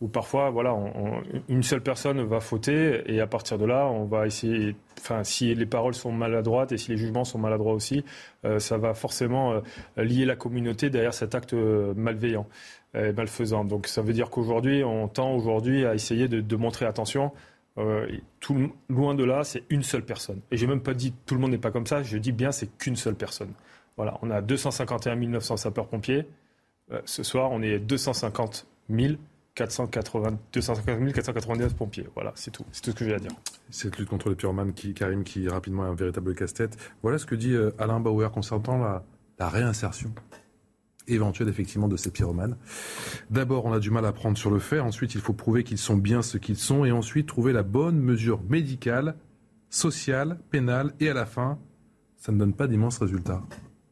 où parfois, voilà, on, on, une seule personne va fauter et à partir de là, on va essayer. Enfin, si les paroles sont maladroites et si les jugements sont maladroits aussi, euh, ça va forcément euh, lier la communauté derrière cet acte euh, malveillant et malfaisant. Donc, ça veut dire qu'aujourd'hui, on tend aujourd'hui à essayer de, de montrer attention. Euh, tout, loin de là, c'est une seule personne. Et j'ai même pas dit tout le monde n'est pas comme ça. Je dis bien, c'est qu'une seule personne. Voilà, on a deux cent cinquante et un mille neuf cents sapeurs-pompiers. Euh, ce soir, on est deux cent cinquante mille quatre cent quatre-vingt-dix-neuf pompiers. Voilà, c'est tout. C'est tout ce que j'ai à dire. Cette lutte contre les pyromanes, qui, Karim, qui rapidement est un véritable casse-tête. Voilà ce que dit euh, Alain Bauer concernant la, la réinsertion éventuelle, effectivement, de ces pyromanes. D'abord, on a du mal à prendre sur le fait. Ensuite, il faut prouver qu'ils sont bien ce qu'ils sont. Et ensuite, trouver la bonne mesure médicale, sociale, pénale. Et à la fin, ça ne donne pas d'immenses résultats.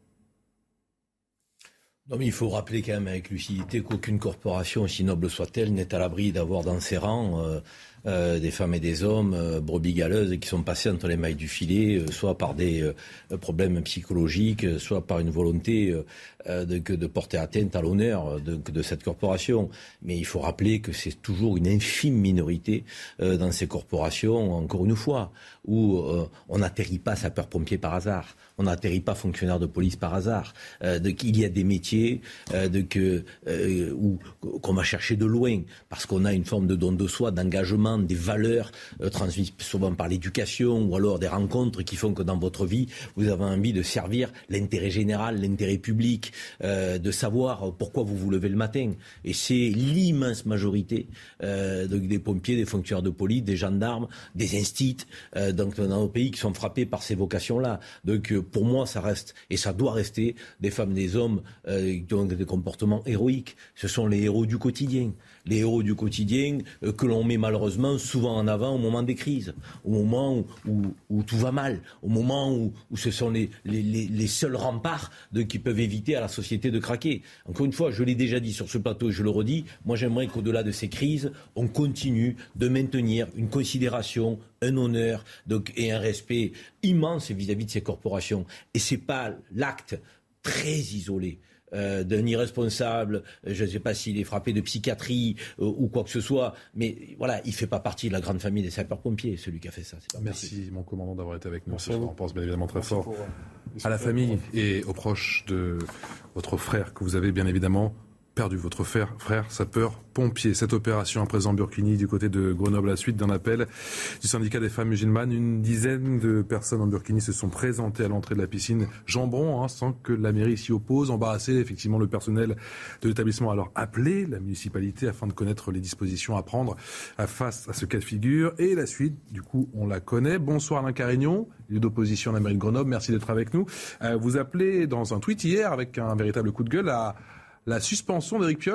Non, mais il faut rappeler quand même avec lucidité qu'aucune corporation, aussi noble soit-elle, n'est à l'abri d'avoir dans ses rangs euh, euh, des femmes et des hommes euh, brebis galeuses qui sont passés entre les mailles du filet, euh, soit par des euh, problèmes psychologiques, euh, soit par une volonté euh, de, de porter atteinte à l'honneur de, de cette corporation. Mais il faut rappeler que c'est toujours une infime minorité euh, dans ces corporations, encore une fois, où euh, on n'atterrit pas sapeur-pompier par hasard, on n'atterrit pas fonctionnaire de police par hasard. Euh, de, il y a des métiers euh, de, que, euh, où, qu'on va chercher de loin, parce qu'on a une forme de don de soi, d'engagement, des valeurs euh, transmises souvent par l'éducation, ou alors des rencontres qui font que dans votre vie, vous avez envie de servir l'intérêt général, l'intérêt public, euh, de savoir pourquoi vous vous levez le matin. Et c'est l'immense majorité euh, de, des pompiers, des fonctionnaires de police, des gendarmes, des instits, euh, donc, dans nos pays qui sont frappés par ces vocations-là. Donc pour moi, ça reste, et ça doit rester, des femmes, des hommes euh, qui ont des comportements héroïques. Ce sont les héros du quotidien. Les héros du quotidien euh, que l'on met malheureusement souvent en avant au moment des crises, au moment où, où, où tout va mal, au moment où, où ce sont les, les, les, les seuls remparts de, qui peuvent éviter à la société de craquer. Encore une fois, je l'ai déjà dit sur ce plateau et je le redis, moi j'aimerais qu'au-delà de ces crises, on continue de maintenir une considération, un honneur donc, et un respect immense vis-à-vis de ces corporations. Et ce n'est pas l'acte très isolé Euh, d'un irresponsable, je ne sais pas s'il est frappé de psychiatrie euh, ou quoi que ce soit, mais voilà, il ne fait pas partie de la grande famille des sapeurs-pompiers, celui qui a fait ça. C'est pas Merci possible. Mon commandant d'avoir été avec nous Merci ce soir. On pense bien évidemment très Merci fort pour, euh, à la famille et aux proches de votre frère que vous avez bien évidemment perdu, votre frère, frère sapeur-pompier. Cette opération à présent Burkini du côté de Grenoble à la suite d'un appel du syndicat des femmes musulmanes. Une dizaine de personnes en Burkini se sont présentées à l'entrée de la piscine Jambon, hein, sans que la mairie s'y oppose. Embarrassé, effectivement, le personnel de l'établissement a alors appelé la municipalité afin de connaître les dispositions à prendre face à ce cas de figure. Et la suite, du coup, on la connaît. Bonsoir Alain Carignon, lieu d'opposition à la mairie de Grenoble. Merci d'être avec nous. Euh, vous appelez dans un tweet hier avec un véritable coup de gueule à la suspension d'Éric Piolle ?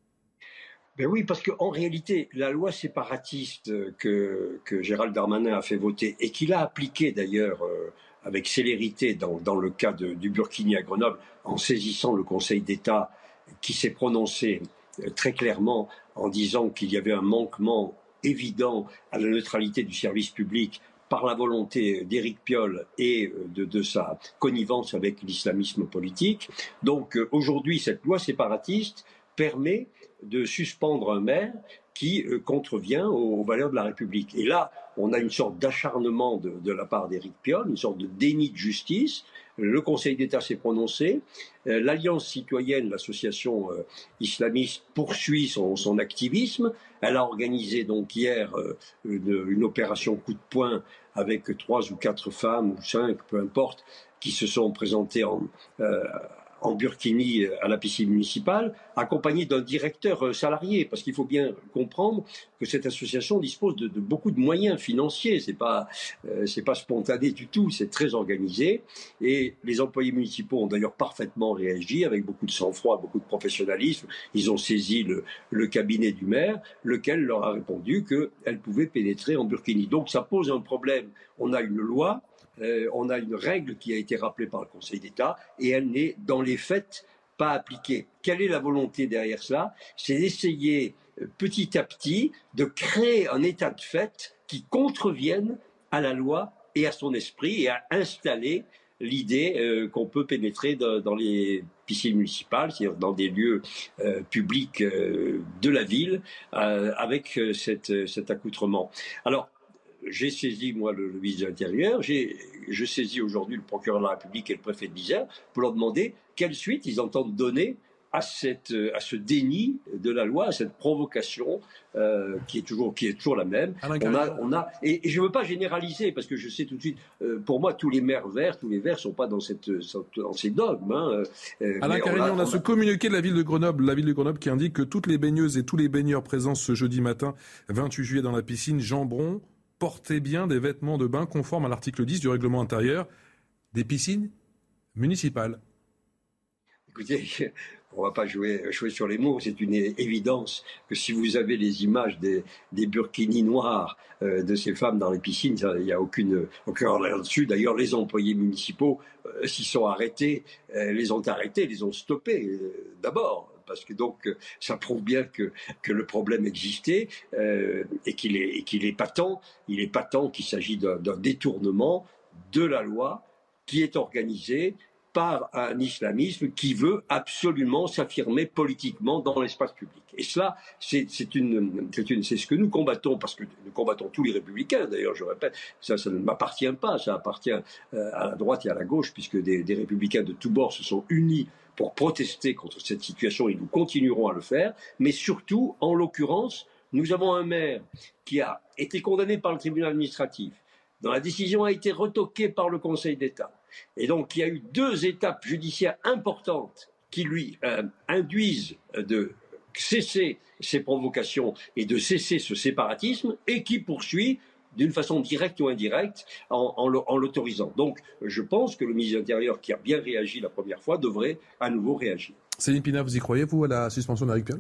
Ben oui, parce qu'en réalité, la loi séparatiste que, que Gérald Darmanin a fait voter et qu'il a appliquée d'ailleurs euh, avec célérité dans, dans le cas de, du Burkini à Grenoble, en saisissant le Conseil d'État qui s'est prononcé euh, très clairement en disant qu'il y avait un manquement évident à la neutralité du service public par la volonté d'Éric Piolle et de, de sa connivence avec l'islamisme politique. Donc euh, aujourd'hui, cette loi séparatiste permet de suspendre un maire qui euh, contrevient aux, aux valeurs de la République. Et là, on a une sorte d'acharnement de, de la part d'Éric Piolle, une sorte de déni de justice. Le Conseil d'État s'est prononcé. Euh, L'Alliance citoyenne, l'association euh, islamiste, poursuit son, son activisme. Elle a organisé donc hier euh, une, une opération coup de poing avec trois ou quatre femmes, ou cinq, peu importe, qui se sont présentées en, euh, en Burkini à la piscine municipale, accompagnées d'un directeur salarié, parce qu'il faut bien comprendre que cette association dispose de, de beaucoup de moyens financiers. C'est pas, euh, c'est pas spontané du tout, c'est très organisé. Et les employés municipaux ont d'ailleurs parfaitement réagi, avec beaucoup de sang-froid, beaucoup de professionnalisme. Ils ont saisi le, le cabinet du maire, lequel leur a répondu qu'elle pouvait pénétrer en Burkini. Donc ça pose un problème. On a une loi, euh, on a une règle qui a été rappelée par le Conseil d'État, et elle n'est dans les faits pas appliquée. Quelle est la volonté derrière cela ? C'est d'essayer petit à petit de créer un état de fait qui contrevienne à la loi et à son esprit, et à installer l'idée euh, qu'on peut pénétrer dans, dans les piscines municipales, c'est-à-dire dans des lieux euh, publics euh, de la ville, euh, avec euh, cette, cet accoutrement. Alors, j'ai saisi, moi, le, le ministre de l'Intérieur, j'ai, je saisis aujourd'hui le procureur de la République et le préfet de l'Isère pour leur demander quelle suite ils entendent donner à, cette, à ce déni de la loi, à cette provocation euh, qui, est toujours, qui est toujours la même. On a, on a, et, et je ne veux pas généraliser, parce que je sais tout de suite, euh, pour moi, tous les maires verts, tous les verts ne sont pas dans, cette, dans ces dogmes. Hein, euh, Alain Carignan, on, on a ce communiqué de la ville de Grenoble, la ville de Grenoble qui indique que toutes les baigneuses et tous les baigneurs présents ce jeudi matin, vingt-huit juillet, dans la piscine Jambron, portez bien des vêtements de bain conformes à l'article dix du règlement intérieur des piscines municipales. Écoutez, on ne va pas jouer, jouer sur les mots, c'est une évidence que si vous avez les images des, des burkinis noirs euh, de ces femmes dans les piscines, il n'y a aucune, aucun là-dessus. D'ailleurs, les employés municipaux, euh, s'ils sont arrêtés, euh, les ont arrêtés, les ont stoppés euh, d'abord. Parce que donc, ça prouve bien que, que le problème existait euh, et qu'il est, et qu'il est patent. Il est patent qu'il s'agit d'un, d'un détournement de la loi qui est organisé par un islamisme qui veut absolument s'affirmer politiquement dans l'espace public. Et cela, c'est, c'est, une, c'est, une, c'est ce que nous combattons, parce que nous combattons tous les républicains, d'ailleurs, je répète, ça, ça ne m'appartient pas, ça appartient à la droite et à la gauche, puisque des, des républicains de tous bords se sont unis pour protester contre cette situation, et nous continuerons à le faire, mais surtout, en l'occurrence, nous avons un maire qui a été condamné par le tribunal administratif, dont la décision a été retoquée par le Conseil d'État. Et donc, il y a eu deux étapes judiciaires importantes qui lui euh, induisent de cesser ces provocations et de cesser ce séparatisme, et qui poursuit d'une façon directe ou indirecte en, en, en l'autorisant. Donc, je pense que le ministre de l'Intérieur, qui a bien réagi la première fois, devrait à nouveau réagir. Céline Pina, vous y croyez, vous, à la suspension d'Éric Piolle ?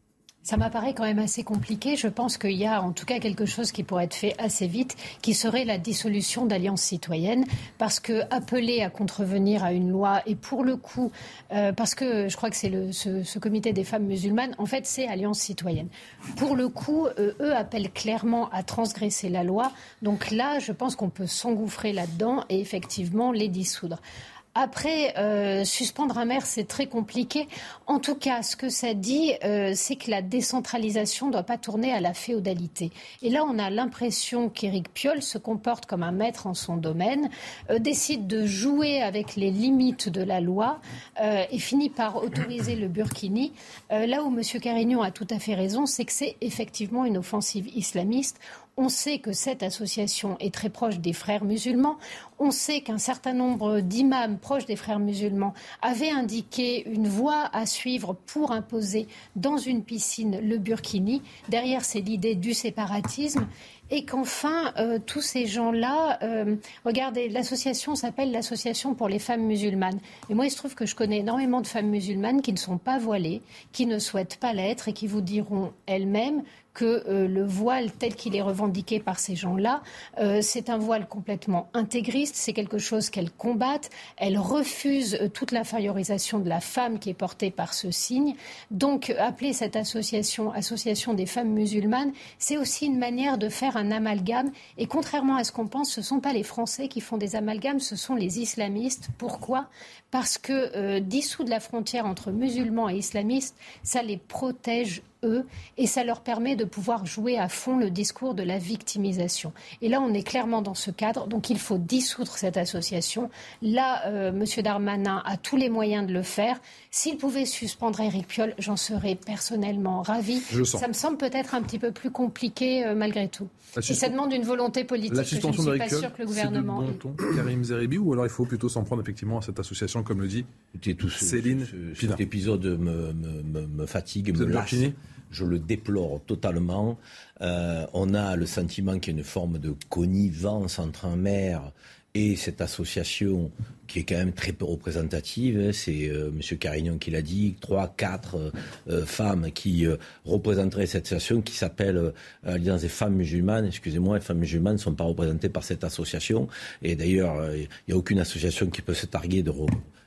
Ça m'apparaît quand même assez compliqué. Je pense qu'il y a en tout cas quelque chose qui pourrait être fait assez vite, qui serait la dissolution d'Alliance citoyenne, parce que appeler à contrevenir à une loi, et pour le coup, euh, parce que je crois que c'est le, ce, ce comité des femmes musulmanes, en fait c'est Alliance citoyenne. Pour le coup, euh, eux appellent clairement à transgresser la loi. Donc là, je pense qu'on peut s'engouffrer là-dedans et effectivement les dissoudre. Après, euh, suspendre un maire, c'est très compliqué. En tout cas, ce que ça dit, euh, c'est que la décentralisation ne doit pas tourner à la féodalité. Et là, on a l'impression qu'Éric Piolle se comporte comme un maître en son domaine, euh, décide de jouer avec les limites de la loi euh, et finit par autoriser le burkini. Euh, là où M. Carignan a tout à fait raison, c'est que c'est effectivement une offensive islamiste. On sait que cette association est très proche des frères musulmans. On sait qu'un certain nombre d'imams proches des frères musulmans avaient indiqué une voie à suivre pour imposer dans une piscine le burkini. Derrière, c'est l'idée du séparatisme. Et qu'enfin, euh, tous ces gens-là... Euh, regardez, l'association s'appelle l'Association pour les femmes musulmanes. Mais moi, il se trouve que je connais énormément de femmes musulmanes qui ne sont pas voilées, qui ne souhaitent pas l'être et qui vous diront elles-mêmes que euh, le voile tel qu'il est revendiqué par ces gens-là, euh, c'est un voile complètement intégriste, c'est quelque chose qu'elles combattent. Elles refusent euh, toute l'infériorisation de la femme qui est portée par ce signe. Donc, appeler cette association, Association des femmes musulmanes, c'est aussi une manière de faire un amalgame. Et contrairement à ce qu'on pense, ce ne sont pas les Français qui font des amalgames, ce sont les islamistes. Pourquoi ? Parce que euh, dissoudre la frontière entre musulmans et islamistes, ça les protège eux, et ça leur permet de pouvoir jouer à fond le discours de la victimisation. Et là, on est clairement dans ce cadre, donc il faut dissoudre cette association. Là, euh, M. Darmanin a tous les moyens de le faire. S'il pouvait suspendre Éric Piolle, j'en serais personnellement ravie. Ça me semble peut-être un petit peu plus compliqué euh, malgré tout. Et ça demande une volonté politique. La suspension que je ne suis pas sûr Piolle, que le gouvernement... c'est de bon ton, Karim Zeribi, ou alors il faut plutôt s'en prendre effectivement à cette association, comme le dit Écoutez, tout ce, Céline ce, ce, cet épisode me, me, me, me fatigue, Vous me lasse. Burkini. Je le déplore totalement. Euh, on a le sentiment qu'il y a une forme de connivence entre un maire et cette association qui est quand même très peu représentative. C'est euh, M. Carignan qui l'a dit, trois, quatre euh, femmes qui euh, représenteraient cette association qui s'appelle euh, Alliance des femmes musulmanes. Excusez-moi, les femmes musulmanes ne sont pas représentées par cette association. Et d'ailleurs, il euh, n'y a aucune association qui peut se targuer de...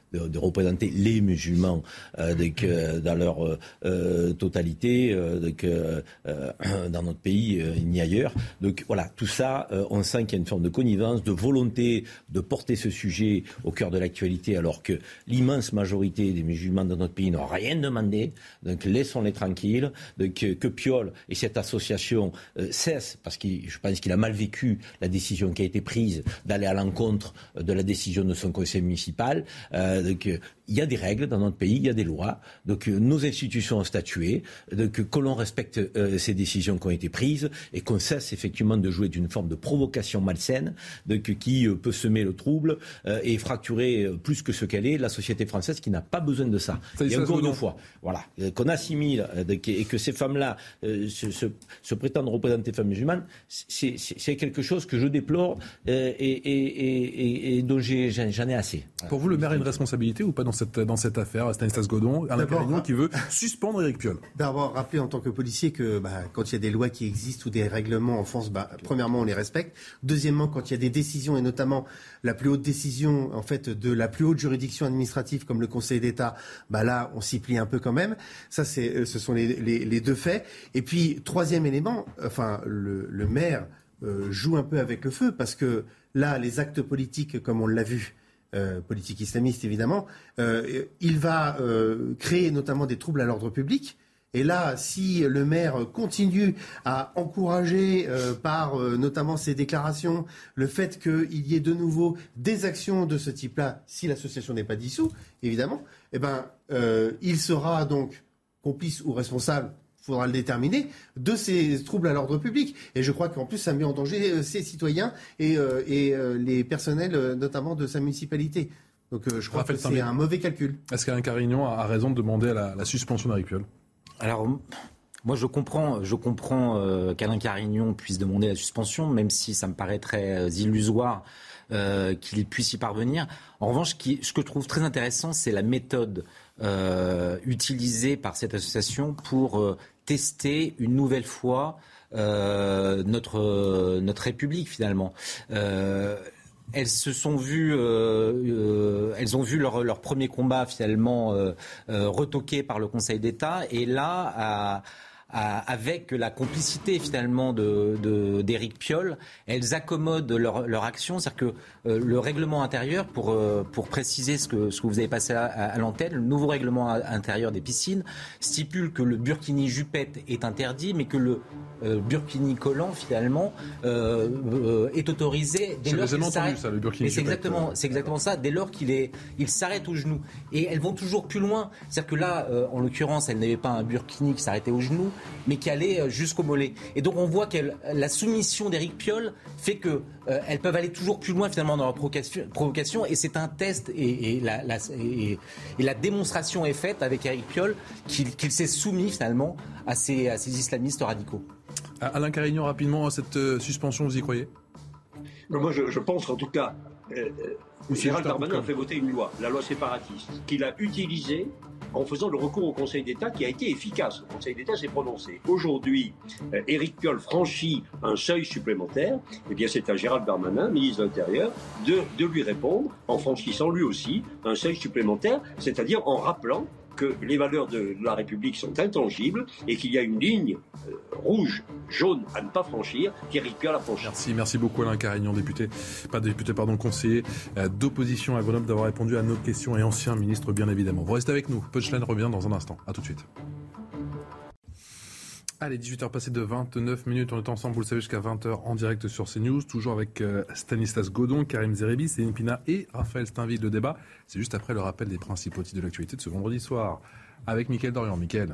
de, de représenter les musulmans euh, donc, euh, dans leur euh, totalité, euh, donc, euh, dans notre pays euh, ni ailleurs. Donc voilà, tout ça, euh, on sent qu'il y a une forme de connivence, de volonté de porter ce sujet au cœur de l'actualité, alors que l'immense majorité des musulmans dans notre pays n'ont rien demandé. Donc laissons-les tranquilles. Donc que Piolle et cette association euh, cessent, parce que je pense qu'il a mal vécu la décision qui a été prise d'aller à l'encontre de la décision de son conseil municipal. Euh, donc euh, il y a des règles dans notre pays, il y a des lois. Donc euh, nos institutions ont statué, donc que l'on respecte euh, ces décisions qui ont été prises et qu'on cesse effectivement de jouer d'une forme de provocation malsaine, donc qui euh, peut semer le trouble euh, et fracturer euh, plus que ce qu'elle est la société française, qui n'a pas besoin de ça. ça et encore une fois, voilà, euh, qu'on assimile euh, et que ces femmes-là euh, se, se, se prétendent représenter les femmes musulmanes, c'est, c'est, c'est quelque chose que je déplore euh, et, et, et, et dont j'ai, j'en ai assez. Pour vous, le maire a une responsabilité ou pas dans cette, dans cette affaire, Stanislas Godon, Alain Carignon qui veut suspendre Éric Piolle? D'abord, rappeler en tant que policier que bah, quand il y a des lois qui existent ou des règlements en France, bah, premièrement, on les respecte. Deuxièmement, quand il y a des décisions, et notamment la plus haute décision en fait, de la plus haute juridiction administrative, comme le Conseil d'État, bah, là, on s'y plie un peu quand même. Ça, c'est, ce sont les, les, les deux faits. Et puis, troisième élément, enfin, le, le maire euh, joue un peu avec le feu, parce que là, les actes politiques, comme on l'a vu, Euh, politique islamiste évidemment, euh, il va euh, créer notamment des troubles à l'ordre public. Et là, si le maire continue à encourager euh, par euh, notamment ses déclarations le fait qu'il y ait de nouveau des actions de ce type-là, si l'association n'est pas dissoute, évidemment, eh ben, euh, il sera donc complice ou responsable, il faudra le déterminer, de ces troubles à l'ordre public. Et je crois qu'en plus, ça met en danger euh, ses citoyens et, euh, et euh, les personnels, euh, notamment de sa municipalité. Donc euh, je crois Raphaël que c'est un mauvais calcul. Est-ce qu'Alain Carignon a raison de demander la, la suspension d'Éric Piolle? Alors, moi je comprends, je comprends euh, qu'Alain Carignon puisse demander la suspension, même si ça me paraît très euh, illusoire euh, qu'il puisse y parvenir. En revanche, qui, ce que je trouve très intéressant, c'est la méthode euh, utilisée par cette association pour euh, tester une nouvelle fois euh, notre, euh, notre République finalement. Euh, elles se sont vues, euh, euh, elles ont vu leur, leur premier combat finalement euh, euh, retoqué par le Conseil d'État, et là, à, à, avec la complicité finalement de, de, d'Éric Piolle, elles accommodent leur, leur action. C'est-à-dire que euh, le règlement intérieur, pour, euh, pour préciser ce que, ce que vous avez passé à, à l'antenne, le nouveau règlement intérieur des piscines stipule que le burkini jupette est interdit, mais que le euh, burkini collant finalement euh, euh, est autorisé dès lors qu'il s'arrête. Ça, le burkini mais c'est jupette, exactement, euh... c'est exactement ça, dès lors qu'il est, il s'arrête au genou. Et elles vont toujours plus loin. C'est-à-dire que là, euh, en l'occurrence, elle n'avait pas un burkini qui s'arrêtait au genou, mais qui allait jusqu'au mollet. Et donc on voit que la soumission d'Éric Piolle fait qu'elles euh, peuvent aller toujours plus loin finalement dans leur provocation, provocation et c'est un test et, et, la, la, et, et la démonstration est faite avec Éric Piolle qu'il, qu'il s'est soumis finalement à ces, à ces islamistes radicaux. Alain Carignon, rapidement, à cette euh, suspension, vous y croyez? Non, moi je, je pense en tout cas, euh, Gérald Darmanin a fait voter une loi, la loi séparatiste, qu'il a utilisée en faisant le recours au Conseil d'État qui a été efficace. Le Conseil d'État s'est prononcé. Aujourd'hui, euh, Éric Piolle franchit un seuil supplémentaire. Eh bien, c'est à Gérald Darmanin, ministre de l'Intérieur, de, de lui répondre en franchissant lui aussi un seuil supplémentaire, c'est-à-dire en rappelant que les valeurs de la République sont intangibles et qu'il y a une ligne euh, rouge, jaune à ne pas franchir, qu'Éric Piolle a franchi. Merci, merci beaucoup Alain Carignon, député, pas député, pardon, conseiller euh, d'opposition à Grenoble, d'avoir répondu à nos questions, et ancien ministre bien évidemment. Vous restez avec nous, Punchline revient dans un instant. À tout de suite. Allez, dix-huit heures passées de vingt-neuf minutes, on est ensemble, vous le savez, jusqu'à vingt heures en direct sur CNews, toujours avec euh, Stanislas Godon, Karim Zerébi, Céline Pina et Raphaël Steinville. Le débat, c'est juste après le rappel des principaux titres de l'actualité de ce vendredi soir, avec Mickaël Dorian. Mickaël.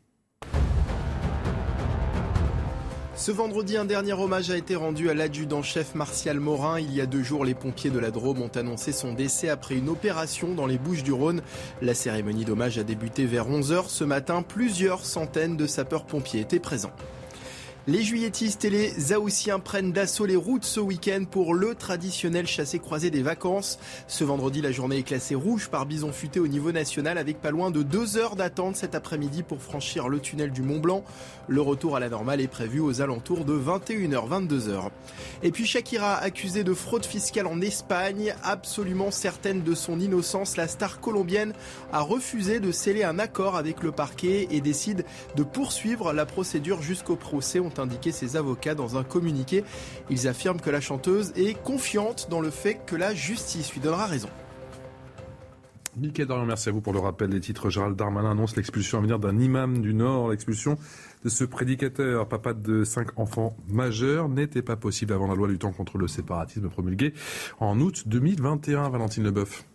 Ce vendredi, un dernier hommage a été rendu à l'adjudant-chef Martial Morin. Il y a deux jours, les pompiers de la Drôme ont annoncé son décès après une opération dans les Bouches-du-Rhône. La cérémonie d'hommage a débuté vers onze heures ce matin. Plusieurs centaines de sapeurs-pompiers étaient présents. Les juilletistes et les Haussiens prennent d'assaut les routes ce week-end pour le traditionnel chassé-croisé des vacances. Ce vendredi, la journée est classée rouge par bison futé au niveau national avec pas loin de deux heures d'attente cet après-midi pour franchir le tunnel du Mont-Blanc. Le retour à la normale est prévu aux alentours de vingt et une heures, vingt-deux heures. Et puis Shakira, accusée de fraude fiscale en Espagne, absolument certaine de son innocence, la star colombienne a refusé de sceller un accord avec le parquet et décide de poursuivre la procédure jusqu'au procès, ont indiqué ses avocats dans un communiqué. Ils affirment que la chanteuse est confiante dans le fait que la justice lui donnera raison. Mickaël Dorian, merci à vous pour le rappel des titres. Gérald Darmanin annonce l'expulsion à venir d'un imam du Nord. L'expulsion de ce prédicateur, papa de cinq enfants majeurs, n'était pas possible avant la loi luttant contre le séparatisme promulguée en août deux mille vingt et un. Valentine Leboeuf.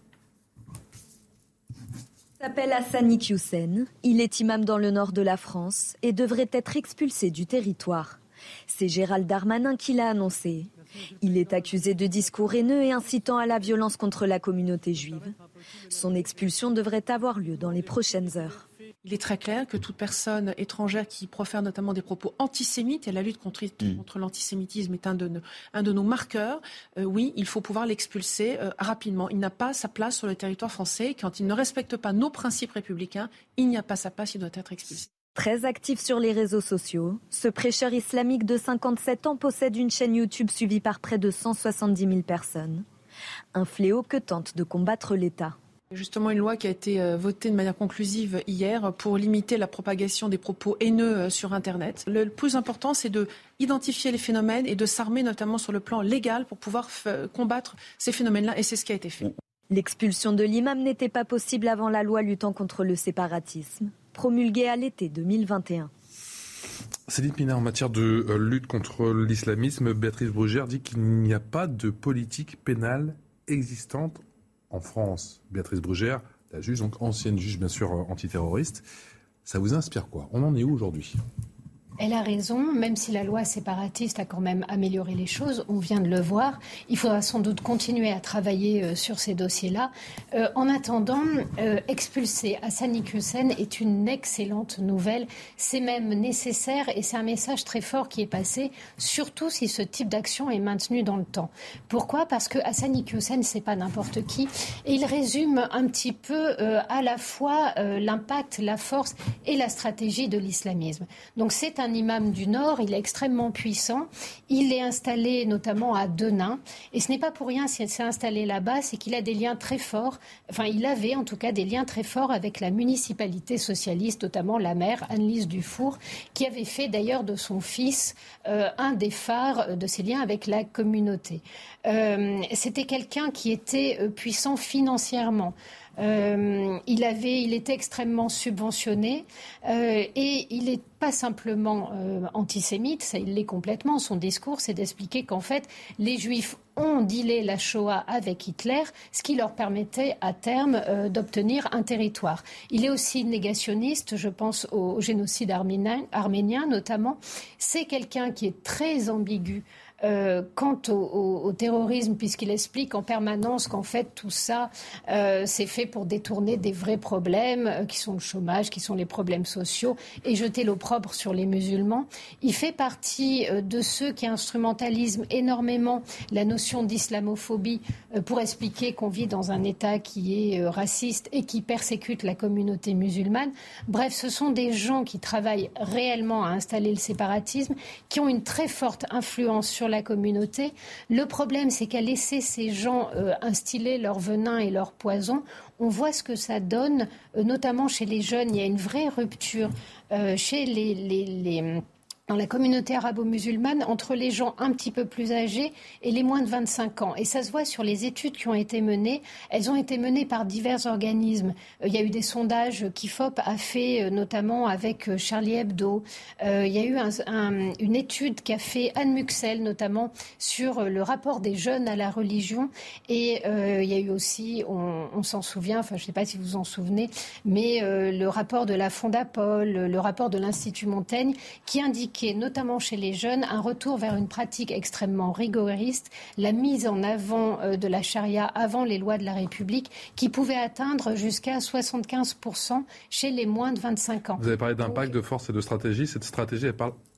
Il s'appelle Hassani Hussein. Il est imam dans le nord de la France et devrait être expulsé du territoire. C'est Gérald Darmanin qui l'a annoncé. Il est accusé de discours haineux et incitant à la violence contre la communauté juive. Son expulsion devrait avoir lieu dans les prochaines heures. Il est très clair que toute personne étrangère qui profère notamment des propos antisémites, et la lutte contre, mmh. contre l'antisémitisme est un de nos, un de nos marqueurs, euh, oui, il faut pouvoir l'expulser euh, rapidement. Il n'a pas sa place sur le territoire français. Quand il ne respecte pas nos principes républicains, il n'y a pas sa place, il doit être expulsé. Très actif sur les réseaux sociaux, ce prêcheur islamique de cinquante-sept ans possède une chaîne YouTube suivie par près de cent soixante-dix mille personnes. Un fléau que tente de combattre l'État. Justement, une loi qui a été votée de manière conclusive hier pour limiter la propagation des propos haineux sur Internet. Le plus important, c'est de identifier les phénomènes et de s'armer notamment sur le plan légal pour pouvoir f- combattre ces phénomènes-là, et c'est ce qui a été fait. L'expulsion de l'imam n'était pas possible avant la loi luttant contre le séparatisme, promulguée à l'été deux mille vingt et un. Céline Pina, en matière de euh, lutte contre l'islamisme, Béatrice Brugère dit qu'il n'y a pas de politique pénale existante en France. Béatrice Brugère, la juge, donc ancienne juge bien sûr euh, antiterroriste. Ça vous inspire quoi ? On en est où aujourd'hui ? Elle a raison, même si la loi séparatiste a quand même amélioré les choses, on vient de le voir. Il faudra sans doute continuer à travailler euh, sur ces dossiers-là. Euh, en attendant, euh, expulser Hassani Hussein est une excellente nouvelle. C'est même nécessaire et c'est un message très fort qui est passé, surtout si ce type d'action est maintenu dans le temps. Pourquoi ? Parce que Hassani Hussein, c'est pas n'importe qui. Et il résume un petit peu euh, à la fois euh, l'impact, la force et la stratégie de l'islamisme. Donc c'est un imam du Nord, il est extrêmement puissant. Il est installé notamment à Denain. Et ce n'est pas pour rien s'il s'est installé là-bas, c'est qu'il a des liens très forts, enfin il avait en tout cas des liens très forts avec la municipalité socialiste, notamment la maire Anne-Lise Dufour, qui avait fait d'ailleurs de son fils euh, un des phares de ses liens avec la communauté. Euh, c'était quelqu'un qui était euh, puissant financièrement. Euh, il, avait, il était extrêmement subventionné euh, et il n'est pas simplement euh, antisémite, ça il l'est complètement. Son discours, c'est d'expliquer qu'en fait, les Juifs ont dealé la Shoah avec Hitler, ce qui leur permettait à terme euh, d'obtenir un territoire. Il est aussi négationniste, je pense au, au génocide arménien, arménien notamment. C'est quelqu'un qui est très ambigu Euh, quant au, au, au terrorisme, puisqu'il explique en permanence qu'en fait tout ça euh, c'est fait pour détourner des vrais problèmes euh, qui sont le chômage, qui sont les problèmes sociaux et jeter l'opprobre sur les musulmans. Il fait partie euh, de ceux qui instrumentalisent énormément la notion d'islamophobie euh, pour expliquer qu'on vit dans un État qui est euh, raciste et qui persécute la communauté musulmane. Bref, ce sont des gens qui travaillent réellement à installer le séparatisme, qui ont une très forte influence sur la communauté. Le problème, c'est qu'à laisser ces gens euh, instiller leur venin et leur poison, on voit ce que ça donne, euh, notamment chez les jeunes. Il y a une vraie rupture euh, chez les... les, les dans la communauté arabo-musulmane, entre les gens un petit peu plus âgés et les moins de vingt-cinq ans. Et ça se voit sur les études qui ont été menées. Elles ont été menées par divers organismes. Euh, il y a eu des sondages qu'I F O P a fait, euh, notamment avec euh, Charlie Hebdo. Euh, il y a eu un, un, une étude qu'a fait Anne Muxel, notamment, sur euh, le rapport des jeunes à la religion. Et euh, il y a eu aussi, on, on s'en souvient, enfin je ne sais pas si vous vous en souvenez, mais euh, le rapport de la Fondapol, le rapport de l'Institut Montaigne, qui indique notamment chez les jeunes, un retour vers une pratique extrêmement rigoriste, la mise en avant de la charia avant les lois de la République, qui pouvait atteindre jusqu'à soixante-quinze pour cent chez les moins de vingt-cinq ans. Vous avez parlé d'impact, de force et de stratégie. Cette stratégie, elle parle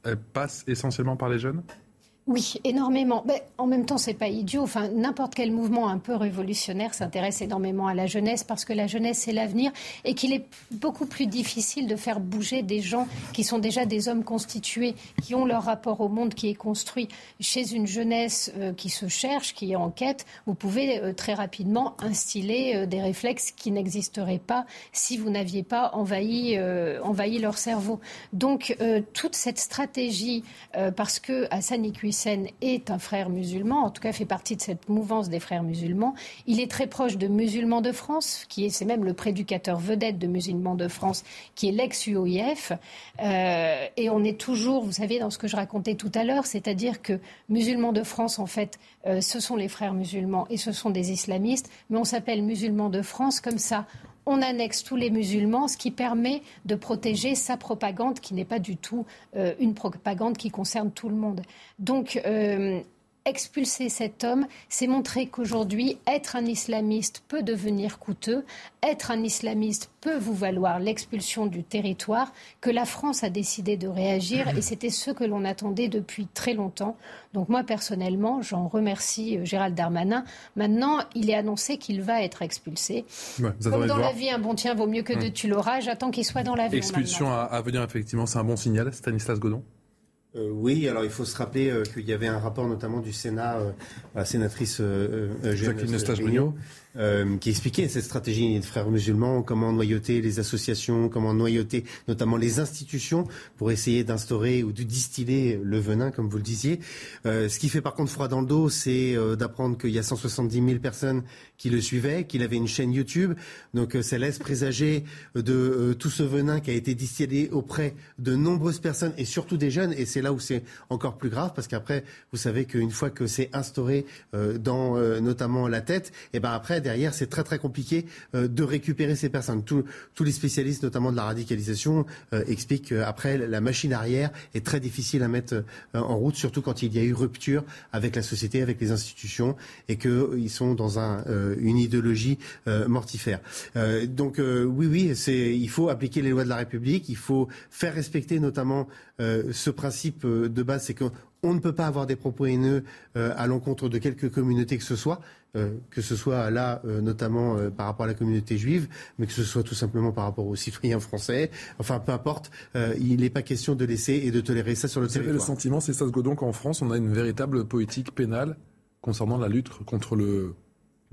elle passe essentiellement par les jeunes ? Oui, énormément. Mais en même temps, c'est pas idiot. Enfin, n'importe quel mouvement un peu révolutionnaire s'intéresse énormément à la jeunesse parce que la jeunesse, c'est l'avenir et qu'il est beaucoup plus difficile de faire bouger des gens qui sont déjà des hommes constitués, qui ont leur rapport au monde qui est construit. Chez une jeunesse euh, qui se cherche, qui est en quête, vous pouvez euh, très rapidement instiller euh, des réflexes qui n'existeraient pas si vous n'aviez pas envahi, euh, envahi leur cerveau. Donc, euh, toute cette stratégie, euh, parce que Hassan Iquioussen est un frère musulman, en tout cas fait partie de cette mouvance des frères musulmans. Il est très proche de Musulmans de France, qui est, c'est même le prédicateur vedette de Musulmans de France, qui est l'ex-U O I F. Euh, et on est toujours, vous savez, dans ce que je racontais tout à l'heure, c'est-à-dire que Musulmans de France, en fait, euh, ce sont les frères musulmans et ce sont des islamistes, mais on s'appelle Musulmans de France comme ça. On annexe tous les musulmans, ce qui permet de protéger sa propagande, qui n'est pas du tout euh, une propagande qui concerne tout le monde. Donc, euh, expulser cet homme, c'est montrer qu'aujourd'hui, être un islamiste peut devenir coûteux, être un islamiste peut vous valoir l'expulsion du territoire, que la France a décidé de réagir et c'était ce que l'on attendait depuis très longtemps. Donc moi, personnellement, j'en remercie Gérald Darmanin. Maintenant, il est annoncé qu'il va être expulsé. Ouais, Comme dans la vie, un bon tien vaut mieux que deux, tu l'auras. J'attends qu'il soit dans l'avion. Expulsion à, à venir, effectivement, c'est un bon signal, Stanislas Godon. Euh, oui, alors il faut se rappeler euh, qu'il y avait un rapport notamment du Sénat, euh, la sénatrice euh, euh, Jacqueline Eustache-Brinio, euh, qui expliquait cette stratégie des frères musulmans, comment noyauter les associations, comment noyauter notamment les institutions pour essayer d'instaurer ou de distiller le venin, comme vous le disiez. Euh, ce qui fait par contre froid dans le dos, c'est euh, d'apprendre qu'il y a cent soixante-dix mille personnes qui le suivaient, qu'il avait une chaîne YouTube. Donc euh, ça laisse présager de euh, tout ce venin qui a été distillé auprès de nombreuses personnes et surtout des jeunes. Et c'est là où c'est encore plus grave parce qu'après, vous savez qu'une fois que c'est instauré euh, dans euh, notamment la tête, et ben après derrière c'est très très compliqué euh, de récupérer ces personnes. Tous, tous les spécialistes, notamment de la radicalisation, euh, expliquent qu'après la machine arrière est très difficile à mettre euh, en route, surtout quand il y a eu rupture avec la société, avec les institutions, et qu'ils euh, sont dans un, euh, une idéologie euh, mortifère. Euh, donc euh, oui, oui, c'est, il faut appliquer les lois de la République, il faut faire respecter notamment euh, ce principe de base, c'est qu'on ne peut pas avoir des propos haineux euh, à l'encontre de quelque communauté que ce soit, euh, que ce soit là euh, notamment euh, par rapport à la communauté juive, mais que ce soit tout simplement par rapport aux citoyens français. Enfin, peu importe, euh, il n'est pas question de laisser et de tolérer ça sur le Vous territoire. Vous avez le sentiment, c'est ça, Godon, qu'en France, on a une véritable politique pénale concernant la lutte contre le, l'islamisme ?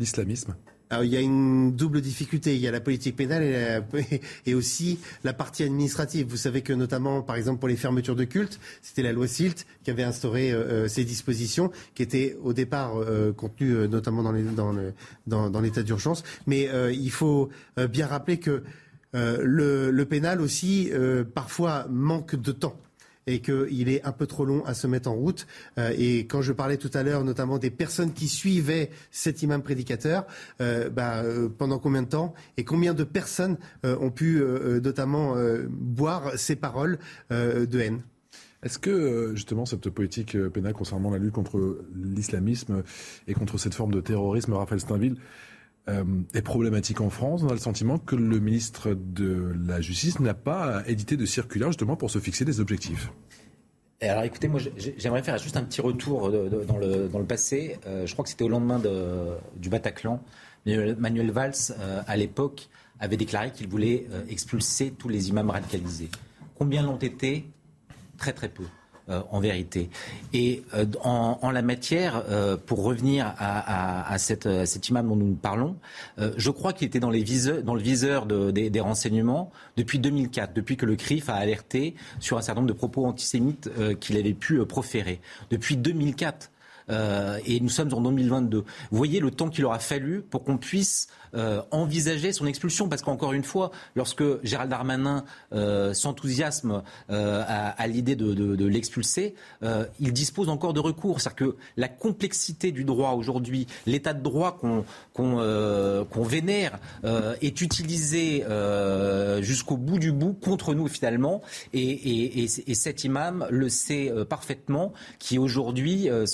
Alors, il y a une double difficulté. Il y a la politique pénale et, la, et aussi la partie administrative. Vous savez que notamment, par exemple, pour les fermetures de culte, c'était la loi SILT qui avait instauré euh, ces dispositions qui étaient au départ euh, contenues euh, notamment dans, les, dans, le, dans, dans l'état d'urgence. Mais euh, il faut euh, bien rappeler que euh, le, le pénal aussi, euh, parfois, manque de temps. Et qu'il est un peu trop long à se mettre en route. Euh, et quand je parlais tout à l'heure notamment des personnes qui suivaient cet imam prédicateur, euh, bah, euh, pendant combien de temps et combien de personnes euh, ont pu euh, notamment euh, boire ces paroles euh, de haine ? Est-ce que, justement, cette politique pénale concernant la lutte contre l'islamisme et contre cette forme de terrorisme, Raphaël Steinville, euh, est problématique en France? On a le sentiment que le ministre de la Justice n'a pas édité de circulaire, justement, pour se fixer des objectifs. Alors écoutez, moi j'aimerais faire juste un petit retour de, de, dans, le, dans le passé. Euh, je crois que c'était au lendemain de, du Bataclan. Manuel Valls, euh, à l'époque, avait déclaré qu'il voulait euh, expulser tous les imams radicalisés. Combien l'ont été ? Très très peu. Euh, en vérité. Et euh, en, en la matière, euh, pour revenir à, à, à, cette, à cet imam dont nous parlons, euh, je crois qu'il était dans, les viseurs, dans le viseur de, des, des renseignements depuis deux mille quatre, depuis que le C R I F a alerté sur un certain nombre de propos antisémites euh, qu'il avait pu euh, proférer. Depuis deux mille quatre. Euh, et nous sommes en deux mille vingt-deux. Vous voyez le temps qu'il aura fallu pour qu'on puisse euh, envisager son expulsion, parce qu'encore une fois, lorsque Gérald Darmanin euh, s'enthousiasme euh, à, à l'idée de, de, de l'expulser, euh, il dispose encore de recours. C'est-à-dire que la complexité du droit aujourd'hui, l'état de droit qu'on, qu'on, euh, qu'on vénère, euh, est utilisé euh, jusqu'au bout du bout contre nous finalement, et, et, et, et cet imam le sait euh, parfaitement, qui aujourd'hui euh, se targue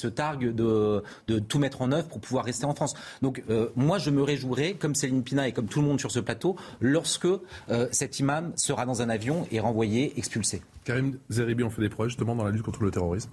targue de, de tout mettre en œuvre pour pouvoir rester en France. Donc euh, moi, je me réjouirai, comme Céline Pina et comme tout le monde sur ce plateau, lorsque euh, cet imam sera dans un avion et renvoyé, expulsé. Karim Zeribi, on fait des progrès justement dans la lutte contre le terrorisme.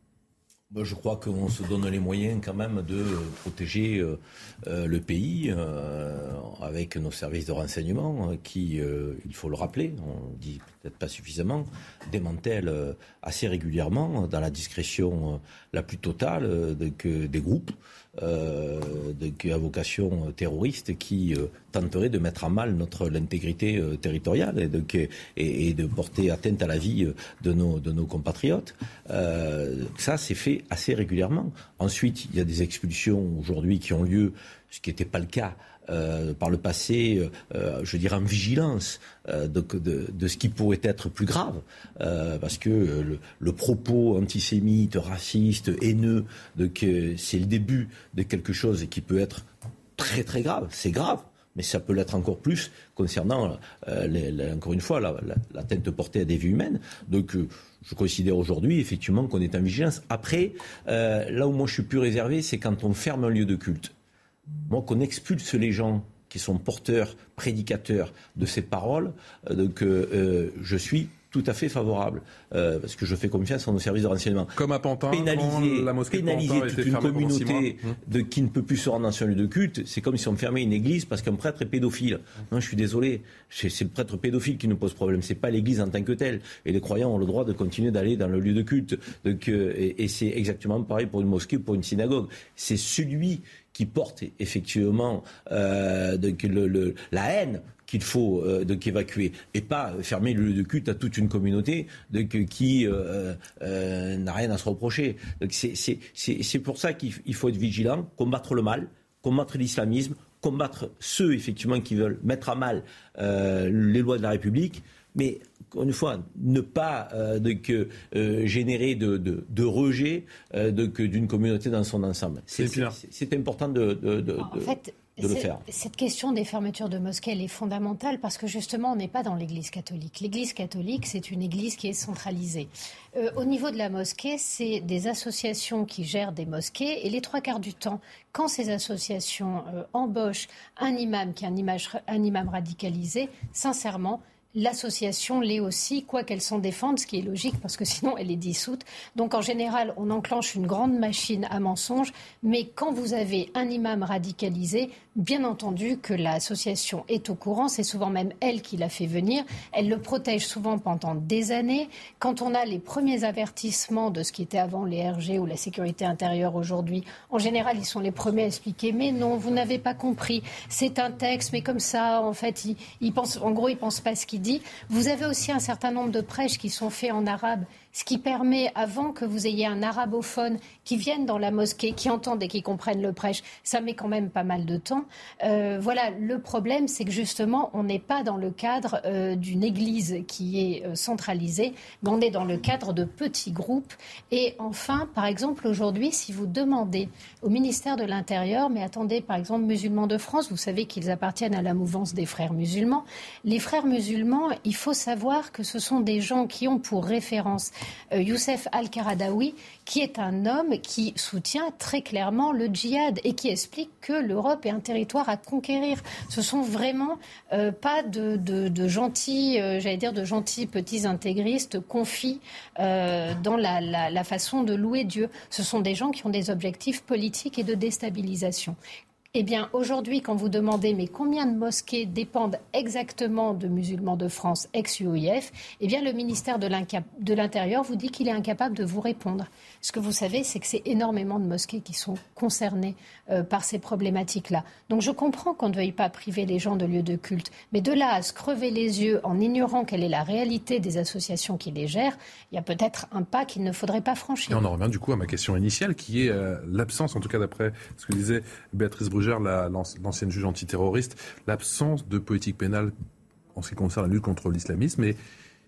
Ben, je crois qu'on se donne les moyens quand même de protéger euh, euh, le pays euh, avec nos services de renseignement qui, euh, il faut le rappeler, on dit peut-être pas suffisamment, démantèlent euh, assez régulièrement dans la discrétion euh, la plus totale euh, de, que des groupes euh, de, à vocation terroriste qui euh, tenteraient de mettre à mal notre l'intégrité euh, territoriale et de, et, et de porter atteinte à la vie de nos, de nos compatriotes. Euh, ça, c'est fait assez régulièrement. Ensuite, il y a des expulsions aujourd'hui qui ont lieu, ce qui n'était pas le cas euh, par le passé, euh, je dirais en vigilance euh, de, de, de ce qui pourrait être plus grave, euh, parce que le, le propos antisémite, raciste, haineux, de que c'est le début de quelque chose qui peut être très très grave. C'est grave. Mais ça peut l'être encore plus concernant, euh, les, les, encore une fois, la, la, l'atteinte portée à des vies humaines. Donc, euh, je considère aujourd'hui, effectivement, qu'on est en vigilance. Après, euh, là où moi je suis plus réservé, c'est quand on ferme un lieu de culte. Moi, qu'on expulse les gens qui sont porteurs, prédicateurs de ces paroles, euh, donc euh, je suis tout à fait favorable, euh, parce que je fais confiance à nos services de renseignement. Comme à Pantin, pénaliser, la mosquée pénaliser de Pantin toute une communauté de, qui ne peut plus se rendre dans un lieu de culte, c'est comme si on fermait une église parce qu'un prêtre est pédophile. Non, je suis désolé, c'est, c'est le prêtre pédophile qui nous pose problème, c'est pas l'église en tant que telle. Et les croyants ont le droit de continuer d'aller dans le lieu de culte. Donc, euh, et, et c'est exactement pareil pour une mosquée ou pour une synagogue. C'est celui qui porte effectivement euh, de, le, le, la haine qu'il faut euh, donc évacuer, et pas fermer le lieu de culte à toute une communauté de, qui euh, euh, n'a rien à se reprocher. Donc c'est, c'est, c'est, c'est pour ça qu'il faut être vigilant, combattre le mal, combattre l'islamisme, combattre ceux effectivement qui veulent mettre à mal euh, les lois de la République, mais encore une fois, ne pas euh, de, que, euh, générer de, de, de rejet euh, de, que, d'une communauté dans son ensemble. C'est, c'est, c'est, c'est important de, de, de, en fait, de le faire. Cette question des fermetures de mosquées, elle est fondamentale parce que justement, on n'est pas dans l'Église catholique. L'Église catholique, c'est une Église qui est centralisée. Euh, au niveau de la mosquée, c'est des associations qui gèrent des mosquées et les trois quarts du temps, quand ces associations euh, embauchent un imam qui est un, image, un imam radicalisé, sincèrement, l'association l'est aussi, quoi qu'elle s'en défende, ce qui est logique parce que sinon elle est dissoute. Donc en général, on enclenche une grande machine à mensonges, mais quand vous avez un imam radicalisé, bien entendu que l'association est au courant, c'est souvent même elle qui l'a fait venir, elle le protège souvent pendant des années. Quand on a les premiers avertissements de ce qui était avant les R G ou la sécurité intérieure aujourd'hui, en général ils sont les premiers à expliquer, mais non, vous n'avez pas compris, c'est un texte, mais comme ça, en fait, ils, ils pensent, en gros, ils pensent pas ce qu'ils dit. Vous avez aussi un certain nombre de prêches qui sont faits en arabe, ce qui permet, avant que vous ayez un arabophone qui vienne dans la mosquée, qui entende et qui comprenne le prêche, ça met quand même pas mal de temps. Euh, voilà, le problème, c'est que justement, on n'est pas dans le cadre euh, d'une église qui est euh, centralisée, mais on est dans le cadre de petits groupes. Et enfin, par exemple, aujourd'hui, si vous demandez au ministère de l'Intérieur, mais attendez, par exemple, Musulmans de France, vous savez qu'ils appartiennent à la mouvance des frères musulmans. Les frères musulmans, il faut savoir que ce sont des gens qui ont pour référence Euh, Youssef Al-Qaradawi, qui est un homme qui soutient très clairement le djihad et qui explique que l'Europe est un territoire à conquérir. Ce sont vraiment euh, pas de, de, de gentils, euh, j'allais dire de gentils petits intégristes confits euh, dans la, la, la façon de louer Dieu. Ce sont des gens qui ont des objectifs politiques et de déstabilisation. Eh bien, aujourd'hui, quand vous demandez mais combien de mosquées dépendent exactement de Musulmans de France, ex-U O I F, eh bien, le ministère de, de l'Intérieur vous dit qu'il est incapable de vous répondre. Ce que vous savez, c'est que c'est énormément de mosquées qui sont concernées euh, par ces problématiques-là. Donc, je comprends qu'on ne veuille pas priver les gens de lieux de culte, mais de là à se crever les yeux en ignorant quelle est la réalité des associations qui les gèrent, il y a peut-être un pas qu'il ne faudrait pas franchir. Et on en revient du coup à ma question initiale, qui est euh, l'absence, en tout cas d'après ce que disait Béatrice Brugère, la, l'ancienne juge antiterroriste, l'absence de politique pénale en ce qui concerne la lutte contre l'islamisme. Et,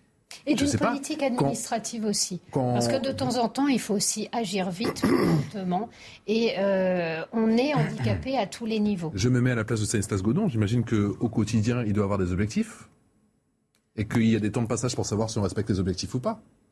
et d'une politique pas, administrative quand, aussi. Quand... Parce que de temps en temps, il faut aussi agir vite, lentement. Et euh, on est handicapé à tous les niveaux. Je me mets à la place de Stanislas Godon. J'imagine qu'au quotidien, il doit avoir des objectifs. Et qu'il y a des temps de passage pour savoir si on respecte les objectifs ou pas.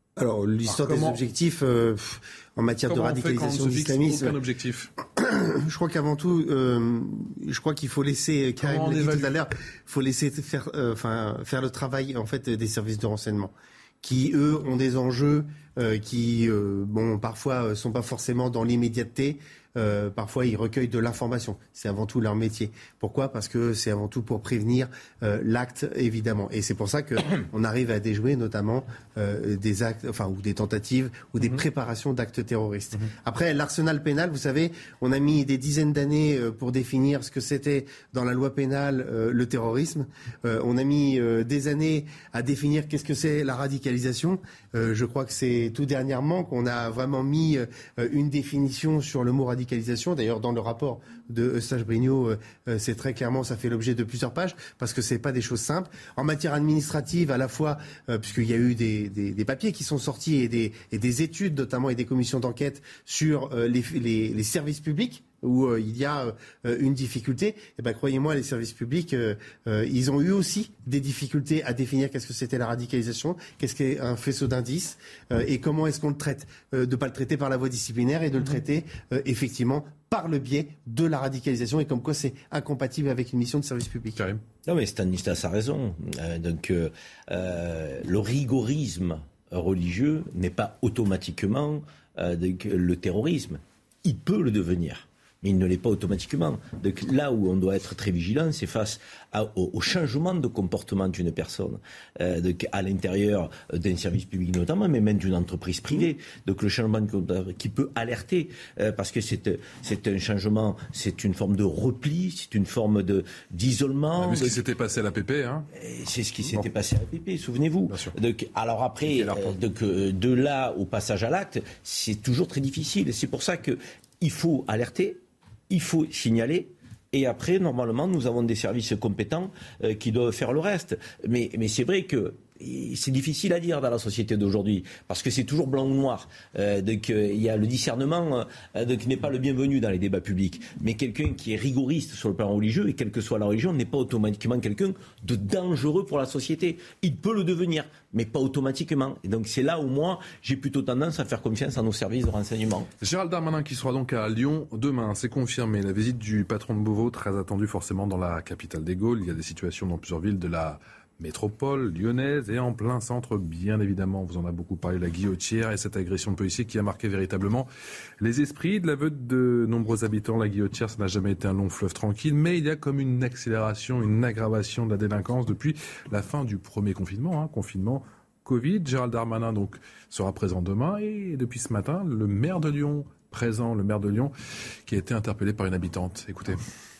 Alors, l'histoire Alors, des objectifs euh, en matière comment de radicalisation de d'islamisme. Aucun objectif. Je crois qu'avant tout, euh, je crois qu'il faut laisser, Karim l'a dit tout à l'heure, il faut laisser faire, euh, enfin, faire le travail en fait des services de renseignement, qui eux ont des enjeux euh, qui, euh, bon, parfois euh, sont pas forcément dans l'immédiateté. Euh, parfois, ils recueillent de l'information. C'est avant tout leur métier. Pourquoi ? Parce que c'est avant tout pour prévenir euh, l'acte, évidemment. Et c'est pour ça qu'on arrive à déjouer notamment euh, des actes, enfin, ou des tentatives ou des mmh. préparations d'actes terroristes. Mmh. Après, l'arsenal pénal, vous savez, on a mis des dizaines d'années euh, pour définir ce que c'était dans la loi pénale euh, le terrorisme. Euh, on a mis euh, des années à définir qu'est-ce que c'est la radicalisation. Euh, je crois que c'est tout dernièrement qu'on a vraiment mis euh, une définition sur le mot radicalisation. D'ailleurs, dans le rapport de Eustache-Brignot, euh, c'est très clairement, ça fait l'objet de plusieurs pages, parce que c'est pas des choses simples. En matière administrative, à la fois, euh, puisqu'il y a eu des, des, des papiers qui sont sortis et des, et des études, notamment, et des commissions d'enquête sur euh, les, les, les services publics, où euh, il y a euh, une difficulté, et ben croyez-moi, les services publics, euh, euh, ils ont eu aussi des difficultés à définir qu'est-ce que c'était la radicalisation, qu'est-ce qu'est un faisceau d'indices, euh, et comment est-ce qu'on le traite, euh, de pas le traiter par la voie disciplinaire et de le traiter euh, effectivement par le biais de la radicalisation, et comme quoi c'est incompatible avec une mission de service public. Karim. Non mais Stanislas a raison. Euh, donc euh, euh, le rigorisme religieux n'est pas automatiquement euh, donc, le terrorisme. Il peut le devenir, mais il ne l'est pas automatiquement. Donc là où on doit être très vigilant, c'est face à, au, au changement de comportement d'une personne, euh, donc à l'intérieur d'un service public notamment, mais même d'une entreprise privée. Donc le changement de, qui peut alerter, euh, parce que c'est, c'est un changement, c'est une forme de repli, c'est une forme de, d'isolement. On a vu ce de, qui s'était passé à l'A P P. Hein. C'est ce qui s'était bon. passé à l'A P P, souvenez-vous. Donc, alors après, euh, donc, euh, de là au passage à l'acte, c'est toujours très difficile. C'est pour ça qu'il faut alerter. Il faut signaler, et après, normalement, nous avons des services compétents euh, qui doivent faire le reste. Mais, mais c'est vrai que c'est difficile à dire dans la société d'aujourd'hui, parce que c'est toujours blanc ou noir. Euh, donc euh, il y a le discernement euh, donc, qui n'est pas le bienvenu dans les débats publics. Mais quelqu'un qui est rigoriste sur le plan religieux, et quelle que soit la religion, n'est pas automatiquement quelqu'un de dangereux pour la société. Il peut le devenir, mais pas automatiquement. Et donc c'est là où moi, j'ai plutôt tendance à faire confiance à nos services de renseignement. Gérald Darmanin qui sera donc à Lyon demain, c'est confirmé. La visite du patron de Beauvau, très attendue forcément dans la capitale des Gaules. Il y a des situations dans plusieurs villes de la métropole lyonnaise et en plein centre, bien évidemment. On vous en a beaucoup parlé, la Guillotière et cette agression de policier qui a marqué véritablement les esprits. De l'aveu de nombreux habitants, la Guillotière, ça n'a jamais été un long fleuve tranquille, mais il y a comme une accélération, une aggravation de la délinquance depuis la fin du premier confinement, hein, confinement Covid. Gérald Darmanin donc sera présent demain, et depuis ce matin, le maire de Lyon, présent, le maire de Lyon, qui a été interpellé par une habitante. Écoutez.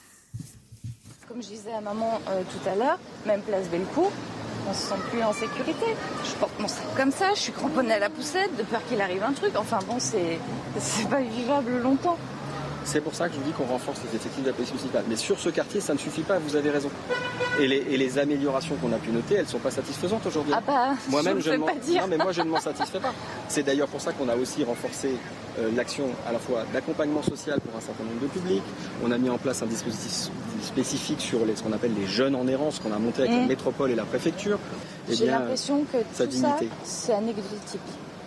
Comme je disais à maman euh, tout à l'heure, même place Bellecour, on se sent plus en sécurité. Je porte mon sac comme ça, je suis cramponnée à la poussette, de peur qu'il arrive un truc. Enfin bon, c'est, c'est pas vivable longtemps. C'est pour ça que je vous dis qu'on renforce les effectifs de la police municipale. Mais sur ce quartier, ça ne suffit pas, vous avez raison. Et les, et les améliorations qu'on a pu noter, elles ne sont pas satisfaisantes aujourd'hui. Ah bah, moi-même, je ne peux pas dire. Non, mais moi, je ne m'en satisfais pas. C'est d'ailleurs pour ça qu'on a aussi renforcé euh, l'action à la fois d'accompagnement social pour un certain nombre de publics. On a mis en place un dispositif spécifique sur les, ce qu'on appelle les jeunes en errance, qu'on a monté avec mmh. la métropole et la préfecture. Et J'ai bien, l'impression que sa tout dignité. ça, c'est anecdotique.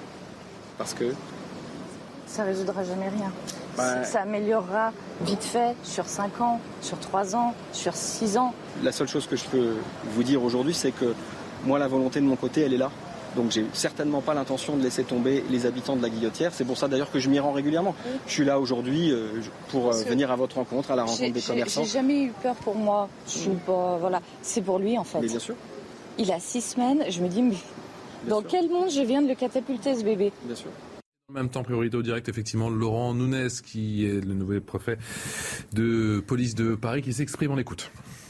Parce que ça ne résoudra jamais rien. Bah, ça améliorera vite fait sur cinq ans, sur trois ans, sur six ans. La seule chose que je peux vous dire aujourd'hui, c'est que moi, la volonté de mon côté, elle est là. Donc j'ai certainement pas l'intention de laisser tomber les habitants de la Guillotière. C'est pour ça d'ailleurs que je m'y rends régulièrement. Oui. Je suis là aujourd'hui euh, pour euh, venir à votre rencontre, à la rencontre j'ai, des commerçants. J'ai jamais eu peur pour moi. Je suis mmh. pas, voilà. C'est pour lui en fait. Mais bien sûr. Il a six semaines. Je me dis, mais bien dans sûr. Quel monde je viens de le catapulter ce bébé? Bien sûr. En même temps, priorité au direct, effectivement, Laurent Nunez, qui est le nouveau préfet de police de Paris, qui s'exprime, on l'écoute.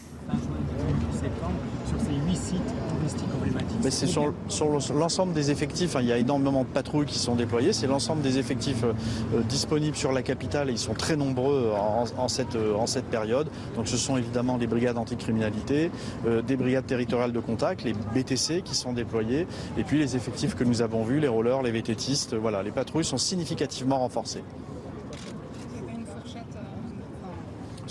Sur ces huit sites touristiques emblématiques. Mais c'est sur, sur l'ensemble des effectifs, hein, il y a énormément de patrouilles qui sont déployées, c'est l'ensemble des effectifs euh, disponibles sur la capitale, et ils sont très nombreux en, en, cette, en cette période. Donc ce sont évidemment les brigades anticriminalité, euh, des brigades territoriales de contact, les B T C qui sont déployés, et puis les effectifs que nous avons vus, les rollers, les vététistes, voilà, les patrouilles sont significativement renforcées.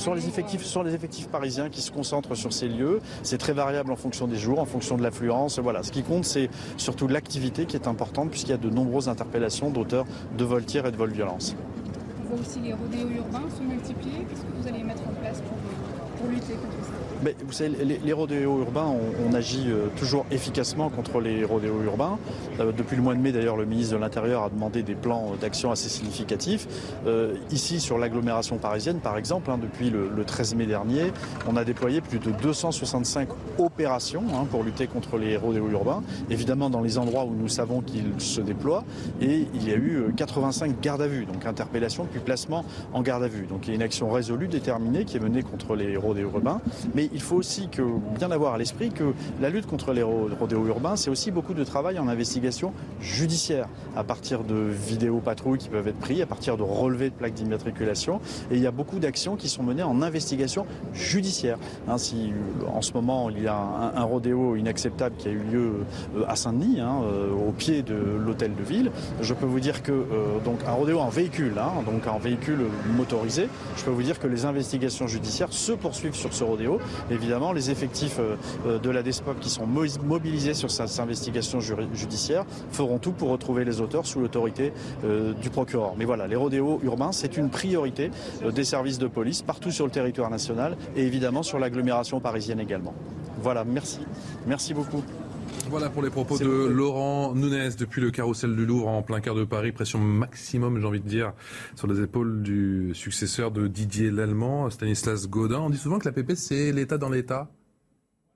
Ce sont les effectifs, ce sont les effectifs parisiens qui se concentrent sur ces lieux. C'est très variable en fonction des jours, en fonction de l'affluence. Voilà. Ce qui compte, c'est surtout l'activité qui est importante puisqu'il y a de nombreuses interpellations d'auteurs de vols tirs et de vols violences. On voit aussi les rodéos urbains se multiplier. Qu'est-ce que vous allez mettre en place pour, pour lutter contre ça ? Mais vous savez, les, les rodéos urbains, on, on agit euh, toujours efficacement contre les rodéos urbains. Euh, depuis le mois de mai, d'ailleurs, le ministre de l'Intérieur a demandé des plans d'action assez significatifs. Euh, ici, sur l'agglomération parisienne, par exemple, hein, depuis le, le treize mai dernier, on a déployé plus de deux cent soixante-cinq opérations hein, pour lutter contre les rodéos urbains. Évidemment, dans les endroits où nous savons qu'ils se déploient. Et il y a eu quatre-vingt-cinq gardes à vue, donc interpellations puis placement en garde à vue. Donc il y a une action résolue, déterminée, qui est menée contre les rodéos urbains. Mais il faut aussi que, bien avoir à l'esprit que la lutte contre les rodéos urbains, c'est aussi beaucoup de travail en investigation judiciaire, à partir de vidéos patrouilles qui peuvent être prises, à partir de relevés de plaques d'immatriculation. Et il y a beaucoup d'actions qui sont menées en investigation judiciaire. Ainsi, en ce moment, il y a un, un rodéo inacceptable qui a eu lieu à Saint-Denis, hein, au pied de l'hôtel de ville. Je peux vous dire que, euh, donc, un rodéo en véhicule, hein, donc en véhicule motorisé, je peux vous dire que les investigations judiciaires se poursuivent sur ce rodéo. Évidemment, les effectifs de la DESPOP qui sont mobilisés sur cette investigation judiciaire feront tout pour retrouver les auteurs sous l'autorité du procureur. Mais voilà, les rodéos urbains, c'est une priorité des services de police partout sur le territoire national et évidemment sur l'agglomération parisienne également. Voilà, merci. Merci beaucoup. Voilà pour les propos de Laurent Nunez depuis le carrousel du Louvre en plein cœur de Paris. Pression maximum, j'ai envie de dire, sur les épaules du successeur de Didier Lallemand, Stanislas Gaudin. On dit souvent que l'A P P, c'est l'État dans l'État. Pourquoi ?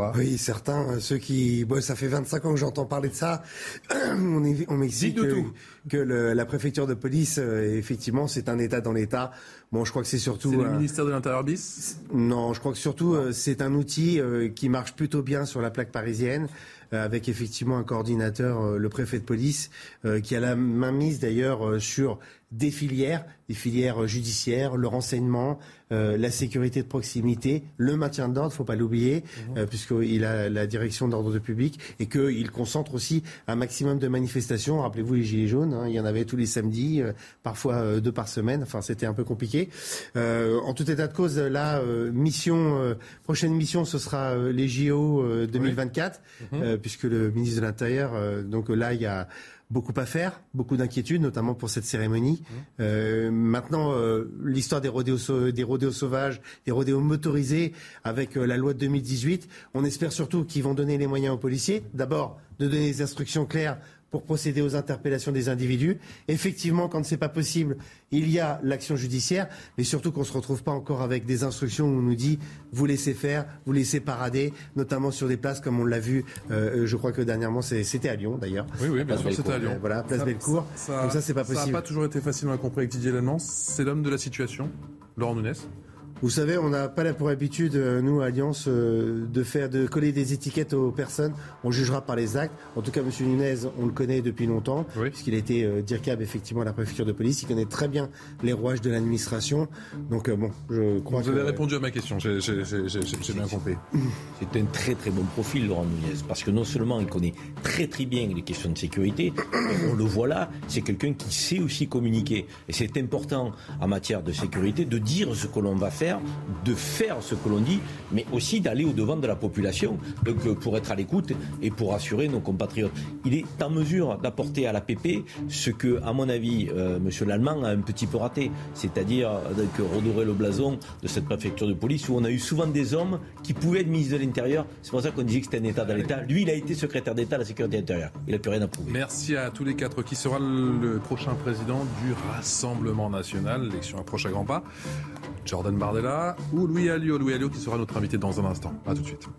Oui, certains, ceux qui... Bon, ça fait vingt-cinq ans que j'entends parler de ça. On, est, on m'explique que, que le, la préfecture de police, euh, effectivement, c'est un État dans l'État. Bon, je crois que c'est surtout... C'est le euh, ministère de l'Intérieur bis ? Non, je crois que surtout, euh, c'est un outil euh, qui marche plutôt bien sur la plaque parisienne, euh, avec effectivement un coordinateur, euh, le préfet de police, euh, qui a la main mise d'ailleurs euh, sur des filières, des filières judiciaires, le renseignement, euh, la sécurité de proximité, le maintien de l'ordre, faut pas l'oublier, mmh. euh, puisqu'il a la direction d'ordre public et qu'il concentre aussi un maximum de manifestations. Rappelez-vous les Gilets jaunes, hein, il y en avait tous les samedis, euh, parfois euh, deux par semaine, enfin c'était un peu compliqué. Euh, en tout état de cause, là, euh, mission, euh, prochaine mission, ce sera euh, les J O euh, deux mille vingt-quatre, oui. mmh. euh, puisque le ministre de l'Intérieur, euh, donc là, il y a beaucoup à faire, beaucoup d'inquiétudes, notamment pour cette cérémonie. Mmh. Euh, maintenant, euh, l'histoire des rodéos, des rodéos sauvages, des rodéos motorisés, avec euh, la loi de deux mille dix-huit, on espère surtout qu'ils vont donner les moyens aux policiers. D'abord, de donner des instructions claires pour procéder aux interpellations des individus. Effectivement, quand c'est pas possible, il y a l'action judiciaire, mais surtout qu'on se retrouve pas encore avec des instructions où on nous dit vous laissez faire, vous laissez parader, notamment sur des places comme on l'a vu. Euh, je crois que dernièrement c'était à Lyon d'ailleurs. Oui, oui, bien sûr, c'était à Lyon. Euh, voilà, place Bellecour. Ça, Donc ça, c'est pas possible. Ça n'a pas toujours été facilement compris avec Didier Lallemand. C'est l'homme de la situation, Laurent Nunez. Vous savez, on n'a pas pour habitude, nous, Alliance, euh, de faire, de coller des étiquettes aux personnes. On jugera par les actes. En tout cas, M. Nunez, on le connaît depuis longtemps, oui. puisqu'il a été euh, DIRCAB, effectivement, à la préfecture de police. Il connaît très bien les rouages de l'administration. Donc, euh, bon, je crois Vous que... avez répondu à ma question, j'ai, j'ai, j'ai, j'ai, j'ai bien compris. C'est un très très bon profil, Laurent Nunez, parce que non seulement il connaît très très bien les questions de sécurité, on le voit là, c'est quelqu'un qui sait aussi communiquer. Et c'est important en matière de sécurité de dire ce que l'on va faire, de faire ce que l'on dit, mais aussi d'aller au-devant de la population, donc pour être à l'écoute et pour assurer nos compatriotes. Il est en mesure d'apporter à l'A P P ce que, à mon avis, euh, M. Lallemand a un petit peu raté, c'est-à-dire donc, redorer le blason de cette préfecture de police où on a eu souvent des hommes qui pouvaient être ministres de l'Intérieur. C'est pour ça qu'on disait que c'était un État dans l'État. Lui, il a été secrétaire d'État à la sécurité intérieure. Il n'a plus rien à prouver. Merci à tous les quatre. Qui sera le prochain président du Rassemblement National? L'élection approche à grands pas. Jordan Bardella ou Louis Alliot. Louis Alliot qui sera notre invité dans un instant. A tout de suite.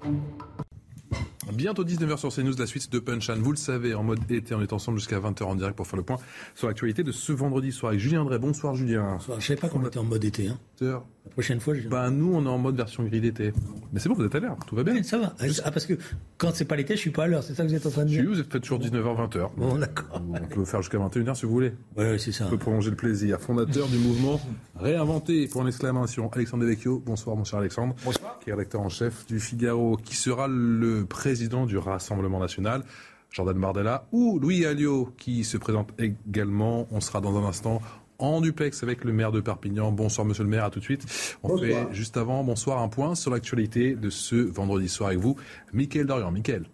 Bientôt dix-neuf heures sur CNews, la suite de Punchline. Vous le savez, en mode été, on est ensemble jusqu'à vingt heures en direct pour faire le point sur l'actualité de ce vendredi soir avec Julien Drey. Bonsoir Julien. Bonsoir. Je ne savais pas qu'on était en mode été. Hein. La prochaine fois, je... Bah nous, on est en mode version grille d'été. Mais c'est bon, vous êtes à l'heure, tout va bien. Oui, ça va. Ah, parce que quand c'est pas l'été, je suis pas à l'heure. C'est ça que vous êtes en train de dire. Si, vous êtes fait toujours dix-neuf heures, vingt heures. Bon, d'accord. On peut faire jusqu'à vingt et une heures si vous voulez. Oui, c'est ça. On peut prolonger le plaisir. Fondateur du mouvement Réinventé pour l'exclamation. Alexandre Devecchio. Bonsoir, mon cher Alexandre. Bonsoir. Qui est rédacteur en chef du Figaro. Qui sera le président du Rassemblement National. Jordan Bardella ou Louis Alliot qui se présente également. On sera dans un instant en duplex avec le maire de Perpignan. Bonsoir monsieur le maire, à tout de suite. On bonsoir. Fait juste avant, bonsoir, un point sur l'actualité de ce vendredi soir avec vous, Mickaël Dorian. Mickaël.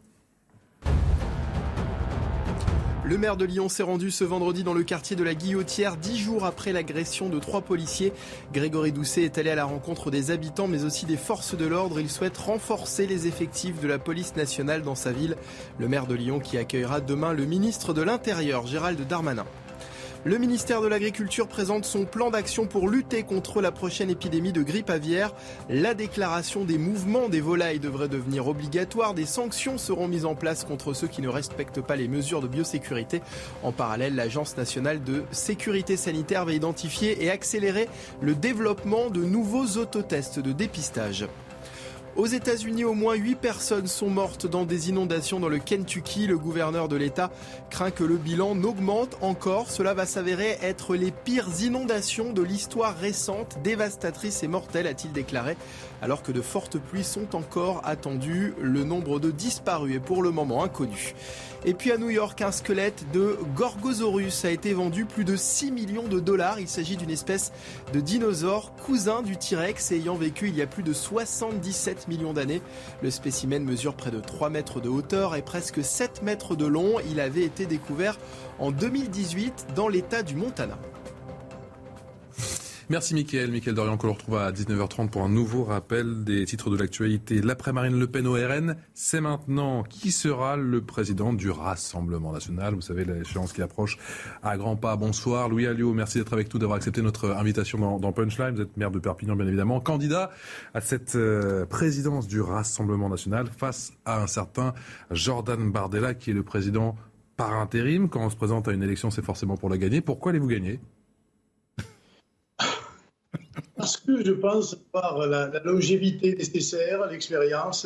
Le maire de Lyon s'est rendu ce vendredi dans le quartier de la Guillotière, dix jours après l'agression de trois policiers. Grégory Doucet est allé à la rencontre des habitants, mais aussi des forces de l'ordre. Il souhaite renforcer les effectifs de la police nationale dans sa ville. Le maire de Lyon qui accueillera demain le ministre de l'Intérieur, Gérald Darmanin. Le ministère de l'Agriculture présente son plan d'action pour lutter contre la prochaine épidémie de grippe aviaire. La déclaration des mouvements des volailles devrait devenir obligatoire. Des sanctions seront mises en place contre ceux qui ne respectent pas les mesures de biosécurité. En parallèle, l'Agence nationale de sécurité sanitaire va identifier et accélérer le développement de nouveaux autotests de dépistage. Aux États-Unis, au moins huit personnes sont mortes dans des inondations dans le Kentucky. Le gouverneur de l'État craint que le bilan n'augmente encore. Cela va s'avérer être les pires inondations de l'histoire récente, dévastatrices et mortelles, a-t-il déclaré. Alors que de fortes pluies sont encore attendues, le nombre de disparus est pour le moment inconnu. Et puis à New York, un squelette de Gorgosaurus a été vendu plus de six millions de dollars. Il s'agit d'une espèce de dinosaure cousin du T-Rex et ayant vécu il y a plus de soixante-dix-sept millions d'années. Le spécimen mesure près de trois mètres de hauteur et presque sept mètres de long. Il avait été découvert en deux mille dix-huit dans l'État du Montana. Merci Mickaël. Mickaël Dorian, que l'on retrouve à dix-neuf heures trente pour un nouveau rappel des titres de l'actualité. L'après Marine Le Pen au R N, c'est maintenant. Qui sera le président du Rassemblement National? Vous savez, l'échéance qui approche à grands pas. Bonsoir Louis Alliot, merci d'être avec nous, d'avoir accepté notre invitation dans, dans Punchline. Vous êtes maire de Perpignan, bien évidemment, candidat à cette euh, présidence du Rassemblement National face à un certain Jordan Bardella, qui est le président par intérim. Quand on se présente à une élection, c'est forcément pour la gagner. Pourquoi allez-vous gagner? Parce que je pense par la, la longévité nécessaire, l'expérience.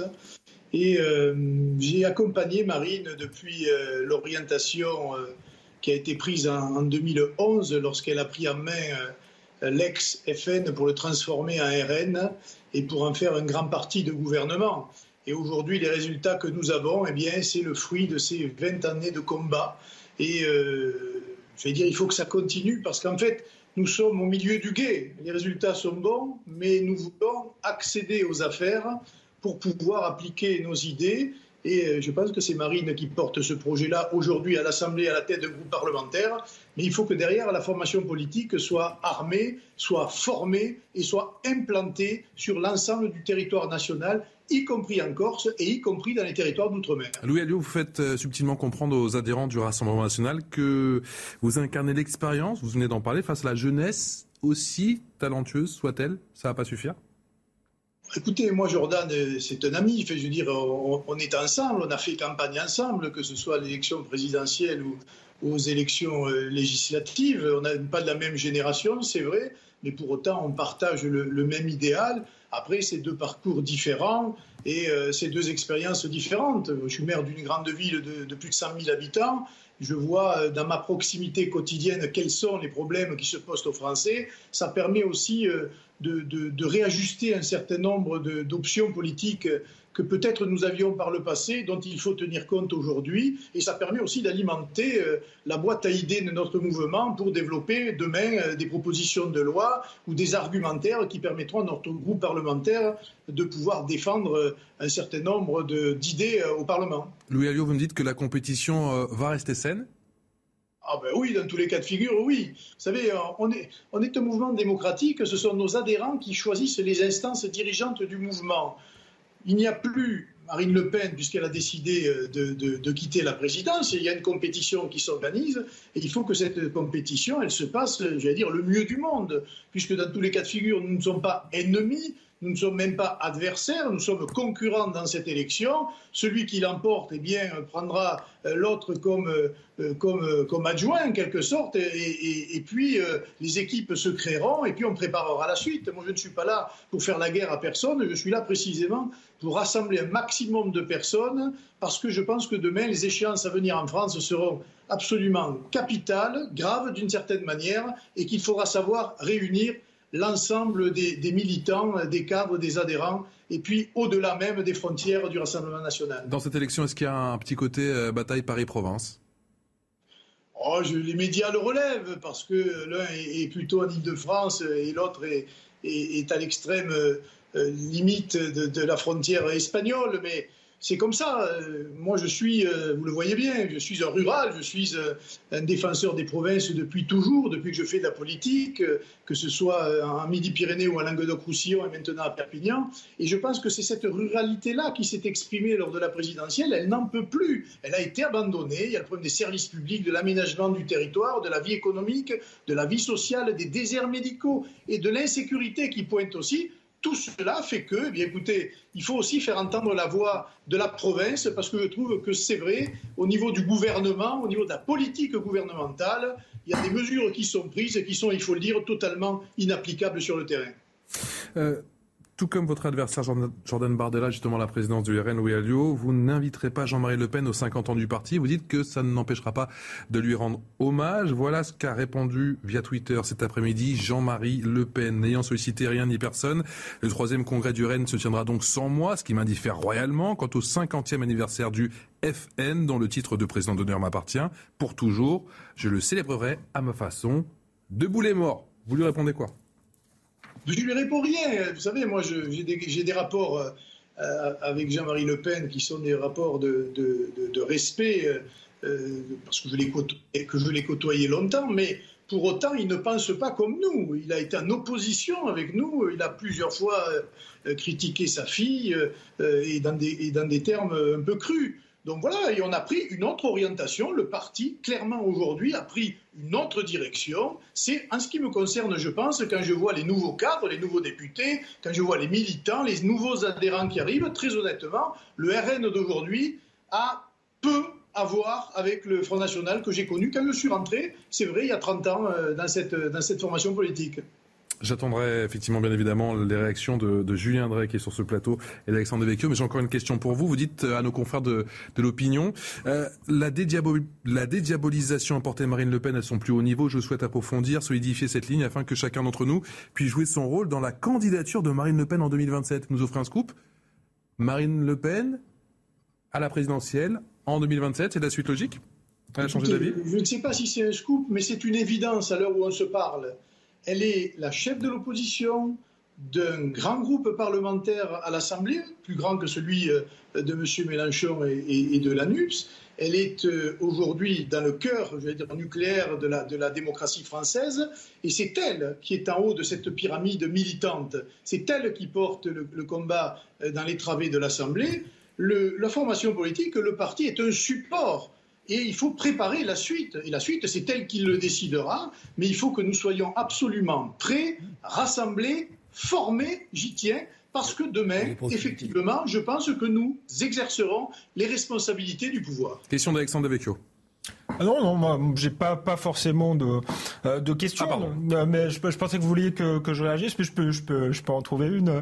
Et euh, j'ai accompagné Marine depuis euh, l'orientation euh, qui a été prise en, en deux mille onze lorsqu'elle a pris en main euh, l'ex-F N pour le transformer en R N et pour en faire un grand parti de gouvernement. Et aujourd'hui, les résultats que nous avons, eh bien, c'est le fruit de ces vingt années de combat. Et euh, je vais dire, il faut que ça continue parce qu'en fait, nous sommes au milieu du gué. Les résultats sont bons, mais nous voulons accéder aux affaires pour pouvoir appliquer nos idées. Et je pense que c'est Marine qui porte ce projet-là aujourd'hui à l'Assemblée, à la tête d'un groupe parlementaire. Mais il faut que derrière, la formation politique soit armée, soit formée et soit implantée sur l'ensemble du territoire national, y compris en Corse et y compris dans les territoires d'outre-mer. Louis Alliot, vous faites euh, subtilement comprendre aux adhérents du Rassemblement National que vous incarnez l'expérience, vous venez d'en parler, face à la jeunesse aussi talentueuse soit-elle. Ça va pas suffire? Écoutez, moi, Jordan, c'est un ami. Je veux dire, on, on est ensemble, on a fait campagne ensemble, que ce soit à l'élection présidentielle ou aux élections législatives. On n'est pas de la même génération, c'est vrai, mais pour autant, on partage le, le même idéal. Après, c'est deux parcours différents et euh, c'est deux expériences différentes. Je suis maire d'une grande ville de, de plus de cent mille habitants. Je vois dans ma proximité quotidienne quels sont les problèmes qui se posent aux Français. Ça permet aussi euh, de, de, de réajuster un certain nombre de, d'options politiques que peut-être nous avions par le passé, dont il faut tenir compte aujourd'hui. Et ça permet aussi d'alimenter euh, la boîte à idées de notre mouvement pour développer demain euh, des propositions de loi ou des argumentaires qui permettront à notre groupe parlementaire de pouvoir défendre euh, un certain nombre de, d'idées euh, au Parlement. Louis Alliot, vous me dites que la compétition euh, va rester saine ? Ah ben oui, dans tous les cas de figure, oui. Vous savez, on est, on est un mouvement démocratique, ce sont nos adhérents qui choisissent les instances dirigeantes du mouvement. Il n'y a plus Marine Le Pen, puisqu'elle a décidé de, de, de quitter la présidence. Il y a une compétition qui s'organise et il faut que cette compétition, elle se passe, j'allais dire, le mieux du monde, puisque dans tous les cas de figure, nous ne sommes pas ennemis, nous ne sommes même pas adversaires, nous sommes concurrents dans cette élection. Celui qui l'emporte, eh bien, prendra l'autre comme, comme, comme adjoint, en quelque sorte, et, et, et puis euh, les équipes se créeront, et puis on préparera la suite. Moi, je ne suis pas là pour faire la guerre à personne, je suis là précisément pour rassembler un maximum de personnes, parce que je pense que demain, les échéances à venir en France seront absolument capitales, graves d'une certaine manière, et qu'il faudra savoir réunir l'ensemble des, des militants, des cadres, des adhérents, et puis au-delà même des frontières du Rassemblement national. Dans cette élection, est-ce qu'il y a un petit côté euh, bataille Paris-Province ? Oh, je, les médias le relèvent parce que l'un est, est plutôt en Île-de-France et l'autre est, est, est à l'extrême euh, limite de, de la frontière espagnole. Mais c'est comme ça. Moi, je suis, vous le voyez bien, je suis un rural, je suis un défenseur des provinces depuis toujours, depuis que je fais de la politique, que ce soit en Midi-Pyrénées ou en Languedoc-Roussillon et maintenant à Perpignan. Et je pense que c'est cette ruralité-là qui s'est exprimée lors de la présidentielle. Elle n'en peut plus. Elle a été abandonnée. Il y a le problème des services publics, de l'aménagement du territoire, de la vie économique, de la vie sociale, des déserts médicaux et de l'insécurité qui pointe aussi. Tout cela fait que, eh bien, écoutez, il faut aussi faire entendre la voix de la province, parce que je trouve que c'est vrai, au niveau du gouvernement, au niveau de la politique gouvernementale, il y a des mesures qui sont prises et qui sont, il faut le dire, totalement inapplicables sur le terrain. Euh, tout comme votre adversaire Jordan Bardella, justement la présidence du R N, Louis Alliot, vous n'inviterez pas Jean-Marie Le Pen aux cinquante ans du parti. Vous dites que ça ne n'empêchera pas de lui rendre hommage. Voilà ce qu'a répondu via Twitter cet après-midi Jean-Marie Le Pen. N'ayant sollicité rien ni personne, le troisième congrès du R N se tiendra donc sans moi, ce qui m'indiffère royalement. Quant au cinquantième anniversaire du F N, dont le titre de président d'honneur m'appartient, pour toujours, je le célébrerai à ma façon. Debout les morts. Vous lui répondez quoi ? Je ne lui réponds rien. Vous savez, moi, je, j'ai, des, j'ai des rapports euh, avec Jean-Marie Le Pen qui sont des rapports de, de, de, de respect, euh, parce que je, l'ai côtoyé, que je l'ai côtoyé longtemps, mais pour autant, il ne pense pas comme nous. Il a été en opposition avec nous. Il a plusieurs fois euh, critiqué sa fille euh, et, dans des, et dans des termes un peu crus. Donc voilà, et on a pris une autre orientation. Le parti, clairement aujourd'hui, a pris une autre direction. C'est, en ce qui me concerne, je pense, quand je vois les nouveaux cadres, les nouveaux députés, quand je vois les militants, les nouveaux adhérents qui arrivent, très honnêtement, le R N d'aujourd'hui a peu à voir avec le Front National que j'ai connu quand je suis rentré, c'est vrai, il y a trente ans, dans cette, dans cette formation politique. J'attendrai effectivement bien évidemment les réactions de, de Julien Drey qui est sur ce plateau et d'Alexandre Devecchio, mais j'ai encore une question pour vous. Vous dites à nos confrères de, de l'opinion, euh, la, dédiabol, la dédiabolisation apportée à Marine Le Pen à son plus haut niveau, je souhaite approfondir, solidifier cette ligne afin que chacun d'entre nous puisse jouer son rôle dans la candidature de Marine Le Pen en deux mille vingt-sept. Vous nous offrez un scoop ? Marine Le Pen à la présidentielle en deux mille vingt-sept, c'est la suite logique ? Elle a changé d'avis ? Je ne sais pas si c'est un scoop, mais c'est une évidence à l'heure où on se parle. Elle est la chef de l'opposition d'un grand groupe parlementaire à l'Assemblée, plus grand que celui de M. Mélenchon et, et, et de la N U P S. Elle est euh, aujourd'hui dans le cœur, je vais dire, nucléaire de la, de la démocratie française, et c'est elle qui est en haut de cette pyramide militante. C'est elle qui porte le, le combat dans les travées de l'Assemblée. Le, la formation politique, le parti est un support. Et il faut préparer la suite. Et la suite, c'est elle qui le décidera. Mais il faut que nous soyons absolument prêts, rassemblés, formés, j'y tiens, parce que demain, effectivement, je pense que nous exercerons les responsabilités du pouvoir. Question d'Alexandre Devecchio. Ah non, non, moi, j'ai pas, pas forcément de, euh, de questions, ah, mais je, je pensais que vous vouliez que, que je réagisse, mais je peux, je peux, je peux en trouver une.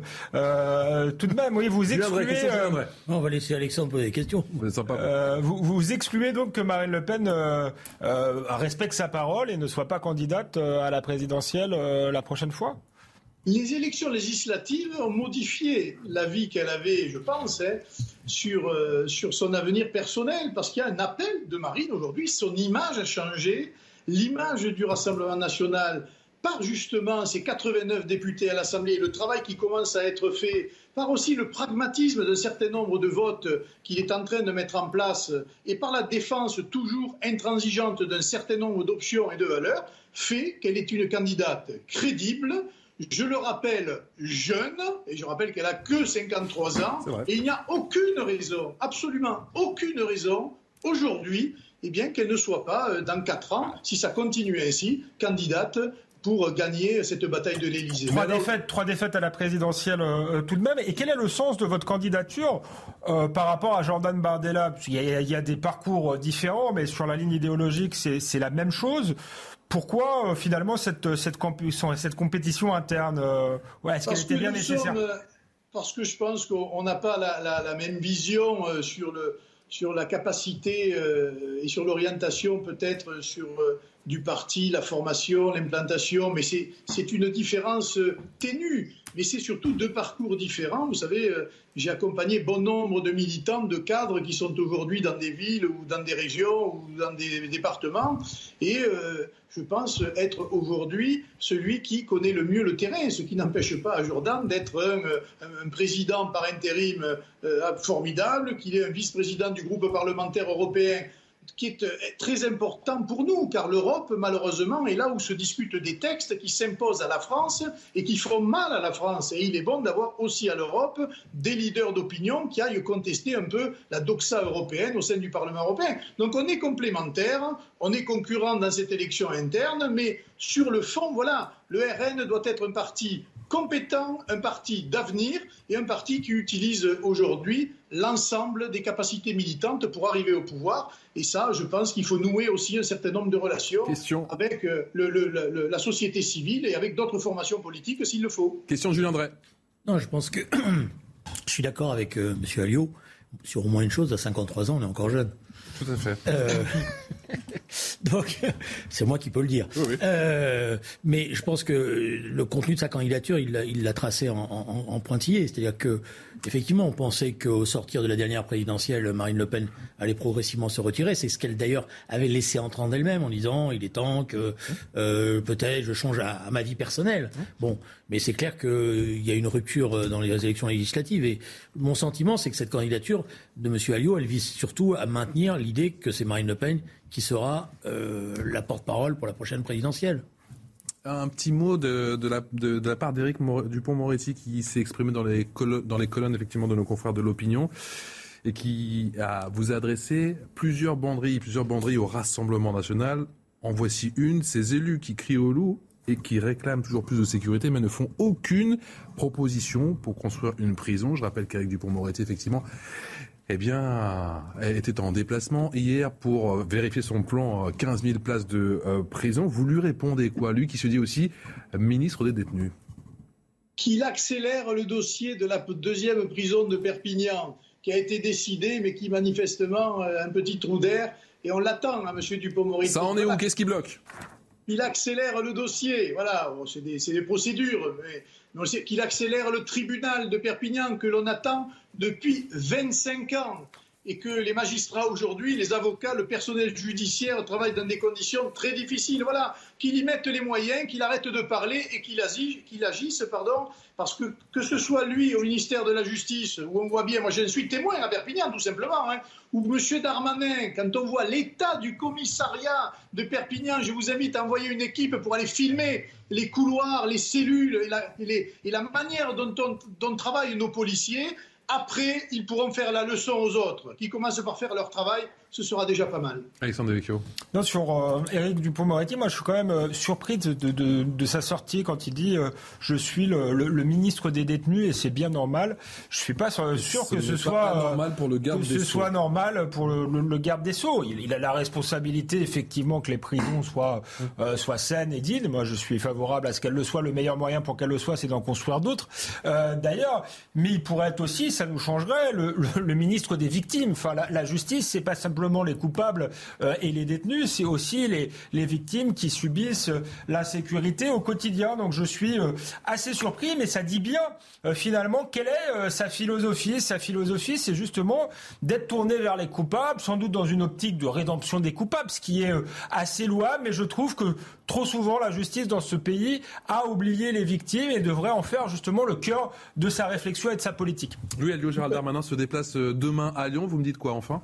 Euh, tout de même, oui, vous excluez. Euh, on va laisser Alexandre poser des questions. Euh, vous, vous excluez donc que Marine Le Pen euh, euh, respecte sa parole et ne soit pas candidate à la présidentielle euh, la prochaine fois ? Les élections législatives ont modifié la vie qu'elle avait, je pense, hein, sur, euh, sur son avenir personnel, parce qu'il y a un appel de Marine aujourd'hui. Son image a changé, l'image du Rassemblement national, par justement ces quatre-vingt-neuf députés à l'Assemblée, et le travail qui commence à être fait, par aussi le pragmatisme d'un certain nombre de votes qu'il est en train de mettre en place, et par la défense toujours intransigeante d'un certain nombre d'options et de valeurs, fait qu'elle est une candidate crédible. Je le rappelle, jeune, et je rappelle qu'elle a que cinquante-trois ans, et il n'y a aucune raison, absolument aucune raison, aujourd'hui, eh bien, qu'elle ne soit pas, dans quatre ans, si ça continue ainsi, candidate pour gagner cette bataille de l'Élysée. Trois défaites, trois défaites à la présidentielle euh, tout de même. Et quel est le sens de votre candidature euh, par rapport à Jordan Bardella ? Il y a, il y a des parcours différents, mais sur la ligne idéologique, c'est, c'est la même chose. Pourquoi, euh, finalement, cette, cette, comp- cette compétition interne euh, ouais, est-ce parce qu'elle était bien nécessaire sommes, Parce que je pense qu'on n'a pas la, la, la même vision euh, sur, le, sur la capacité euh, et sur l'orientation, peut-être, sur, euh, du parti, la formation, l'implantation, mais c'est, c'est une différence ténue. Mais c'est surtout deux parcours différents. Vous savez, euh, j'ai accompagné bon nombre de militants, de cadres qui sont aujourd'hui dans des villes ou dans des régions ou dans des départements. Et euh, je pense être aujourd'hui celui qui connaît le mieux le terrain, ce qui n'empêche pas à Jourdan d'être un, un, un président par intérim euh, formidable, qu'il est un vice-président du groupe parlementaire européen qui est très important pour nous, car l'Europe, malheureusement, est là où se discutent des textes qui s'imposent à la France et qui font mal à la France. Et il est bon d'avoir aussi à l'Europe des leaders d'opinion qui aillent contester un peu la doxa européenne au sein du Parlement européen. Donc on est complémentaires, on est concurrents dans cette élection interne, mais sur le fond, voilà, le R N doit être un parti compétent, un parti d'avenir et un parti qui utilise aujourd'hui l'ensemble des capacités militantes pour arriver au pouvoir. Et ça, je pense qu'il faut nouer aussi un certain nombre de relations Question. avec le, le, le, la société civile et avec d'autres formations politiques s'il le faut. Question Julien Drey. Non, je pense que je suis d'accord avec euh, M. Alliot sur au moins une chose, à cinquante-trois ans, on est encore jeune. Tout à fait. Euh... Donc, c'est moi qui peux le dire. Oui, oui. Euh, mais je pense que le contenu de sa candidature, il l'a, il l'a tracé en, en, en pointillé. C'est-à-dire que, effectivement, on pensait qu'au sortir de la dernière présidentielle, Marine Le Pen allait progressivement se retirer. C'est ce qu'elle, d'ailleurs, avait laissé entendre elle-même en disant « il est temps que euh, peut-être je change à, à ma vie personnelle ». Bon, mais c'est clair qu'il y a une rupture dans les élections législatives. Et mon sentiment, c'est que cette candidature de M. Alliot, elle vise surtout à maintenir l'idée que c'est Marine Le Pen qui sera euh, la porte-parole pour la prochaine présidentielle. Un petit mot de, de, la, de, de la part d'Éric Dupond-Moretti qui s'est exprimé dans les, colo- dans les colonnes effectivement, de nos confrères de l'opinion et qui a, vous a adressé plusieurs banderilles, plusieurs banderilles au Rassemblement national. En voici une, ces élus qui crient au loup et qui réclament toujours plus de sécurité mais ne font aucune proposition pour construire une prison. Je rappelle qu'Éric Dupond-Moretti, effectivement, eh bien, elle était en déplacement hier pour vérifier son plan quinze mille places de euh, prison. Vous lui répondez quoi, lui qui se dit aussi ministre des détenus? Qu'il accélère le dossier de la deuxième prison de Perpignan, qui a été décidé, mais qui manifestement a un petit trou d'air. Et on l'attend, hein, M. Dupond-Moretti. Ça en est où? Qu'est-ce qui bloque? Il accélère le dossier. Voilà, bon, c'est, des, c'est des procédures. Mais, mais qu'il accélère le tribunal de Perpignan que l'on attend depuis vingt-cinq ans. Et que les magistrats aujourd'hui, les avocats, le personnel judiciaire travaillent dans des conditions très difficiles. Voilà, qu'il y mette les moyens, qu'il arrête de parler et qu'il agisse, qu'il agisse pardon, parce que que ce soit lui au ministère de la Justice, où on voit bien, moi je suis témoin à Perpignan tout simplement, hein, ou M. Darmanin, quand on voit l'état du commissariat de Perpignan, je vous invite à envoyer une équipe pour aller filmer les couloirs, les cellules et la, et les, et la manière dont, on, dont travaillent nos policiers. Après, ils pourront faire la leçon aux autres, qui commencent par faire leur travail. Ce sera déjà pas mal. Alexandre Devecchio. Non, sur euh, Éric Dupond-Moretti, moi je suis quand même euh, surpris de, de, de, de sa sortie quand il dit euh, je suis le, le, le ministre des détenus et c'est bien normal. Je suis pas sûr, sûr que ce soit euh, normal pour le garde que des ce Sceaux. soit normal pour le, le, le garde des Sceaux. Il, il a la responsabilité effectivement que les prisons soient euh, soient saines et dignes. Moi je suis favorable à ce qu'elles le soient. Le meilleur moyen pour qu'elles le soient, c'est d'en construire d'autres. Euh, d'ailleurs, mais il pourrait être aussi, ça nous changerait, le, le, le ministre des victimes. Enfin, la, la justice, c'est pas simplement les coupables euh, et les détenus, c'est aussi les, les victimes qui subissent euh, l'insécurité au quotidien. Donc je suis euh, assez surpris, mais ça dit bien euh, finalement quelle est euh, sa philosophie. Sa philosophie, c'est justement d'être tourné vers les coupables, sans doute dans une optique de rédemption des coupables, ce qui est euh, assez louable, mais je trouve que trop souvent la justice dans ce pays a oublié les victimes et devrait en faire justement le cœur de sa réflexion et de sa politique. Louis Alliot, Gérald Darmanin se déplace demain à Lyon. Vous me dites quoi enfin?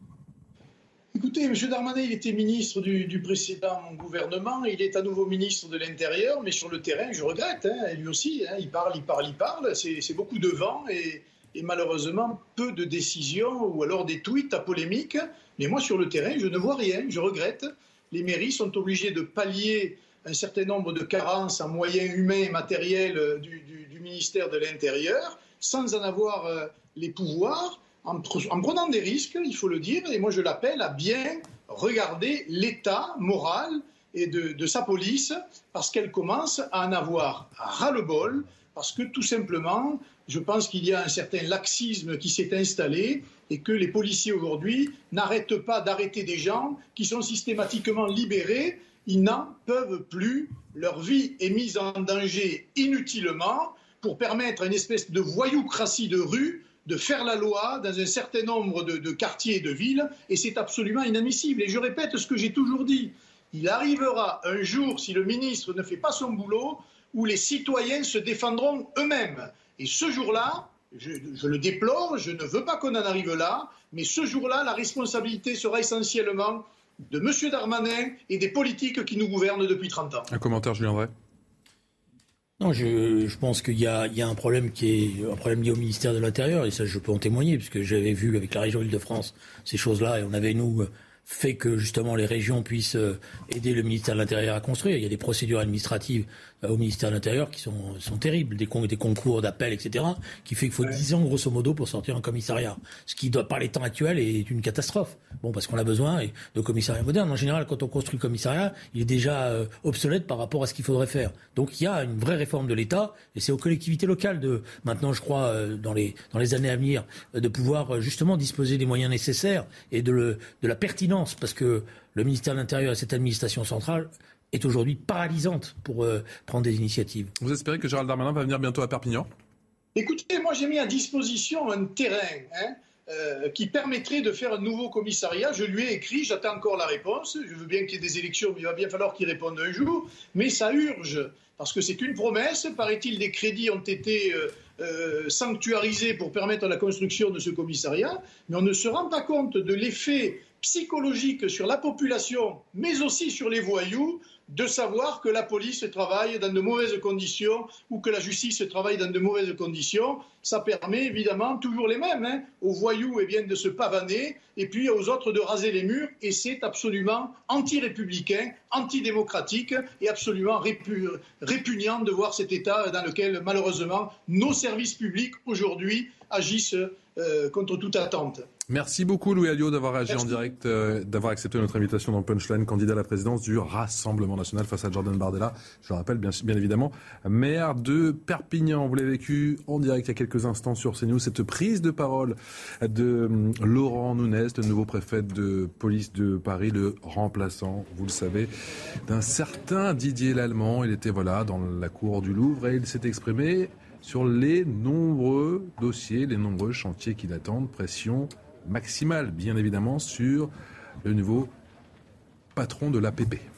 Écoutez, M. Darmanin, il était ministre du, du précédent gouvernement, il est à nouveau ministre de l'Intérieur, mais sur le terrain, je regrette, hein, lui aussi, hein, il parle, il parle, il parle, c'est, c'est beaucoup de vent et, et malheureusement peu de décisions ou alors des tweets à polémique. Mais moi, sur le terrain, je ne vois rien, je regrette. Les mairies sont obligées de pallier un certain nombre de carences en moyens humains et matériels du, du, du ministère de l'Intérieur, sans en avoir euh, les pouvoirs. En, en prenant des risques, il faut le dire, et moi je l'appelle à bien regarder l'état moral et de, de sa police, parce qu'elle commence à en avoir ras-le-bol, parce que tout simplement, je pense qu'il y a un certain laxisme qui s'est installé et que les policiers aujourd'hui n'arrêtent pas d'arrêter des gens qui sont systématiquement libérés. Ils n'en peuvent plus. Leur vie est mise en danger inutilement pour permettre à une espèce de voyoucratie de rue de faire la loi dans un certain nombre de, de quartiers et de villes, et c'est absolument inadmissible. Et je répète ce que j'ai toujours dit. Il arrivera un jour, si le ministre ne fait pas son boulot, où les citoyens se défendront eux-mêmes. Et ce jour-là, je, je le déplore, je ne veux pas qu'on en arrive là, mais ce jour-là, la responsabilité sera essentiellement de M. Darmanin et des politiques qui nous gouvernent depuis trente ans. Un commentaire, Julien Drey. Non, je, je pense qu'il y a, il y a un problème qui est un problème lié au ministère de l'Intérieur, et ça je peux en témoigner, puisque j'avais vu avec la région Île-de-France ces choses-là, et on avait, nous, fait que justement les régions puissent aider le ministère de l'Intérieur à construire. Il y a des procédures administratives au ministère de l'Intérieur qui sont, sont terribles, des, con, des concours d'appel, et cetera, qui fait qu'il faut ouais. dix ans grosso modo pour sortir un commissariat. Ce qui, doit, par les temps actuels, est une catastrophe. Bon, parce qu'on a besoin de commissariats modernes. En général, quand on construit le commissariat, il est déjà euh, obsolète par rapport à ce qu'il faudrait faire. Donc il y a une vraie réforme de l'État, et c'est aux collectivités locales de, maintenant je crois, euh, dans, les, dans les années à venir, euh, de pouvoir euh, justement disposer des moyens nécessaires et de, le, de la pertinence, parce que le ministère de l'Intérieur et cette administration centrale est aujourd'hui paralysante pour euh, prendre des initiatives. Vous espérez que Gérald Darmanin va venir bientôt à Perpignan ? Écoutez, moi j'ai mis à disposition un terrain hein, euh, qui permettrait de faire un nouveau commissariat. Je lui ai écrit, j'attends encore la réponse. Je veux bien qu'il y ait des élections, mais il va bien falloir qu'il réponde un jour. Mais ça urge, parce que c'est une promesse. Paraît-il, des crédits ont été euh, euh, sanctuarisés pour permettre la construction de ce commissariat. Mais on ne se rend pas compte de l'effet psychologique sur la population, mais aussi sur les voyous, de savoir que la police travaille dans de mauvaises conditions ou que la justice travaille dans de mauvaises conditions. Ça permet évidemment, toujours les mêmes, hein, aux voyous eh bien, de se pavaner et puis aux autres de raser les murs. Et c'est absolument anti-républicain, antidémocratique et absolument répu- répugnant de voir cet État dans lequel malheureusement nos services publics aujourd'hui agissent euh, contre toute attente. Merci beaucoup Louis Alliot d'avoir réagi Merci. en direct, euh, d'avoir accepté notre invitation dans Punchline, candidat à la présidence du Rassemblement National face à Jordan Bardella. Je le rappelle bien, bien évidemment, maire de Perpignan. Vous l'avez vécu en direct il y a quelques instants sur CNews, cette prise de parole de Laurent Nunez, le nouveau préfet de police de Paris, le remplaçant, vous le savez, d'un certain Didier Lallemand. Il était voilà dans la cour du Louvre et il s'est exprimé sur les nombreux dossiers, les nombreux chantiers qui l'attendent. Pression maximale, bien évidemment, sur le nouveau patron de l'A P P.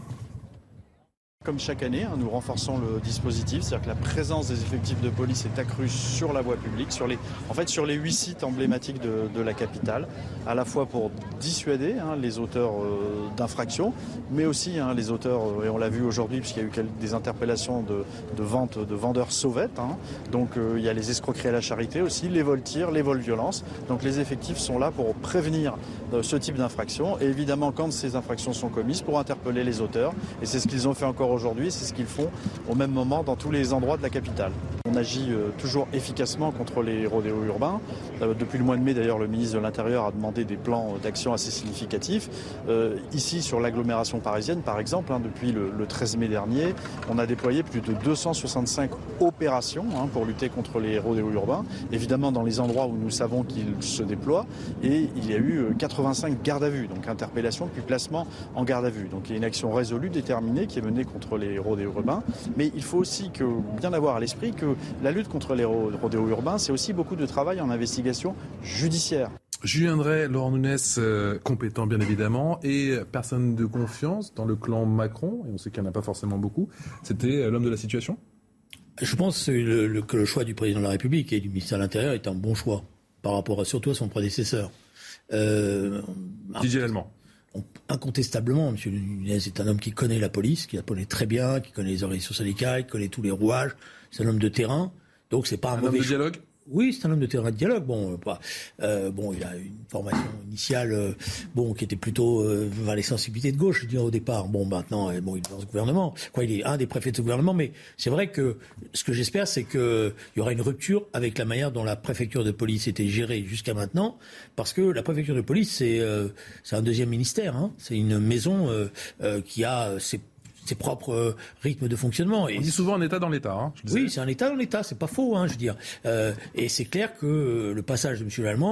Comme chaque année, hein, nous renforçons le dispositif, c'est-à-dire que la présence des effectifs de police est accrue sur la voie publique, sur les, en fait sur les huit sites emblématiques de, de la capitale, à la fois pour dissuader hein, les auteurs euh, d'infractions, mais aussi hein, les auteurs, euh, et on l'a vu aujourd'hui puisqu'il y a eu quelques, des interpellations de, de vente de vendeurs sauvettes, hein, donc euh, il y a les escroqueries à la charité aussi, les vols-tirs, les vols-violences, donc les effectifs sont là pour prévenir euh, ce type d'infractions, et évidemment quand ces infractions sont commises, pour interpeller les auteurs, et c'est ce qu'ils ont fait encore aujourd'hui, c'est ce qu'ils font au même moment dans tous les endroits de la capitale. On agit euh, toujours efficacement contre les rodéos urbains. Euh, depuis le mois de mai, d'ailleurs, le ministre de l'Intérieur a demandé des plans d'action assez significatifs. Euh, ici, sur l'agglomération parisienne, par exemple, hein, depuis le, le treize mai dernier, on a déployé plus de deux cent soixante-cinq opérations hein, pour lutter contre les rodéos urbains. Évidemment, dans les endroits où nous savons qu'ils se déploient. Et il y a eu quatre-vingt-cinq gardes à vue, donc interpellation puis placement en garde à vue. Donc il y a une action résolue, déterminée, qui est menée contre les rodéos urbains. Mais il faut aussi que, bien avoir à l'esprit que la lutte contre les rodéos urbains, c'est aussi beaucoup de travail en investigation judiciaire. Julien Drey, Laurent Nunez, euh, compétent bien évidemment, et personne de confiance dans le clan Macron, et on sait qu'il n'y en a pas forcément beaucoup, c'était euh, l'homme de la situation ? Je pense que le, le, que le choix du président de la République et du ministère de l'Intérieur est un bon choix, par rapport à, surtout à son prédécesseur. Euh, Didier Lallemand. Incontestablement, M. Nunez est un homme qui connaît la police, qui la connaît très bien, qui connaît les organisations syndicales, qui connaît tous les rouages. C'est un homme de terrain, donc c'est pas un, un mauvais homme de dialogue. Oui, c'est un homme de terrain de dialogue. Bon, euh, pas, euh, bon, il a une formation initiale, euh, bon, qui était plutôt euh, vers les sensibilités de gauche, je dirais au départ. Bon, maintenant, euh, bon, il est dans ce gouvernement. Quoi, il est un des préfets de ce gouvernement, mais c'est vrai que ce que j'espère, c'est que il y aura une rupture avec la manière dont la préfecture de police était gérée jusqu'à maintenant, parce que la préfecture de police, c'est euh, c'est un deuxième ministère. Hein. C'est une maison euh, euh, qui a ses ses propres euh, rythmes de fonctionnement. On dit souvent un État dans l'État. Hein, oui, c'est un État dans l'État, c'est pas faux, hein, je veux dire. Euh, et c'est clair que euh, le passage de M. Lallemand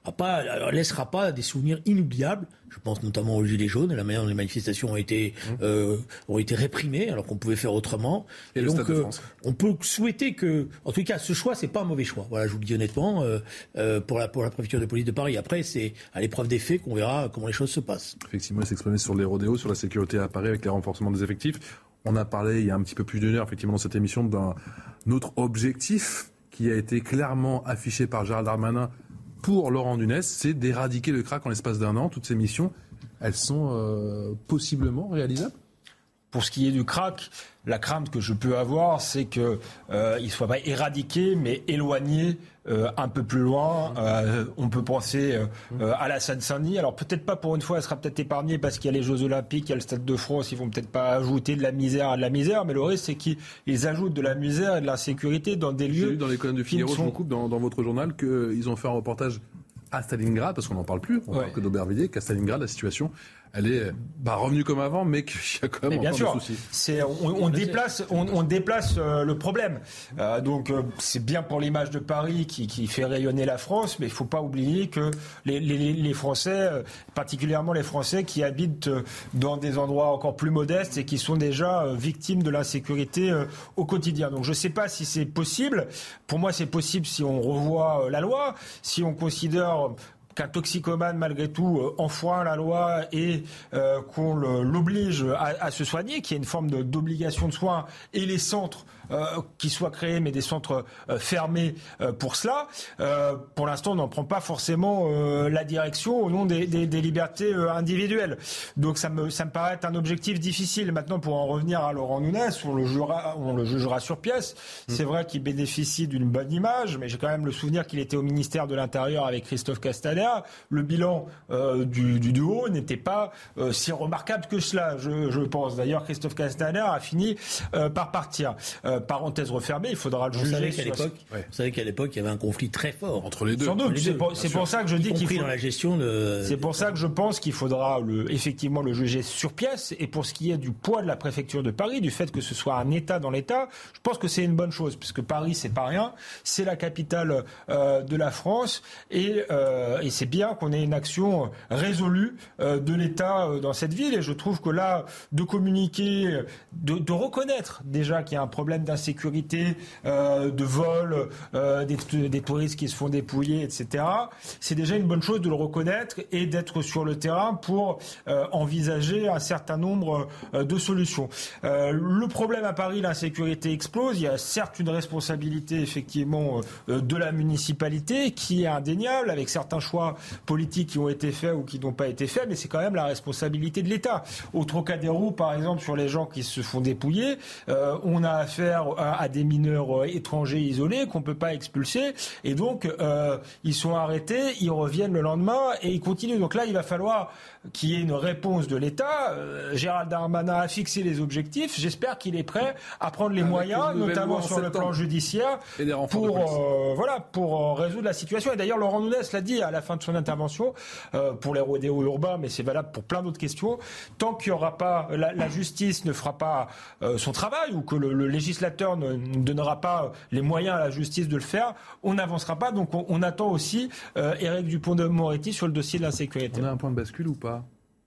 a pas, laissera pas des souvenirs inoubliables. Je pense notamment aux Gilets jaunes, et la manière dont les manifestations ont été, mmh. euh, ont été réprimées, alors qu'on pouvait faire autrement. Et, et donc, le Stade de France. Euh, on peut souhaiter que, en tout cas, ce choix, c'est pas un mauvais choix. Voilà, je vous le dis honnêtement, euh, euh, pour la, pour la préfecture de police de Paris. Après, c'est à l'épreuve des faits qu'on verra comment les choses se passent. Effectivement, il s'exprimait sur les rodéos, sur la sécurité à Paris avec les renforcements des effectifs. On a parlé il y a un petit peu plus d'une heure, effectivement, dans cette émission, d'un autre objectif qui a été clairement affiché par Gérald Darmanin pour Laurent Nunez, c'est d'éradiquer le crack en l'espace d'un an. Toutes ces missions, elles sont euh, possiblement réalisables ? Pour ce qui est du crack, la crainte que je peux avoir, c'est qu'il euh, ne soit pas éradiqué, mais éloigné euh, un peu plus loin. Euh, on peut penser euh, à la Seine-Saint-Denis. Alors peut-être pas pour une fois, elle sera peut-être épargnée parce qu'il y a les Jeux Olympiques, il y a le Stade de France, ils vont peut-être pas ajouter de la misère à de la misère, mais le risque c'est qu'ils ajoutent de la misère et de l'insécurité dans des lieux. J'ai lu dans les colonnes du Figaro, sont... je vous coupe, dans, dans votre journal, qu'ils ont fait un reportage à Stalingrad, parce qu'on n'en parle plus, on ouais. parle que d'Aubervilliers, qu'à Stalingrad, la situation, elle est bah, revenue comme avant, mais qu'il y a quand même mais encore bien des soucis. C'est, on, on déplace, on, on déplace euh, le problème. Euh, donc euh, c'est bien pour l'image de Paris qui, qui fait rayonner la France, mais il ne faut pas oublier que les, les, les Français, euh, particulièrement les Français qui habitent euh, dans des endroits encore plus modestes et qui sont déjà euh, victimes de l'insécurité euh, au quotidien. Donc je ne sais pas si c'est possible. Pour moi, c'est possible si on revoit euh, la loi, si on considère qu'un toxicomane, malgré tout, euh, enfreint la loi et euh, qu'on le, l'oblige à, à se soigner, qu'il y ait une forme de, d'obligation de soins, et les centres euh, qui soient créés, mais des centres euh, fermés euh, pour cela. Euh, pour l'instant, on n'en prend pas forcément euh, la direction au nom des, des, des libertés euh, individuelles. Donc ça me, ça me paraît être un objectif difficile. Maintenant, pour en revenir à Laurent Nunez, on le jugera, on le jugera sur pièce. Mmh. C'est vrai qu'il bénéficie d'une bonne image, mais j'ai quand même le souvenir qu'il était au ministère de l'Intérieur avec Christophe Castaner. Le bilan euh, du, du duo n'était pas euh, si remarquable que cela, je, je pense. D'ailleurs, Christophe Castaner a fini euh, par partir. Euh, parenthèse refermée, il faudra le vous juger. Savez qu'à l'époque, ouais. Vous savez qu'à l'époque, il y avait un conflit très fort entre les deux. Sans doute. C'est, pour, c'est pour ça que je dis qu'il faut... dans la gestion de... C'est pour ça que je pense qu'il faudra le, effectivement le juger sur pièce. Et pour ce qui est du poids de la préfecture de Paris, du fait que ce soit un État dans l'État, je pense que c'est une bonne chose, puisque Paris, c'est pas rien. C'est la capitale euh, de la France. Et, euh, et c'est bien qu'on ait une action résolue euh, de l'État euh, dans cette ville. Et je trouve que là, de communiquer, de, de reconnaître déjà qu'il y a un problème d'insécurité, euh, de vol, euh, des, des touristes qui se font dépouiller, et cetera, c'est déjà une bonne chose de le reconnaître et d'être sur le terrain pour euh, envisager un certain nombre euh, de solutions. Euh, le problème à Paris, l'insécurité explose. Il y a certes une responsabilité effectivement euh, de la municipalité qui est indéniable, avec certains choix politiques qui ont été faits ou qui n'ont pas été faits, mais c'est quand même la responsabilité de l'État. Au Trocadéro, par exemple, sur les gens qui se font dépouiller, euh, on a affaire à, à des mineurs euh, étrangers isolés qu'on ne peut pas expulser, et donc euh, ils sont arrêtés, ils reviennent le lendemain et ils continuent. Donc là, il va falloir qu'il y ait une réponse de l'État. Euh, Gérald Darmanin a fixé les objectifs. J'espère qu'il est prêt à prendre les Avec moyens, notamment sur le plan judiciaire, pour euh, voilà, pour euh, résoudre la situation. Et d'ailleurs, Laurent Nunez l'a dit à la fin de son intervention, euh, pour les rodéos urbains, mais c'est valable pour plein d'autres questions. Tant qu'il y aura pas, la, la justice ne fera pas euh, son travail, ou que le, le législateur ne, ne donnera pas les moyens à la justice de le faire, on n'avancera pas. Donc on, on attend aussi euh, Éric Dupond-Moretti sur le dossier de l'insécurité. On a un point de bascule ou pas?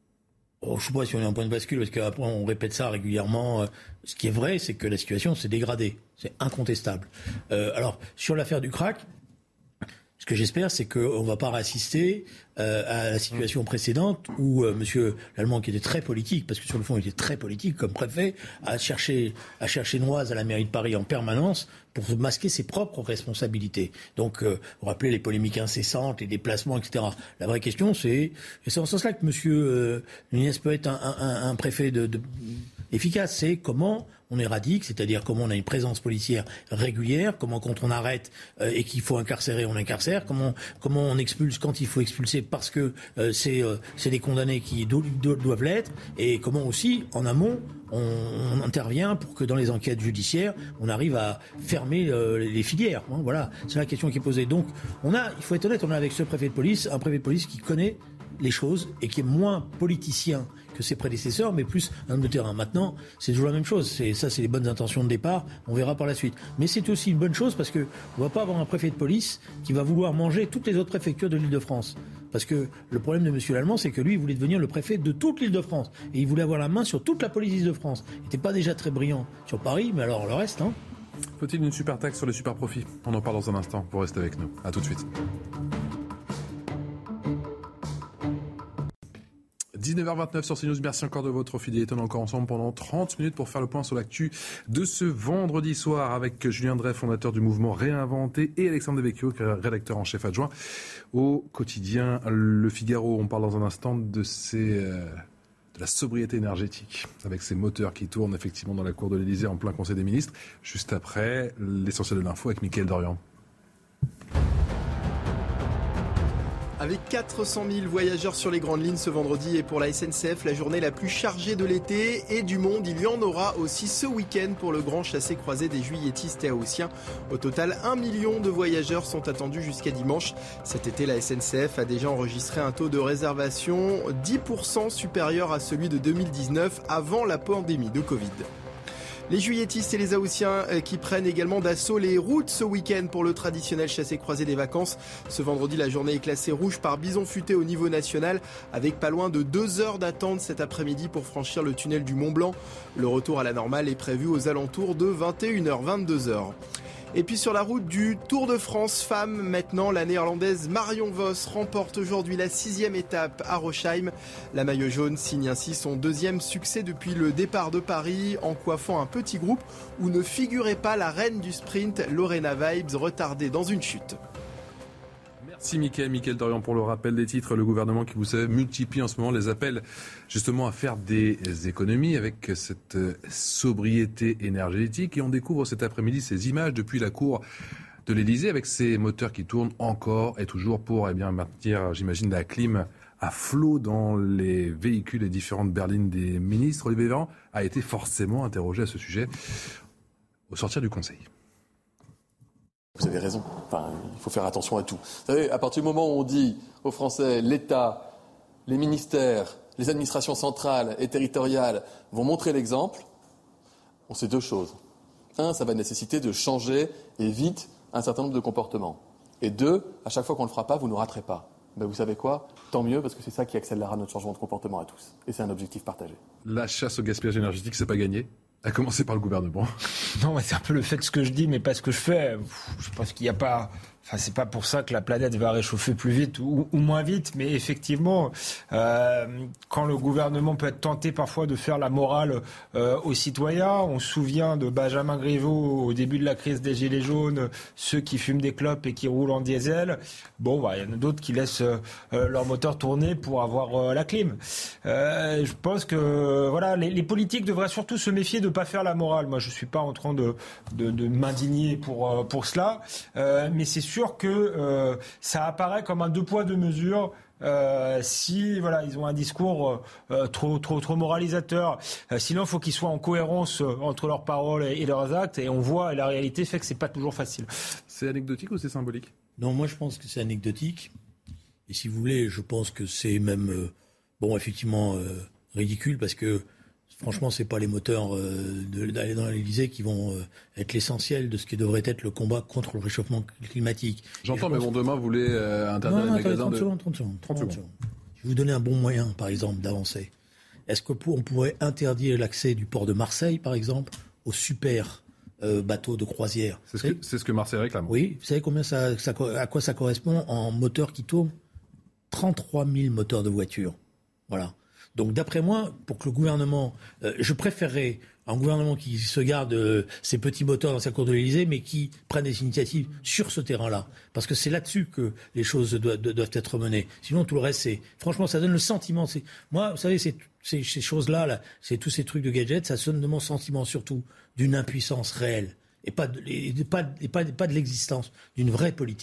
Oh, je ne sais pas si on est un point de bascule, parce qu'après on répète ça régulièrement. Ce qui est vrai, c'est que la situation s'est dégradée. C'est incontestable. Euh, alors, sur l'affaire du crack, ce que j'espère, c'est qu'on ne va pas assister euh, à la situation précédente où euh, Monsieur Lallement, qui était très politique, parce que sur le fond il était très politique comme préfet, a cherché, a cherché Noise à la mairie de Paris en permanence pour masquer ses propres responsabilités. Donc, euh, vous rappelez les polémiques incessantes, les déplacements, et cetera. La vraie question, c'est, et c'est en ce sens-là que Monsieur euh, Nunez peut être un, un, un préfet de, de, efficace, c'est comment on éradique, c'est-à-dire comment on a une présence policière régulière, comment quand on arrête euh, et qu'il faut incarcérer, on incarcère, comment comment on expulse quand il faut expulser parce que euh, c'est euh, c'est des condamnés qui do- do- doivent l'être, et comment aussi en amont on, on intervient pour que dans les enquêtes judiciaires on arrive à fermer euh, les filières. Hein, voilà, c'est la question qui est posée. Donc on a, il faut être honnête, on a avec ce préfet de police un préfet de police qui connaît les choses et qui est moins politicien que ses prédécesseurs, mais plus un homme de terrain. Maintenant, c'est toujours la même chose. C'est, ça, c'est les bonnes intentions de départ. On verra par la suite. Mais c'est aussi une bonne chose parce qu'on ne va pas avoir un préfet de police qui va vouloir manger toutes les autres préfectures de l'Île-de-France. Parce que le problème de M. Lallemand, c'est que lui, il voulait devenir le préfet de toute l'Île-de-France. Et il voulait avoir la main sur toute la police d'Île-de-France. Il n'était pas déjà très brillant sur Paris, mais alors le reste, hein. Faut-il une super taxe sur les super profits ? On en parle dans un instant. Vous restez avec nous. À tout de suite. dix-neuf heures vingt-neuf sur CNews, merci encore de votre fidélité. On est encore ensemble pendant trente minutes pour faire le point sur l'actu de ce vendredi soir avec Julien Drey, fondateur du mouvement Réinventé, et Alexandre Devecchio, rédacteur en chef adjoint au quotidien Le Figaro. On parle dans un instant de ces... Euh de la sobriété énergétique, avec ces moteurs qui tournent effectivement dans la cour de l'Élysée en plein Conseil des ministres. Juste après, l'essentiel de l'info avec Mickaël Dorian. Avec quatre cent mille voyageurs sur les grandes lignes ce vendredi et pour la S N C F, la journée la plus chargée de l'été et du monde, il y en aura aussi ce week-end pour le grand chassé-croisé des juilletistes et haussiens. Au total, un million de voyageurs sont attendus jusqu'à dimanche. Cet été, la S N C F a déjà enregistré un taux de réservation dix pour cent supérieur à celui de deux mille dix-neuf avant la pandémie de Covid. Les juilletistes et les haussiens qui prennent également d'assaut les routes ce week-end pour le traditionnel chassé-croisé des vacances. Ce vendredi, la journée est classée rouge par Bison Futé au niveau national, avec pas loin de deux heures d'attente cet après-midi pour franchir le tunnel du Mont Blanc. Le retour à la normale est prévu aux alentours de vingt et une heures, vingt-deux heures. Et puis sur la route du Tour de France femmes, maintenant, la néerlandaise Marion Vos remporte aujourd'hui la sixième étape à Rochheim. La maillot jaune signe ainsi son deuxième succès depuis le départ de Paris en coiffant un petit groupe où ne figurait pas la reine du sprint, Lorena Vibes, retardée dans une chute. Merci Mickaël, Mickaël Dorian pour le rappel des titres. Le gouvernement qui, vous savez, multiplie en ce moment les appels justement à faire des économies avec cette sobriété énergétique. Et on découvre cet après-midi ces images depuis la cour de l'Élysée avec ces moteurs qui tournent encore et toujours pour eh bien, maintenir, j'imagine, la clim à flot dans les véhicules et différentes berlines des ministres. Olivier Véran a été forcément interrogé à ce sujet au sortir du Conseil. Vous avez raison. Enfin, il faut faire attention à tout. Vous savez, à partir du moment où on dit aux Français, l'État, les ministères, les administrations centrales et territoriales vont montrer l'exemple, on sait deux choses. Un, ça va nécessiter de changer et vite un certain nombre de comportements. Et deux, à chaque fois qu'on ne le fera pas, vous ne raterez pas. Ben vous savez quoi ? Tant mieux, parce que c'est ça qui accélérera notre changement de comportement à tous. Et c'est un objectif partagé. La chasse au gaspillage énergétique, c'est pas gagné ? À commencer par le gouvernement. Non, mais c'est un peu le fait de ce que je dis, mais pas ce que je fais. Je pense qu'il n'y a pas... Enfin, c'est pas pour ça que la planète va réchauffer plus vite ou, ou moins vite, mais effectivement, euh, quand le gouvernement peut être tenté parfois de faire la morale euh, aux citoyens, on se souvient de Benjamin Griveaux au début de la crise des Gilets jaunes, ceux qui fument des clopes et qui roulent en diesel. Bon, bah, il y en a d'autres qui laissent euh, leur moteur tourner pour avoir euh, la clim. Euh, je pense que voilà, les, les politiques devraient surtout se méfier de ne pas faire la morale. Moi, je suis pas en train de, de, de m'indigner pour, euh, pour cela, euh, mais c'est sûr que euh, ça apparaît comme un deux poids deux mesures euh, si voilà ils ont un discours euh, trop trop trop moralisateur. Euh, sinon, il faut qu'ils soient en cohérence euh, entre leurs paroles et, et leurs actes. Et on voit, et la réalité fait que c'est pas toujours facile. C'est anecdotique ou c'est symbolique ? Non, moi je pense que c'est anecdotique. Et si vous voulez, je pense que c'est même euh, bon effectivement euh, ridicule parce que franchement, c'est pas les moteurs euh, de, d'aller dans l'Élysée qui vont euh, être l'essentiel de ce qui devrait être le combat contre le réchauffement climatique. J'entends, mais bon, demain, vous voulez euh, interdire les magasins trente de... secondes, trente secondes, trente secondes. Je vais vous donner un bon moyen, par exemple, d'avancer. Est-ce qu'on pourrait interdire l'accès du port de Marseille, par exemple, aux super euh, bateaux de croisière ? C'est ce, que, c'est ce que Marseille réclame. Oui, vous savez combien ça, ça, à quoi ça correspond en moteurs qui tournent ? trente-trois mille moteurs de voitures. Voilà. Donc d'après moi, pour que le gouvernement, euh, je préférerais un gouvernement qui se garde euh, ses petits moteurs dans sa cour de l'Élysée, mais qui prenne des initiatives sur ce terrain-là, parce que c'est là-dessus que les choses doivent, doivent être menées. Sinon, tout le reste, c'est franchement, ça donne le sentiment. C'est moi, vous savez, c'est, c'est ces choses-là, là, c'est tous ces trucs de gadgets, ça sonne de mon sentiment surtout d'une impuissance réelle et pas de, et pas, et pas, pas de l'existence d'une vraie politique.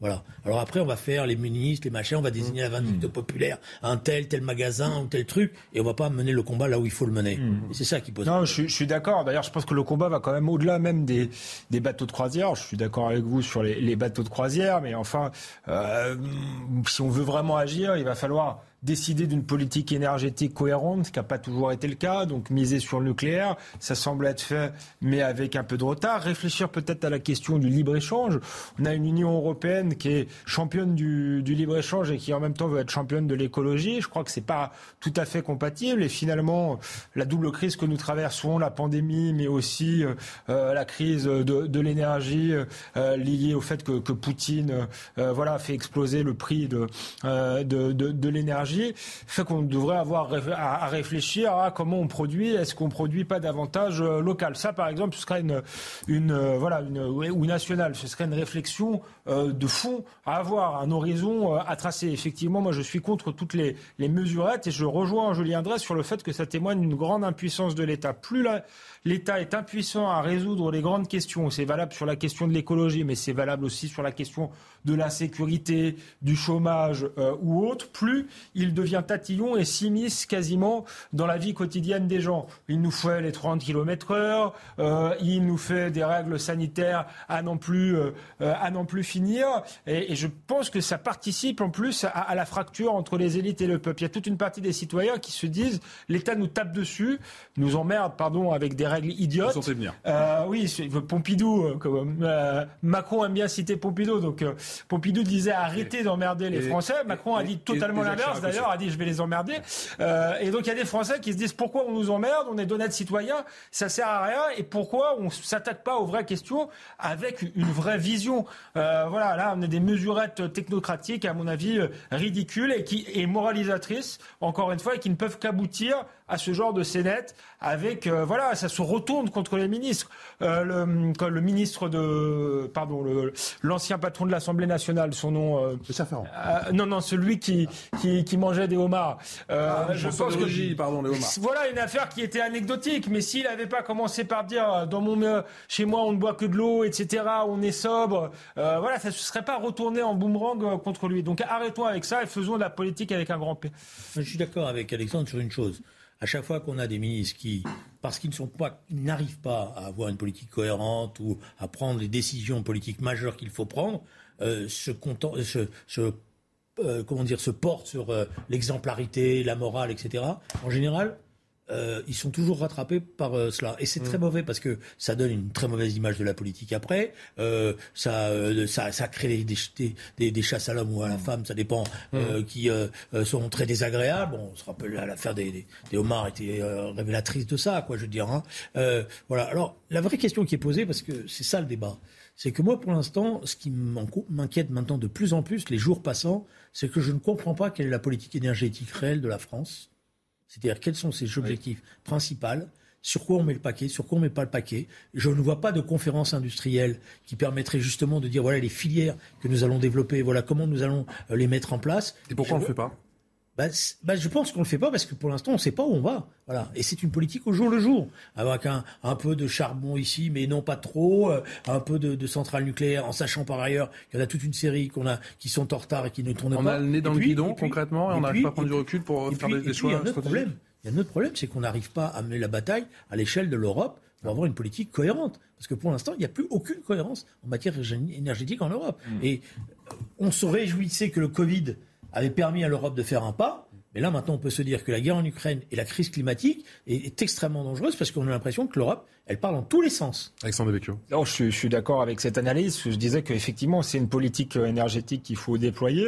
Voilà. Alors après, on va faire les ministres, les machins, on va désigner la vindicte populaire, un tel, tel magasin ou tel truc, et on va pas mener le combat là où il faut le mener. Mmh. Et c'est ça qui pose. Non, je, je suis d'accord. D'ailleurs, je pense que le combat va quand même au-delà même des, des bateaux de croisière. Je suis d'accord avec vous sur les, les bateaux de croisière, mais enfin, euh, si on veut vraiment agir, il va falloir décider d'une politique énergétique cohérente, ce qui n'a pas toujours été le cas, donc miser sur le nucléaire, ça semble être fait, mais avec un peu de retard. Réfléchir peut-être à la question du libre-échange. On a une Union européenne qui est championne du, du libre-échange et qui en même temps veut être championne de l'écologie. Je crois que c'est pas tout à fait compatible. Et finalement, la double crise que nous traversons, la pandémie, mais aussi euh, la crise de, de l'énergie euh, liée au fait que, que Poutine euh, voilà, fait exploser le prix de, euh, de, de, de l'énergie, fait qu'on devrait avoir à réfléchir à comment on produit. Est-ce qu'on produit pas davantage local? Ça, par exemple, ce serait une, une voilà, une ou nationale. Ce serait une réflexion euh, de fond à avoir, un horizon euh, à tracer. Effectivement, moi, je suis contre toutes les, les mesurettes et je rejoins Julien Drey sur le fait que ça témoigne d'une grande impuissance de l'État. Plus la, l'État est impuissant à résoudre les grandes questions, c'est valable sur la question de l'écologie, mais c'est valable aussi sur la question de l'insécurité, du chômage euh, ou autre, plus il devient tatillon et s'immisce quasiment dans la vie quotidienne des gens. Il nous fait les trente kilomètres heure, euh, il nous fait des règles sanitaires à n'en plus, euh, à n'en plus finir, et, et je pense que ça participe en plus à, à la fracture entre les élites et le peuple. Il y a toute une partie des citoyens qui se disent l'État nous tape dessus, nous emmerde, pardon, avec des règles idiotes. Vous sentez bien. Euh, oui, Pompidou, euh, comme, euh, Macron aime bien citer Pompidou, donc euh, Pompidou disait arrêtez d'emmerder les Français. Macron a dit totalement l'inverse d'ailleurs, a dit je vais les emmerder. Euh, et donc il y a des Français qui se disent pourquoi on nous emmerde, on est d'honnêtes citoyens, ça sert à rien, et pourquoi on s'attaque pas aux vraies questions avec une vraie vision. Euh, voilà, là on a des mesurettes technocratiques à mon avis ridicules et qui et moralisatrices encore une fois et qui ne peuvent qu'aboutir à ce genre de scénette avec euh, voilà, ça se retourne contre les ministres. Euh, le, le ministre de pardon le, l'ancien patron de l'Assemblée nationale, son nom euh, euh, non non celui qui qui, qui mangeait des homards. Euh, ah, je pense que Rugy, pardon, les homards. Voilà une affaire qui était anecdotique, mais s'il n'avait pas commencé par dire dans mon euh, chez moi on ne boit que de l'eau, et cetera, on est sobre, euh, voilà, ça ne se serait pas retourné en boomerang euh, contre lui. Donc arrêtons avec ça et faisons de la politique avec un grand P. Je suis d'accord avec Alexandre sur une chose. À chaque fois qu'on a des ministres qui, parce qu'ils ne sont pas, ils n'arrivent pas à avoir une politique cohérente ou à prendre les décisions politiques majeures qu'il faut prendre, euh, se, content, se, se euh, comment dire, se portent sur euh, l'exemplarité, la morale, et cetera. En général, euh, ils sont toujours rattrapés par euh, cela. Et c'est mmh. très mauvais parce que ça donne une très mauvaise image de la politique après. Euh, ça, euh, ça, ça crée des, des, des chasses à l'homme ou à la femme, ça dépend, mmh. euh, qui euh, sont très désagréables. Bon, on se rappelle l'affaire des, des, des homards était euh, révélatrice de ça, quoi, je veux dire. Hein. Euh, voilà. Alors, la vraie question qui est posée, parce que c'est ça le débat, c'est que moi, pour l'instant, ce qui m'inquiète maintenant de plus en plus, les jours passant, c'est que je ne comprends pas quelle est la politique énergétique réelle de la France. C'est-à-dire quels sont ses objectifs oui. principaux, sur quoi on met le paquet, sur quoi on ne met pas le paquet. Je ne vois pas de conférence industrielle qui permettrait justement de dire voilà les filières que nous allons développer, voilà comment nous allons les mettre en place. Et pourquoi je... on ne le fait pas ? Bah, bah, je pense qu'on ne le fait pas parce que pour l'instant, on ne sait pas où on va. Voilà. Et c'est une politique au jour le jour. Avec un, un peu de charbon ici, mais non pas trop. Euh, un peu de, de centrales nucléaires, en sachant par ailleurs qu'il y en a toute une série qu'on a, qui sont en retard et qui ne tournent on pas. On a le nez dans et le puis, guidon, et puis, concrètement, et, et on n'arrive pas à prendre du recul pour faire puis, des, des choix il y a un autre stratégiques. problème. Il y a un autre problème, c'est qu'on n'arrive pas à mener la bataille à l'échelle de l'Europe pour avoir une politique cohérente. Parce que pour l'instant, il n'y a plus aucune cohérence en matière énergétique en Europe. Mmh. Et on se réjouissait que le Covid avait permis à l'Europe de faire un pas. Mais là, maintenant, on peut se dire que la guerre en Ukraine et la crise climatique est, est extrêmement dangereuse parce qu'on a l'impression que l'Europe, elle part dans tous les sens. Alexandre Devecchio. Non, je suis, je suis d'accord avec cette analyse. Je disais qu'effectivement, c'est une politique énergétique qu'il faut déployer.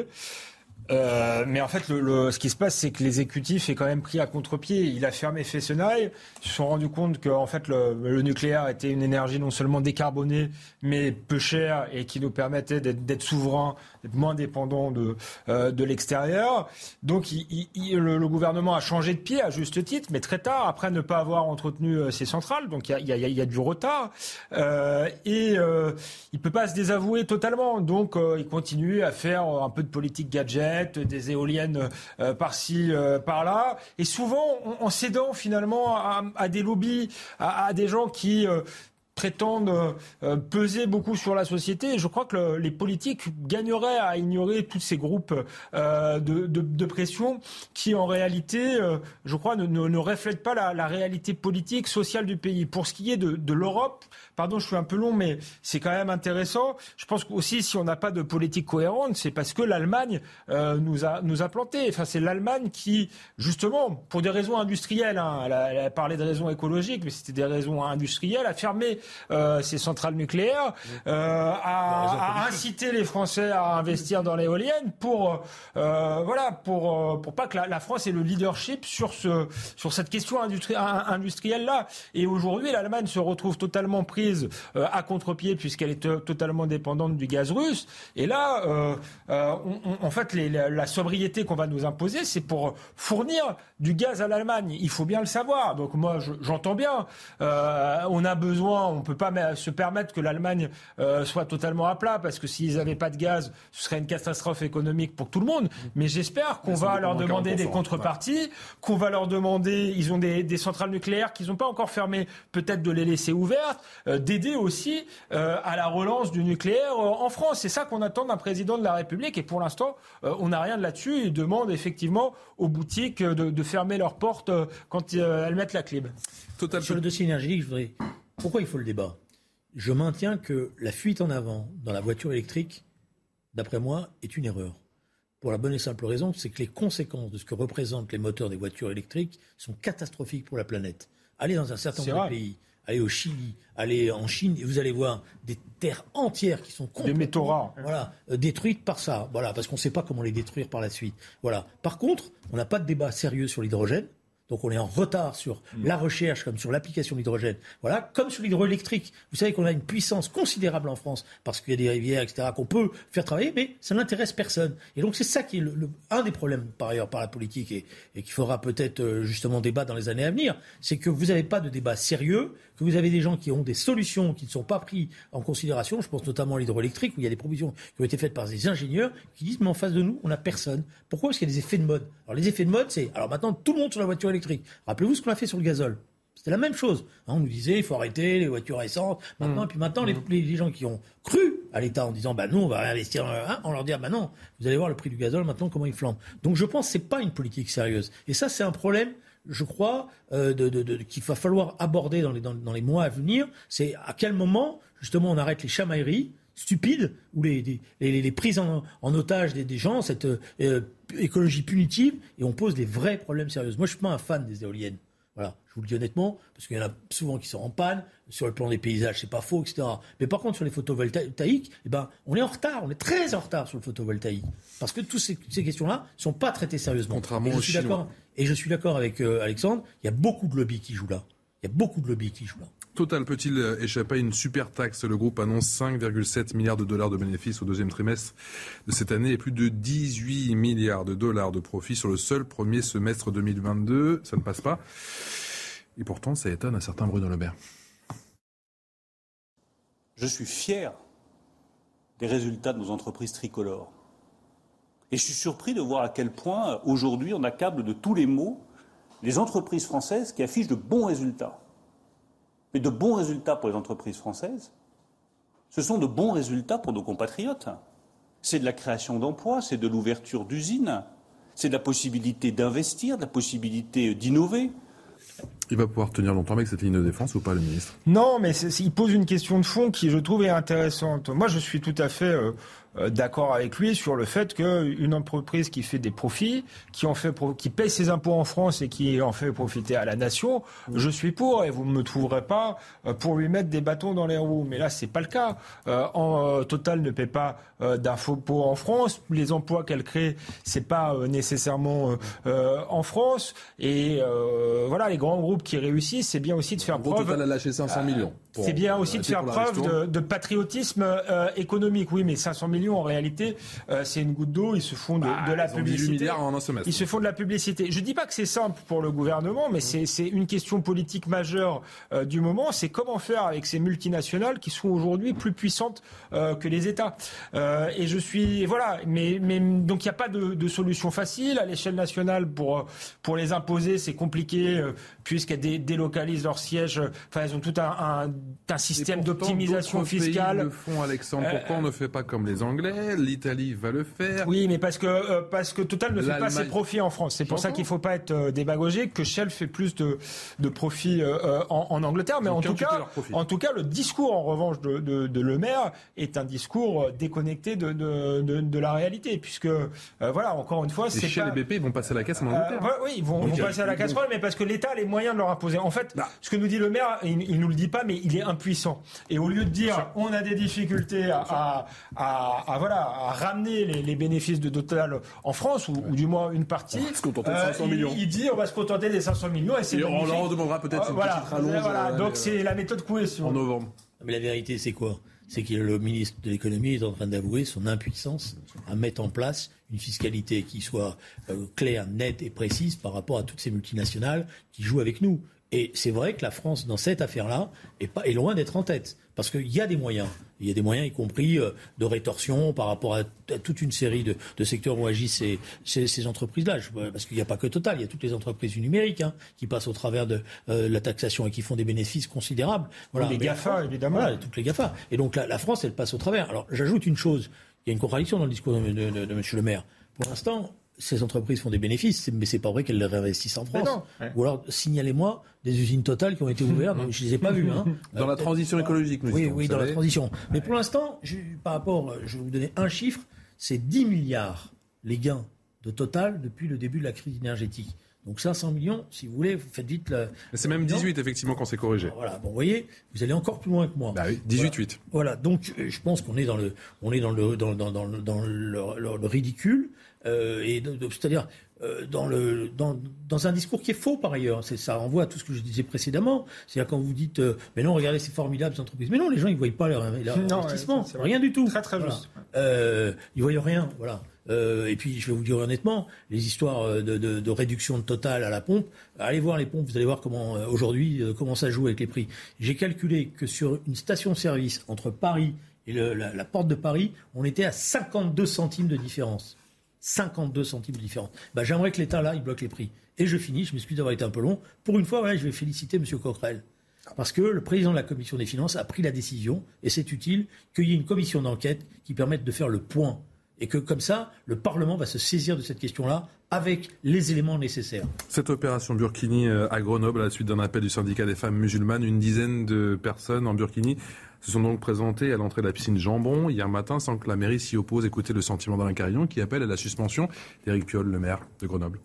Euh, mais en fait, le, le, ce qui se passe, c'est que l'exécutif est quand même pris à contre-pied. Il a fermé Fessenheim. Ils se sont rendus compte que, en fait, le, le nucléaire était une énergie non seulement décarbonée, mais peu chère et qui nous permettait d'être, d'être souverains, d'être moins dépendants de, euh, de l'extérieur. Donc, il, il, le, le gouvernement a changé de pied à juste titre, mais très tard, après ne pas avoir entretenu euh, ses centrales. Donc, il y a, il y a, il y a du retard. Euh, et euh, il peut pas se désavouer totalement. Donc, euh, il continue à faire un peu de politique gadget, des éoliennes euh, par-ci, euh, par-là, et souvent en, en cédant finalement à, à des lobbies, à, à des gens qui euh, prétendent euh, peser beaucoup sur la société. Et je crois que le, les politiques gagneraient à ignorer tous ces groupes euh, de, de, de pression qui, en réalité, euh, je crois, ne, ne, ne reflètent pas la, la réalité politique, sociale du pays. Pour ce qui est de, de l'Europe, pardon, je suis un peu long, mais c'est quand même intéressant. Je pense aussi, si on n'a pas de politique cohérente, c'est parce que l'Allemagne euh, nous a nous a plantés. Enfin, c'est l'Allemagne qui, justement, pour des raisons industrielles, hein, elle, a, elle a parlé de raisons écologiques, mais c'était des raisons industrielles, a fermé Euh, ces centrales nucléaires, euh, à, à inciter les Français à investir dans l'éolienne pour euh, voilà pour pour pas que la, la France ait le leadership sur ce sur cette question industrie, industrielle là. Et aujourd'hui, l'Allemagne se retrouve totalement prise euh, à contre-pied puisqu'elle est t- totalement dépendante du gaz russe. Et là, euh, euh, on, on, en fait, les, la, la sobriété qu'on va nous imposer, c'est pour fournir du gaz à l'Allemagne. Il faut bien le savoir. Donc moi, je, j'entends bien. Euh, on a besoin. On peut pas se permettre que l'Allemagne euh, soit totalement à plat, parce que s'ils n'avaient pas de gaz, ce serait une catastrophe économique pour tout le monde. Mais j'espère qu'on va leur demander des contreparties, qu'on va leur demander, ils ont des, des centrales nucléaires qu'ils n'ont pas encore fermées, peut-être de les laisser ouvertes, euh, d'aider aussi euh, à la relance du nucléaire euh, en France. C'est ça qu'on attend d'un président de la République, et pour l'instant, euh, on n'a rien de là-dessus. Ils demandent effectivement aux boutiques de, de fermer leurs portes euh, quand euh, elles mettent la clim. Total. Sur le dossier énergétique, je voudrais... Pourquoi il faut le débat ? Je maintiens que la fuite en avant dans la voiture électrique, d'après moi, est une erreur. Pour la bonne et simple raison, c'est que les conséquences de ce que représentent les moteurs des voitures électriques sont catastrophiques pour la planète. Allez dans un certain nombre de pays, allez au Chili, allez en Chine, et vous allez voir des terres entières qui sont complètement, des métaux rares, voilà, euh, détruites par ça. Voilà, parce qu'on ne sait pas comment les détruire par la suite. Voilà. Par contre, on n'a pas de débat sérieux sur l'hydrogène. Donc on est en retard sur la recherche comme sur l'application de l'hydrogène. Voilà, comme sur l'hydroélectrique. Vous savez qu'on a une puissance considérable en France parce qu'il y a des rivières, et cetera, qu'on peut faire travailler, mais ça n'intéresse personne. Et donc c'est ça qui est le, le, un des problèmes par ailleurs par la politique et, et qu'il faudra peut-être euh, justement débattre dans les années à venir, c'est que vous n'avez pas de débat sérieux, que vous avez des gens qui ont des solutions qui ne sont pas prises en considération. Je pense notamment à l'hydroélectrique où il y a des propositions qui ont été faites par des ingénieurs qui disent mais en face de nous on n'a personne. Pourquoi ? Parce qu'il y a des effets de mode. Alors les effets de mode, c'est alors maintenant tout le monde sur la voiture électrique. Rappelez-vous ce qu'on a fait sur le gazole. C'était la même chose. On nous disait il faut arrêter les voitures récentes. Maintenant, mmh. et puis maintenant, mmh. les, les gens qui ont cru à l'État en disant bah nous on va réinvestir, hein, on leur dit ah bah non, vous allez voir le prix du gazole maintenant comment il flambe. Donc je pense que c'est pas une politique sérieuse. Et ça c'est un problème, je crois, euh, de, de, de, qu'il va falloir aborder dans les, dans, dans les mois à venir. C'est à quel moment justement on arrête les chamailleries stupides ou les, les, les, les prises en, en otage des, des gens, cette euh, écologie punitive, et on pose des vrais problèmes sérieux. Moi, je suis pas un fan des éoliennes. Voilà, je vous le dis honnêtement, parce qu'il y en a souvent qui sont en panne. Sur le plan des paysages, c'est pas faux, et cetera. Mais par contre, sur les photovoltaïques, eh ben, on est en retard, on est très en retard sur le photovoltaïque, parce que toutes ces, ces questions-là sont pas traitées sérieusement. Contrairement et je aux suis Chinois. d'accord, et je suis d'accord avec euh, Alexandre. Il y a beaucoup de lobbies qui jouent là. Il y a beaucoup de lobbies qui jouent là. Total peut-il échapper à une super taxe ? Le groupe annonce cinq virgule sept milliards de dollars de bénéfices au deuxième trimestre de cette année et plus de dix-huit milliards de dollars de profits sur le seul premier semestre deux mille vingt-deux. Ça ne passe pas. Et pourtant, ça étonne un certain Bruno Le Maire. Je suis fier des résultats de nos entreprises tricolores. Et je suis surpris de voir à quel point, aujourd'hui, on accable de tous les maux les entreprises françaises qui affichent de bons résultats. Mais de bons résultats pour les entreprises françaises, ce sont de bons résultats pour nos compatriotes. C'est de la création d'emplois, c'est de l'ouverture d'usines, c'est de la possibilité d'investir, de la possibilité d'innover. Il va pouvoir tenir longtemps avec cette ligne de défense ou pas, le ministre ? Non, mais c'est, il pose une question de fond qui, je trouve, est intéressante. Moi, je suis tout à fait euh, euh, d'accord avec lui sur le fait qu'une entreprise qui fait des profits, qui en fait, qui paye ses impôts en France et qui en fait profiter à la nation, mmh. je suis pour, et vous ne me trouverez pas euh, pour lui mettre des bâtons dans les roues. Mais là, c'est pas le cas. Euh, en, euh, Total ne paie pas euh, d'impôts en France. Les emplois qu'elle crée, c'est pas euh, nécessairement euh, euh, en France. Et euh, voilà, les grands groupes qui réussissent, c'est bien aussi de faire preuve. Total a lâché cinq cents millions. Pour, c'est bien aussi de faire preuve de, de patriotisme euh, économique. Oui, mais cinq cents millions en réalité, euh, c'est une goutte d'eau. Ils se font de, bah, de la publicité. milliards en un semestre. Ils se font de la publicité. Je dis pas que c'est simple pour le gouvernement, mais c'est, c'est une question politique majeure euh, du moment. C'est comment faire avec ces multinationales qui sont aujourd'hui plus puissantes euh, que les États. Euh, et je suis voilà. Mais, mais donc il n'y a pas de, de solution facile à l'échelle nationale pour pour les imposer. C'est compliqué euh, puisqu'elles dé, délocalisent leur siège. Enfin, elles ont tout un, un d'un système d'optimisation fiscale. Pays le font, Alexandre. Pourquoi euh, on ne fait pas comme les Anglais? L'Italie va le faire. Oui, mais parce que euh, parce que Total ne fait pas ses profits en France. C'est pour ça qu'il ne faut pas être euh, démagogique. Que Shell fait plus de de profits euh, en, en Angleterre, mais en tout cas, en tout cas, le discours en revanche de, de, de Le Maire est un discours déconnecté de de, de, de la réalité, puisque euh, voilà, encore une fois, et c'est Shell pas... et B P ils vont passer à la caisse en Angleterre. Euh, oui, ils vont, vont passer à la casserole, mais parce que l'État a les moyens de leur imposer. En fait, bah. ce que nous dit Le Maire, il, il nous le dit pas, mais il est impuissant. Et au lieu de dire on a des difficultés à, à, à, à voilà à ramener les, les bénéfices de Total en France, ou, ouais. ou du moins une partie, on va se contenter de cinq cents millions. Il, il dit on va se contenter des cinq cent millions et c'est et on leur en demandera peut-être euh, une voilà, petite rallonge. Voilà, euh, donc euh, c'est la méthode cohésion. En novembre. Mais la vérité, c'est quoi? C'est que le ministre de l'économie est en train d'avouer son impuissance à mettre en place une fiscalité qui soit euh, claire, nette et précise par rapport à toutes ces multinationales qui jouent avec nous. Et c'est vrai que la France, dans cette affaire-là, est, pas, est loin d'être en tête. Parce qu'il y a des moyens. Il y a des moyens, y compris euh, de rétorsion par rapport à, à toute une série de, de secteurs où agissent ces, ces, ces entreprises-là. Je, parce qu'il n'y a pas que Total, il y a toutes les entreprises du numérique hein, qui passent au travers de euh, la taxation et qui font des bénéfices considérables. Voilà. Les GAFA, France, évidemment. Voilà, toutes les GAFA. Et donc la, la France, elle passe au travers. Alors j'ajoute une chose. Il y a une contradiction dans le discours de, de, de, de M. Le Maire. Pour l'instant, ces entreprises font des bénéfices, mais c'est pas vrai qu'elles les réinvestissent en France. Ouais. Ou alors, signalez-moi des usines Total qui ont été ouvertes. Je les ai pas vues. Hein. Dans euh, la transition écologique, nous Oui, disons, oui, dans savez. la transition. Mais pour l'instant, je, par rapport, je vais vous donner un chiffre, c'est dix milliards les gains de Total depuis le début de la crise énergétique. Donc cinq cents millions, si vous voulez, vous faites vite la... Mais c'est même dix-huit, effectivement, quand c'est corrigé. Alors voilà, bon, vous voyez, vous allez encore plus loin que moi. Bah oui, dix-huit huit. Voilà. voilà, donc je pense qu'on est dans le, on est dans le, dans, dans, dans, dans le, le, le ridicule, euh, et de, de, c'est-à-dire euh, dans, le, dans, dans un discours qui est faux par ailleurs. C'est, ça renvoie à tout ce que je disais précédemment. C'est-à-dire quand vous dites, euh, mais non, regardez, c'est formidable ces entreprises. Mais non, les gens, ils ne voient pas leur, leur non, investissement. Ouais, rien du tout. Très, très voilà. juste. Euh, ils ne voient rien, voilà. Euh, et puis, je vais vous dire honnêtement, les histoires de, de, de réduction de Total à la pompe, allez voir les pompes, vous allez voir comment euh, aujourd'hui euh, comment ça joue avec les prix. J'ai calculé que sur une station-service entre Paris et le, la, la porte de Paris, on était à cinquante-deux centimes de différence. cinquante-deux centimes de différence. Ben, j'aimerais que l'État, là, il bloque les prix. Et je finis, je m'excuse d'avoir été un peu long. Pour une fois, voilà, je vais féliciter M. Coquerel. Parce que le président de la Commission des Finances a pris la décision, et c'est utile, qu'il y ait une commission d'enquête qui permette de faire le point. Et que comme ça, le Parlement va se saisir de cette question-là avec les éléments nécessaires. Cette opération Burkini à Grenoble, à la suite d'un appel du syndicat des femmes musulmanes, une dizaine de personnes en Burkini se sont donc présentées à l'entrée de la piscine Jambon hier matin sans que la mairie s'y oppose. Écoutez le sentiment d'Alain Carillon qui appelle à la suspension d'Éric Piolle, le maire de Grenoble.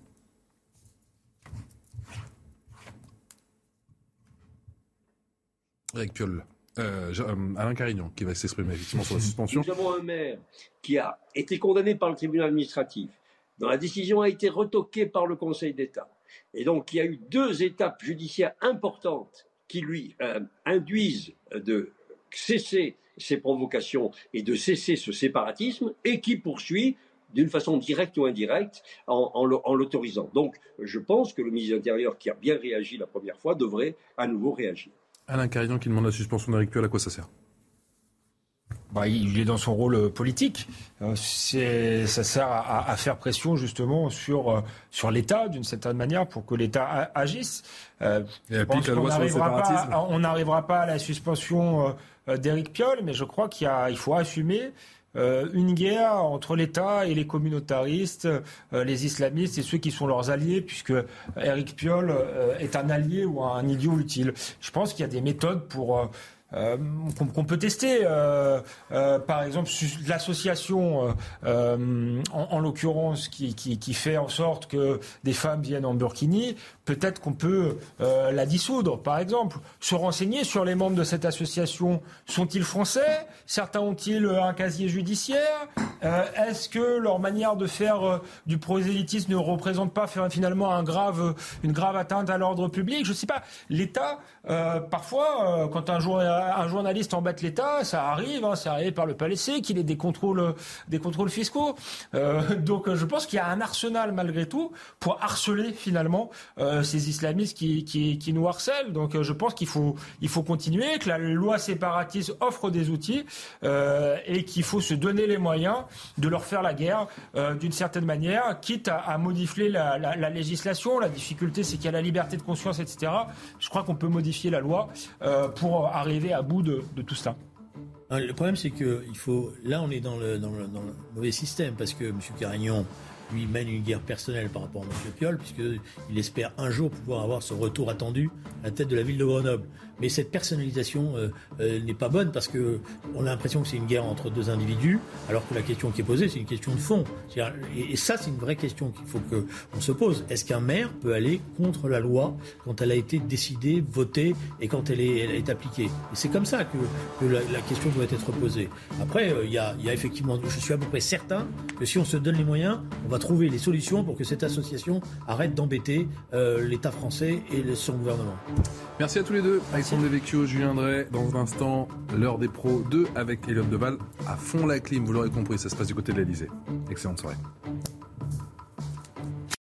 Éric Piolle. Euh, Alain Carignon qui va s'exprimer effectivement sur la suspension. Nous avons un maire qui a été condamné par le tribunal administratif, dont la décision a été retoquée par le Conseil d'État. Et donc il y a eu deux étapes judiciaires importantes qui lui euh, induisent de cesser ces provocations et de cesser ce séparatisme et qui poursuit d'une façon directe ou indirecte en, en, en l'autorisant. Donc je pense que le ministre de l'Intérieur, qui a bien réagi la première fois, devrait à nouveau réagir. Alain Carignon qui demande la suspension d'Éric Piolle, à quoi ça sert ? Bah, il est dans son rôle politique. Euh, c'est, ça sert à, à faire pression justement sur, euh, sur l'État d'une certaine manière pour que l'État a, agisse. Euh, Et applique la loi sur le séparatisme. On n'arrivera pas à la suspension euh, d'Éric Piolle, mais je crois qu'il y a, il faut assumer Euh, une guerre entre l'État et les communautaristes, euh, les islamistes et ceux qui sont leurs alliés, puisque Éric Piolle euh, est un allié ou un idiot utile. Je pense qu'il y a des méthodes pour euh, euh, qu'on, qu'on peut tester. Euh, euh, par exemple, l'association, euh, euh, en, en l'occurrence, qui, qui, qui fait en sorte que des femmes viennent en burkini. Peut-être qu'on peut euh, la dissoudre, par exemple. Se renseigner sur les membres de cette association. Sont-ils français ? Certains ont-ils un casier judiciaire ? euh, Est-ce que leur manière de faire euh, du prosélytisme ne représente pas finalement un grave, une grave atteinte à l'ordre public ? Je ne sais pas. L'État, euh, parfois, euh, quand un, jour, un journaliste embête l'État, ça arrive, hein, c'est arrivé par le Palais C, qu'il ait des contrôles, des contrôles fiscaux. Euh, donc je pense qu'il y a un arsenal malgré tout pour harceler finalement euh, ces islamistes qui, qui, qui nous harcèlent. Donc euh, je pense qu'il faut, il faut continuer, que la loi séparatiste offre des outils euh, et qu'il faut se donner les moyens de leur faire la guerre euh, d'une certaine manière, quitte à, à modifier la, la, la législation. La difficulté, c'est qu'il y a la liberté de conscience, et cetera. Je crois qu'on peut modifier la loi euh, pour arriver aller à bout de, de tout ça. Le problème, c'est que il faut. Là, on est dans le, dans le, dans le mauvais système parce que M. Carignan, lui, mène une guerre personnelle par rapport à M. Piolle, puisqu'il espère un jour pouvoir avoir ce retour attendu à la tête de la ville de Grenoble. Mais cette personnalisation euh, euh, n'est pas bonne parce que on a l'impression que c'est une guerre entre deux individus, alors que la question qui est posée, c'est une question de fond. Et, et ça, c'est une vraie question qu'il faut qu'on se pose. Est-ce qu'un maire peut aller contre la loi quand elle a été décidée, votée et quand elle est, elle est appliquée? Et c'est comme ça que, que la, la question doit être posée. Après, il euh, y, a, y a effectivement, je suis à peu près certain que si on se donne les moyens, on va trouver les solutions pour que cette association arrête d'embêter euh, l'État français et le, son gouvernement. Merci à tous les deux. Alexandre Devecchio, Julien Drey. Dans un instant, l'heure des pros deux avec Elliott Deval à fond la clim. Vous l'aurez compris, ça se passe du côté de l'Elysée. Excellente soirée.